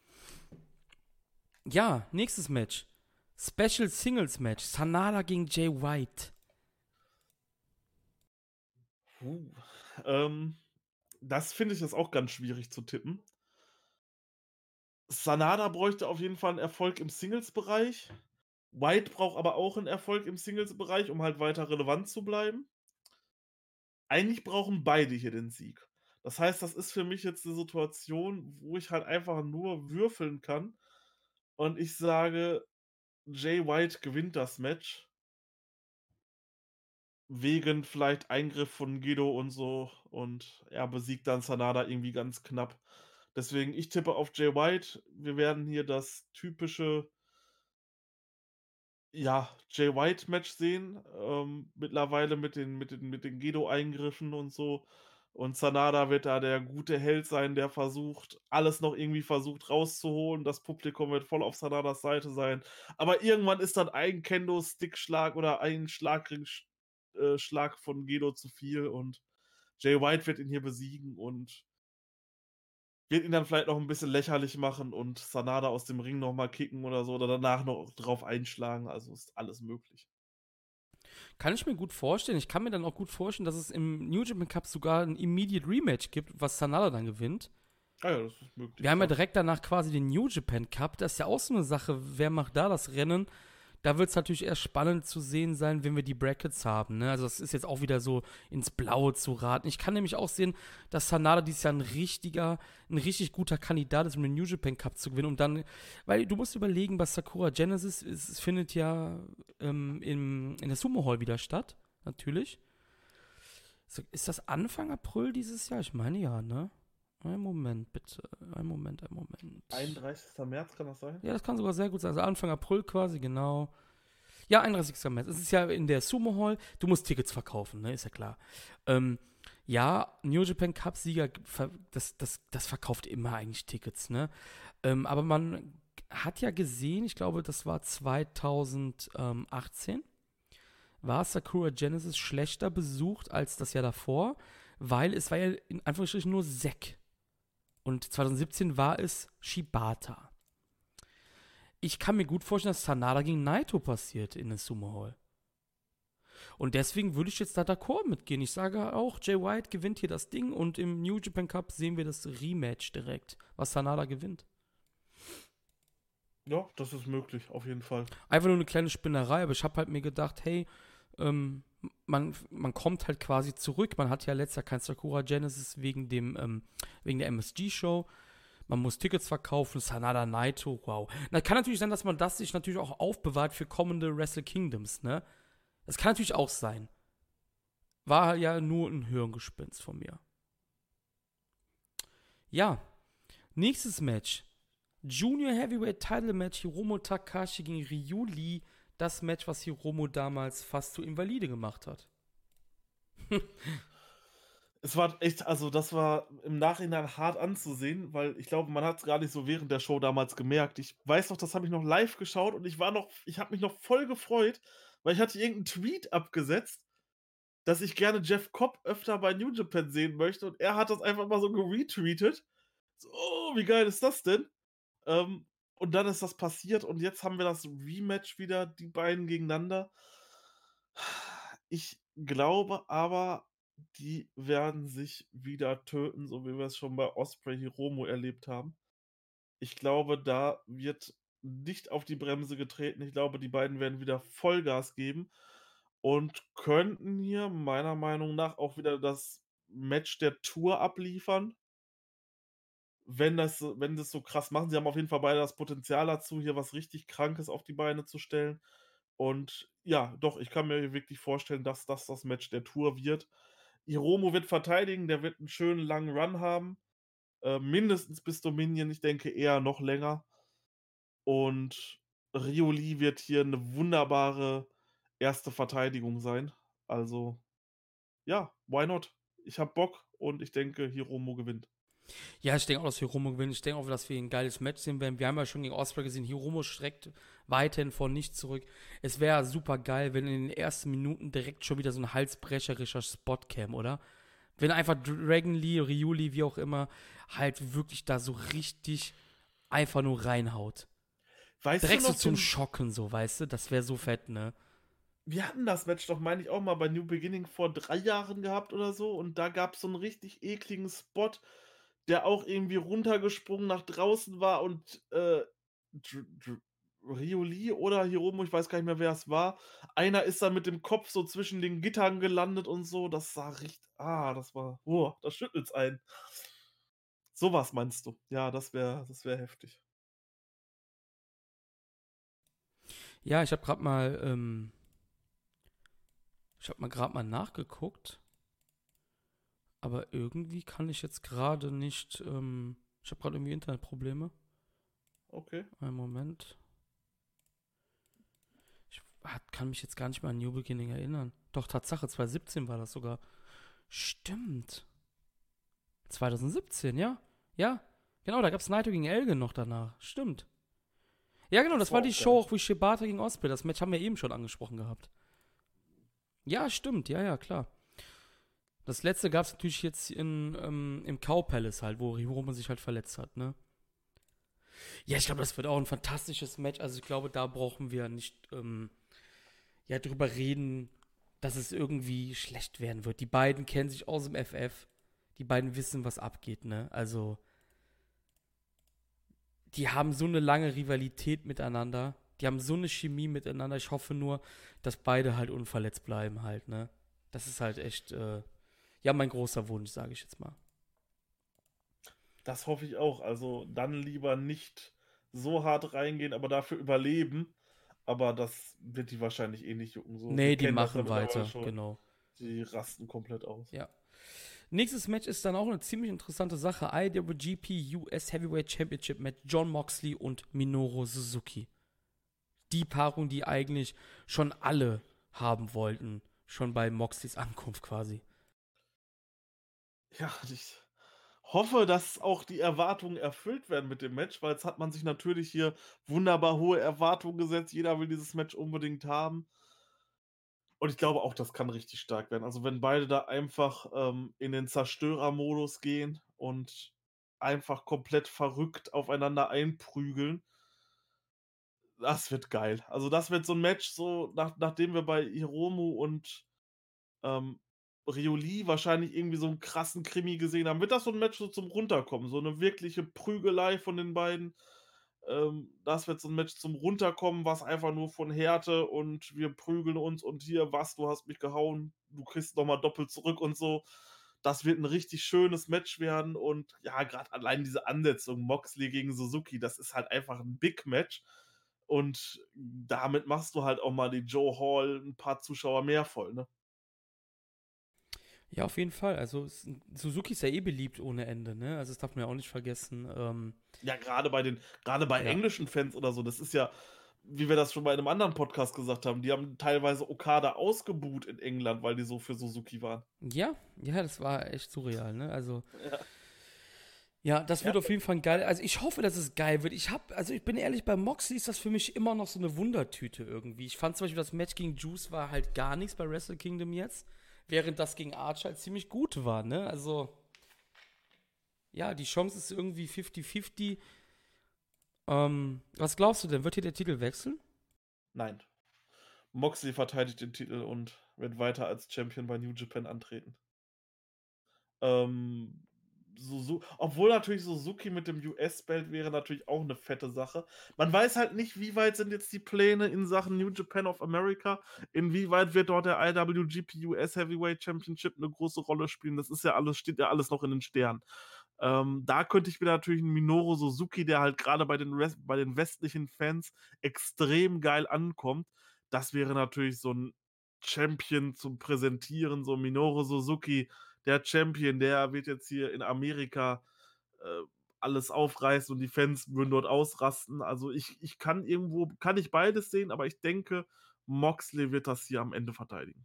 S1: Ja, nächstes Match. Special Singles Match. Sanada gegen Jay White.
S2: Puh. Ähm, Das finde ich jetzt auch ganz schwierig zu tippen. Sanada bräuchte auf jeden Fall 'n Erfolg im Singles-Bereich. White braucht aber auch 'n Erfolg im Singles-Bereich, um halt weiter relevant zu bleiben. Eigentlich brauchen beide hier den Sieg. Das heißt, das ist für mich jetzt 'ne Situation, wo ich halt einfach nur würfeln kann und ich sage, Jay White gewinnt das Match wegen vielleicht Eingriff von Gedo und so und er besiegt dann Sanada irgendwie ganz knapp. Deswegen, ich tippe auf Jay White. Wir werden hier das typische, ja, Jay White-Match sehen, mittlerweile mit den Gedo-Eingriffen und so. Und Sanada wird da der gute Held sein, der versucht alles noch irgendwie versucht rauszuholen. Das Publikum wird voll auf Sanadas Seite sein. Aber irgendwann ist dann ein Kendo-Stickschlag oder ein Schlagring Schlag von Gedo zu viel und Jay White wird ihn hier besiegen und wird ihn dann vielleicht noch 'n bisschen lächerlich machen und Sanada aus dem Ring noch mal kicken oder so oder danach noch drauf einschlagen. Also, ist alles möglich.
S1: Kann ich mir gut vorstellen. Ich kann mir dann auch gut vorstellen, dass es im New Japan Cup sogar ein Immediate Rematch gibt, was Sanada dann gewinnt.
S2: Ah ja, das ist
S1: Wir
S2: möglich,
S1: haben ja
S2: klar.
S1: direkt danach quasi den New Japan Cup. Das ist ja auch so eine Sache. Wer macht da das Rennen? Da wird es natürlich erst spannend zu sehen sein, wenn wir die Brackets haben. Ne? Also, das ist jetzt auch wieder so ins Blaue zu raten. Ich kann nämlich auch sehen, dass Sanada dieses Jahr ein richtig guter Kandidat ist, um den New Japan Cup zu gewinnen. Und dann, weil du musst überlegen, bei Sakura Genesis, es findet ja in der Sumo Hall wieder statt. Natürlich. So, ist das Anfang April dieses Jahr? Ich meine ja, ne? Einen Moment, bitte. Einen Moment, einen Moment.
S2: 31. März, kann das sein?
S1: Ja, das kann sogar sehr gut sein. Also Anfang April quasi, genau. Ja, 31. März. Es ist ja in der Sumo Hall. Du musst Tickets verkaufen, ne? Ist ja klar. Ja, New Japan Cup-Sieger, das verkauft immer eigentlich Tickets, ne? Aber man hat ja gesehen, ich glaube, das war 2018, war Sakura Genesis schlechter besucht als das Jahr davor, weil es war ja in Anführungsstrichen nur Zack. Und 2017 war es Shibata. Ich kann mir gut vorstellen, dass Sanada gegen Naito passiert in der Sumo Hall. Und deswegen würde ich jetzt da d'accord mitgehen. Ich sage auch, Jay White gewinnt hier das Ding und im New Japan Cup sehen wir das Rematch direkt, was Sanada gewinnt.
S2: Ja, das ist möglich, auf jeden Fall.
S1: Einfach nur eine kleine Spinnerei, aber ich habe halt mir gedacht, hey, man kommt halt quasi zurück. Man hat ja letztes Jahr kein Sakura Genesis wegen der MSG-Show. Man muss Tickets verkaufen, Sanada Naito, wow. Na, kann natürlich sein, dass man das sich natürlich auch aufbewahrt für kommende Wrestle Kingdoms, ne? Das kann natürlich auch sein. War ja nur ein Hirngespinst von mir. Ja, nächstes Match. Junior Heavyweight Title Match Hiromu Takashi gegen Ryuli. Das Match, was Hiromu damals fast zu Invalide gemacht hat.
S2: Es war echt, also das war im Nachhinein hart anzusehen, weil ich glaube, man hat's gar nicht so während der Show damals gemerkt. Ich weiß noch, das habe ich noch live geschaut und ich habe mich noch voll gefreut, weil ich hatte irgend 'n Tweet abgesetzt, dass ich gerne Jeff Cobb öfter bei New Japan sehen möchte und er hat das einfach mal so geretweetet. So: „Oh, wie geil ist das denn?“ Ähm, und dann ist das passiert und jetzt haben wir das Rematch wieder, die beiden gegeneinander. Ich glaube aber, die werden sich wieder töten, so wie wir es schon bei Osprey Hiromu erlebt haben. Ich glaube, da wird nicht auf die Bremse getreten. Ich glaube, die beiden werden wieder Vollgas geben und könnten hier meiner Meinung nach auch wieder das Match der Tour abliefern, wenn das so krass machen. Sie haben auf jeden Fall beide das Potenzial dazu, hier was richtig Krankes auf die Beine zu stellen. Und ja, doch, ich kann mir wirklich vorstellen, dass das Match der Tour wird. Hiromu wird verteidigen, der wird 'n schönen langen Run haben, mindestens bis Dominion, ich denke eher noch länger. Und Ryu Lee wird hier 'ne wunderbare erste Verteidigung sein. Also, ja, why not? Ich habe Bock und ich denke, Hiromu gewinnt.
S1: Ja, ich denke auch, dass Hiromo gewinnt. Ich denke auch, dass wir ein geiles Match sehen werden. Wir haben ja schon gegen Osprey gesehen, Hiromo streckt weiterhin vor nichts zurück. Es wäre super geil, wenn in den ersten Minuten direkt schon wieder so ein halsbrecherischer Spot käme, oder? Wenn einfach Dragon Lee, Ryu Lee, wie auch immer, halt wirklich da so richtig einfach nur reinhaut.
S2: Weißt du
S1: Direkt so
S2: noch
S1: zum
S2: den
S1: Schocken, so, weißt du? Das wäre so fett, ne?
S2: wir hatten das Match doch, meine ich, auch mal bei New Beginning vor 3 Jahren gehabt oder so und da gab's so 'n richtig ekligen Spot, der auch irgendwie runtergesprungen nach draußen war und, Dr Dr Ryu Lee oder Hiromu, ich weiß gar nicht mehr, wer es war. Einer ist dann mit dem Kopf so zwischen den Gittern gelandet und so. Das sah das war da schüttelt's einen. So was meinst du? Ja, das wäre heftig.
S1: Ja, ich habe mal gerade mal nachgeguckt, aber irgendwie kann ich jetzt gerade nicht, ich habe gerade irgendwie Internetprobleme.
S2: Okay.
S1: Einen Moment. Kann mich jetzt gar nicht mehr an New Beginning erinnern. Doch, Tatsache, 2017 war das sogar. Stimmt. 2017, ja? Ja, genau, da gab es Naito gegen Elgin noch danach. Stimmt. Ja, genau,
S2: Das
S1: das
S2: war
S1: war die
S2: auch
S1: Show,
S2: geil.
S1: auch wie Shibata gegen Osprey. Das Match haben wir eben schon angesprochen gehabt. Ja, stimmt, ja, ja, klar. Das letzte gab es natürlich jetzt im Cow Palace halt, wo Hiromu sich halt verletzt hat, ne? Ja, ich glaube, das wird auch ein fantastisches Match. Also ich glaube, da brauchen wir nicht ja, drüber reden, dass es irgendwie schlecht werden wird. Die beiden kennen sich aus dem FF. Die beiden wissen, was abgeht, ne? Also, die haben so eine lange Rivalität miteinander. Die haben so eine Chemie miteinander. Ich hoffe nur, dass beide halt unverletzt bleiben halt, ne? Das ist halt echt, ja, mein großer Wunsch, sage ich jetzt mal.
S2: Das hoffe ich auch. Also, dann lieber nicht so hart reingehen, aber dafür überleben. Aber das wird die wahrscheinlich eh nicht jucken. So, wir
S1: Nee, die
S2: kennen das ja
S1: machen
S2: mittlerweile
S1: weiter,
S2: schon.
S1: genau.
S2: Die rasten komplett aus.
S1: Ja. Nächstes Match ist dann auch eine ziemlich interessante Sache. IWGP US Heavyweight Championship mit John Moxley und Minoru Suzuki. Die Paarung, die eigentlich schon alle haben wollten. Schon bei Moxleys Ankunft quasi.
S2: Ja, ich hoffe, dass auch die Erwartungen erfüllt werden mit dem Match, weil jetzt hat man sich natürlich hier wunderbar hohe Erwartungen gesetzt. Jeder will dieses Match unbedingt haben. Und ich glaube auch, das kann richtig stark werden. Also, wenn beide da einfach, in den Zerstörermodus gehen und einfach komplett verrückt aufeinander einprügeln, das wird geil. Also, das wird so 'n Match, so nachdem wir bei Hiromu und, ähm, Ryu wahrscheinlich irgendwie so 'n krassen Krimi gesehen haben, wird das so 'n Match so zum Runterkommen, so 'ne wirkliche Prügelei von den beiden. Das wird so 'n Match zum Runterkommen, was einfach nur von Härte und wir prügeln uns und hier: „Was, du hast mich gehauen, du kriegst noch mal doppelt zurück“ und so. Das wird 'n richtig schönes Match werden und ja, grad allein diese Ansetzung Moxley gegen Suzuki, das ist halt einfach 'n Big Match und damit machst du halt auch mal die Joe Hall 'n paar Zuschauer mehr voll, ne?
S1: Ja, auf jeden Fall. Also Suzuki ist ja eh beliebt ohne Ende, ne? Also das darf man ja auch nicht vergessen.
S2: Ja, grade bei
S1: Ja.
S2: englischen Fans oder so, das ist ja, wie wir das schon bei 'nem anderen Podcast gesagt haben, die haben teilweise Okada ausgebuht in England, weil die so für Suzuki waren.
S1: Ja, ja, das war echt surreal, ne? Also,
S2: Ja.
S1: ja, das
S2: Ja,
S1: wird auf jeden Fall geil. Also ich hoffe, dass es geil wird. Also ich bin ehrlich, bei Moxley ist das für mich immer noch so eine Wundertüte irgendwie. Ich fand zum Beispiel, das Match gegen Juice war halt gar nichts bei Wrestle Kingdom jetzt, während das gegen Archer halt ziemlich gut war, ne? Also, ja, die Chance ist irgendwie 50-50. Was glaubst du denn? Wird hier der Titel wechseln?
S2: nein. Moxley verteidigt den Titel und wird weiter als Champion bei New Japan antreten. Ähm, obwohl natürlich Suzuki mit dem US-Belt wäre natürlich auch 'ne fette Sache. Man weiß halt nicht, wie weit sind jetzt die Pläne in Sachen New Japan of America? Inwieweit wird dort der IWGP US Heavyweight Championship 'ne große Rolle spielen? Das ist ja alles steht ja alles noch in den Sternen. Da könnte ich mir natürlich 'n Minoru Suzuki, der halt grade bei den westlichen Fans extrem geil ankommt, das wäre natürlich so 'n Champion zum Präsentieren, so Minoru Suzuki, der Champion, der wird jetzt hier in Amerika, äh, alles aufreißen und die Fans würden dort ausrasten. Also, kann ich beides sehen, aber ich denke, Moxley wird das hier am Ende verteidigen.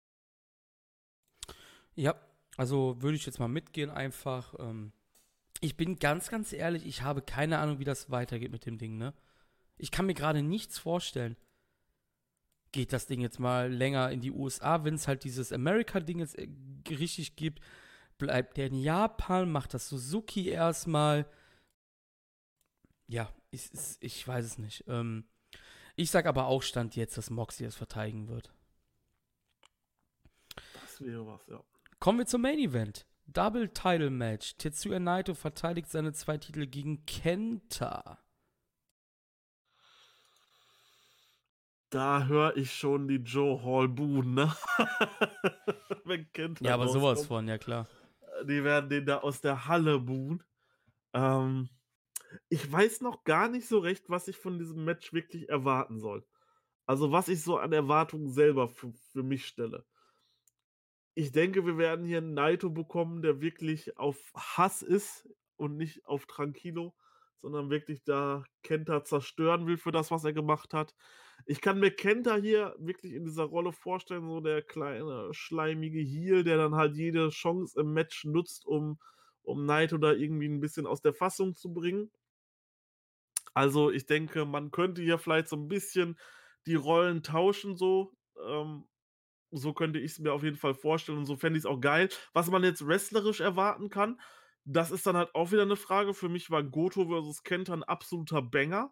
S1: Ja, also würde ich jetzt mal mitgehen einfach. Ich bin ganz, ganz ehrlich, ich habe keine Ahnung, wie das weitergeht mit dem Ding, ne? Ich kann mir gerade nichts vorstellen. Geht das Ding jetzt mal länger in die USA, wenn es halt dieses America-Ding jetzt richtig gibt? Bleibt der in Japan? Macht das Suzuki erstmal? Ja, ich weiß es nicht. Ich sag aber auch Stand jetzt, dass Moxley es verteidigen wird.
S2: Das wäre was, ja.
S1: Kommen wir zum Main Event. Double Title Match. Tetsuya Naito verteidigt seine 2 Titel gegen Kenta.
S2: Da höre ich schon die Joe Hall buhen, ne? Wenn Kenta
S1: Ja, aber sowas
S2: rauskommt.
S1: von, ja klar.
S2: Die werden den da aus der Halle buhen. Ich weiß noch gar nicht so recht, was ich von diesem Match wirklich erwarten soll. Also, was ich so an Erwartungen selber für mich stelle. Ich denke, wir werden hier 'n Naito bekommen, der wirklich auf Hass ist und nicht auf Tranquilo, sondern wirklich da Kenta zerstören will für das, was er gemacht hat. Ich kann mir Kenta hier wirklich in dieser Rolle vorstellen, so der kleine schleimige Heel, der dann halt jede Chance im Match nutzt, um Naito da irgendwie 'n bisschen aus der Fassung zu bringen. Also, ich denke, man könnte hier vielleicht so 'n bisschen die Rollen tauschen so. So könnte ich's mir auf jeden Fall vorstellen und so fände ich's auch geil. Was man jetzt wrestlerisch erwarten kann, das ist dann halt auch wieder 'ne Frage. Für mich war Goto versus Kenta 'n absoluter Banger.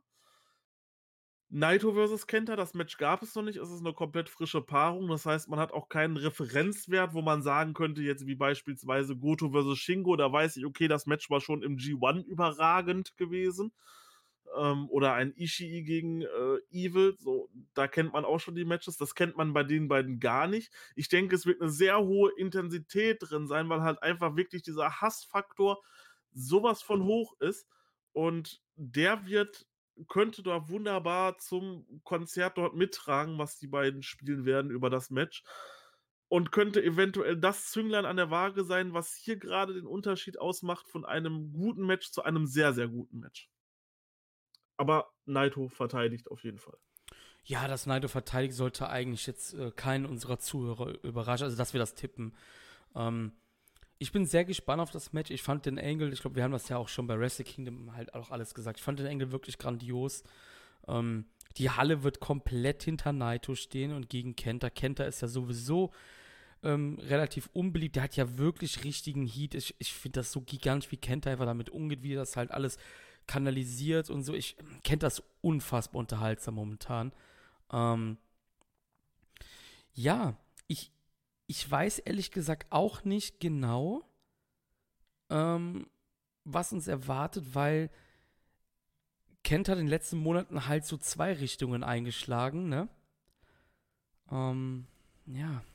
S2: Naito versus Kenta, das Match gab es noch nicht. Es ist 'ne komplett frische Paarung. Das heißt, man hat auch keinen Referenzwert, wo man sagen könnte, jetzt wie beispielsweise Goto versus Shingo, da weiß ich, okay, das Match war schon im G1 überragend gewesen. Oder ein Ishii gegen, Evil, so, da kennt man auch schon die Matches. Das kennt man bei den beiden gar nicht. Ich denke, es wird 'ne sehr hohe Intensität drin sein, weil halt einfach wirklich dieser Hassfaktor so was von hoch ist und der könnte da wunderbar zum Konzert dort mittragen, was die beiden spielen werden über das Match und könnte eventuell das Zünglein an der Waage sein, was hier grade den Unterschied ausmacht von einem guten Match zu einem sehr, sehr guten Match. Aber Naito verteidigt auf jeden Fall.
S1: Ja, dass Naito verteidigt, sollte eigentlich jetzt keinen unserer Zuhörer überraschen, also dass wir das tippen. Ich bin sehr gespannt auf das Match. Ich fand den Angle, ich glaube, wir haben das ja auch schon bei Wrestle Kingdom halt auch alles gesagt. Ich fand den Angle wirklich grandios. Die Halle wird komplett hinter Naito stehen und gegen Kenta. Kenta ist ja sowieso relativ unbeliebt. Der hat ja wirklich richtigen Heat. Ich finde das so gigantisch, wie Kenta einfach damit umgeht, wie das halt alles kanalisiert und so. Ich Kenta das unfassbar unterhaltsam momentan. Ähm, ja, ich weiß ehrlich gesagt auch nicht genau, ähm, was uns erwartet, weil Kent hat in den letzten Monaten halt so 2 Richtungen eingeschlagen, ne? Ja.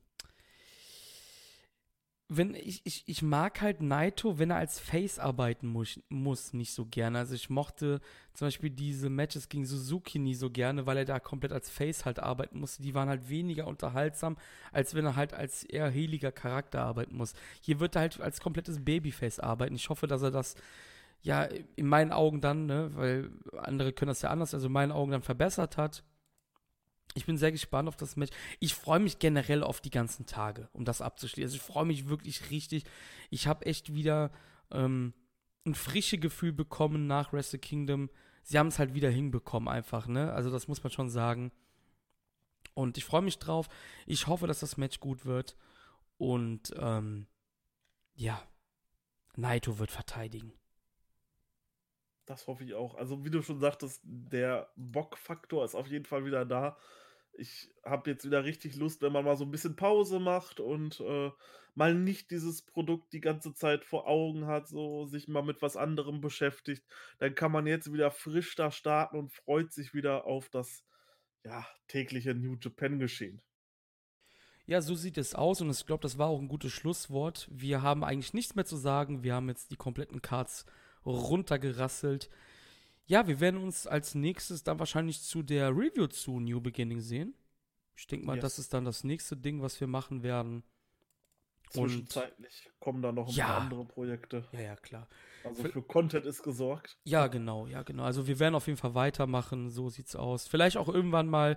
S1: Ich mag halt Naito, wenn er als Face arbeiten muss, nicht so gerne. Also ich mochte zum Beispiel diese Matches gegen Suzuki nie so gerne, weil er da komplett als Face halt arbeiten musste. Die waren halt weniger unterhaltsam, als wenn er halt als eher heiliger Charakter arbeiten muss. Hier wird er halt als komplettes Babyface arbeiten. Ich hoffe, dass er das, ja, in meinen Augen dann, ne, weil andere können das ja anders, also in meinen Augen dann verbessert hat. Ich bin sehr gespannt auf das Match. Ich freue mich generell auf die ganzen Tage, um das abzuschließen. Also ich freue mich wirklich richtig. Ich habe echt wieder ein frisches Gefühl bekommen nach Wrestle Kingdom. Sie haben es halt wieder hinbekommen einfach, ne? Also das muss man schon sagen. Und ich freue mich drauf. Ich hoffe, dass das Match gut wird. Und ja, Naito wird verteidigen.
S2: Das hoffe ich auch. Also, wie du schon sagtest, der Bockfaktor ist auf jeden Fall wieder da. Ich habe jetzt wieder richtig Lust, wenn man mal so 'n bisschen Pause macht und, mal nicht dieses Produkt die ganze Zeit vor Augen hat, so sich mal mit was anderem beschäftigt. Dann kann man jetzt wieder frisch da starten und freut sich wieder auf das, ja, tägliche New Japan Geschehen.
S1: Ja, so sieht es aus und ich glaube, das war auch ein gutes Schlusswort. Wir haben eigentlich nichts mehr zu sagen. Wir haben jetzt die kompletten Cards runtergerasselt. Ja, wir werden uns als nächstes dann wahrscheinlich zu der Review zu New Beginning sehen. Ich denke mal, das
S2: Yes.
S1: ist dann das nächste Ding, was wir machen werden.
S2: Zwischenzeitlich kommen da noch ein
S1: Ja.
S2: paar andere Projekte.
S1: Ja, klar.
S2: Also für Content ist gesorgt.
S1: Ja, genau. Also wir werden auf jeden Fall weitermachen, so sieht's aus. Vielleicht auch irgendwann mal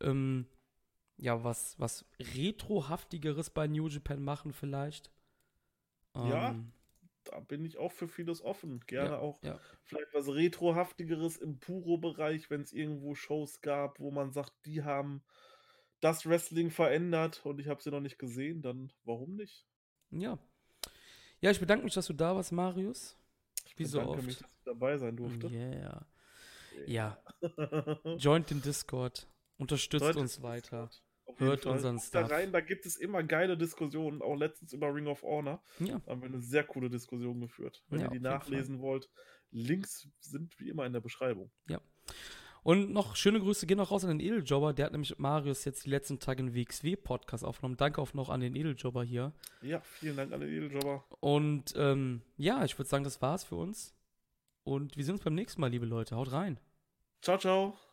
S1: was Retrohaftigeres bei New Japan machen vielleicht.
S2: Ja, da bin ich auch für vieles offen. Gerne auch
S1: Ja.
S2: vielleicht was Retrohaftigeres im Puro-Bereich, wenn es irgendwo Shows gab, wo man sagt, die haben das Wrestling verändert und ich habe sie noch nicht gesehen, dann warum nicht?
S1: Ja. Ja, ich bedanke mich, dass du da warst, Marius. Wie so
S2: Danke
S1: oft.
S2: mich, dass ich dabei sein durfte.
S1: Yeah. Ja. Joint den Discord. Unterstützt
S2: Leute,
S1: uns weiter.
S2: auf jeden
S1: Hört
S2: Fall.
S1: unseren
S2: Guckt da
S1: Stuff.
S2: rein, da gibt es immer geile Diskussionen, auch letztens über Ring of Honor.
S1: Ja.
S2: Da haben wir eine sehr coole Diskussion geführt. Wenn
S1: Ja,
S2: ihr die
S1: auf jeden
S2: nachlesen wollt, Links sind wie immer in der Beschreibung.
S1: Ja. Und noch schöne Grüße gehen noch raus an den Edeljobber. Der hat nämlich mit Marius jetzt die letzten Tage einen WXW-Podcast aufgenommen. Danke auch noch an den Edeljobber hier.
S2: Ja, vielen Dank an den Edeljobber.
S1: Und ich würde sagen, das war's für uns. Und wir sehen uns beim nächsten Mal, liebe Leute. Haut rein.
S2: Ciao, ciao.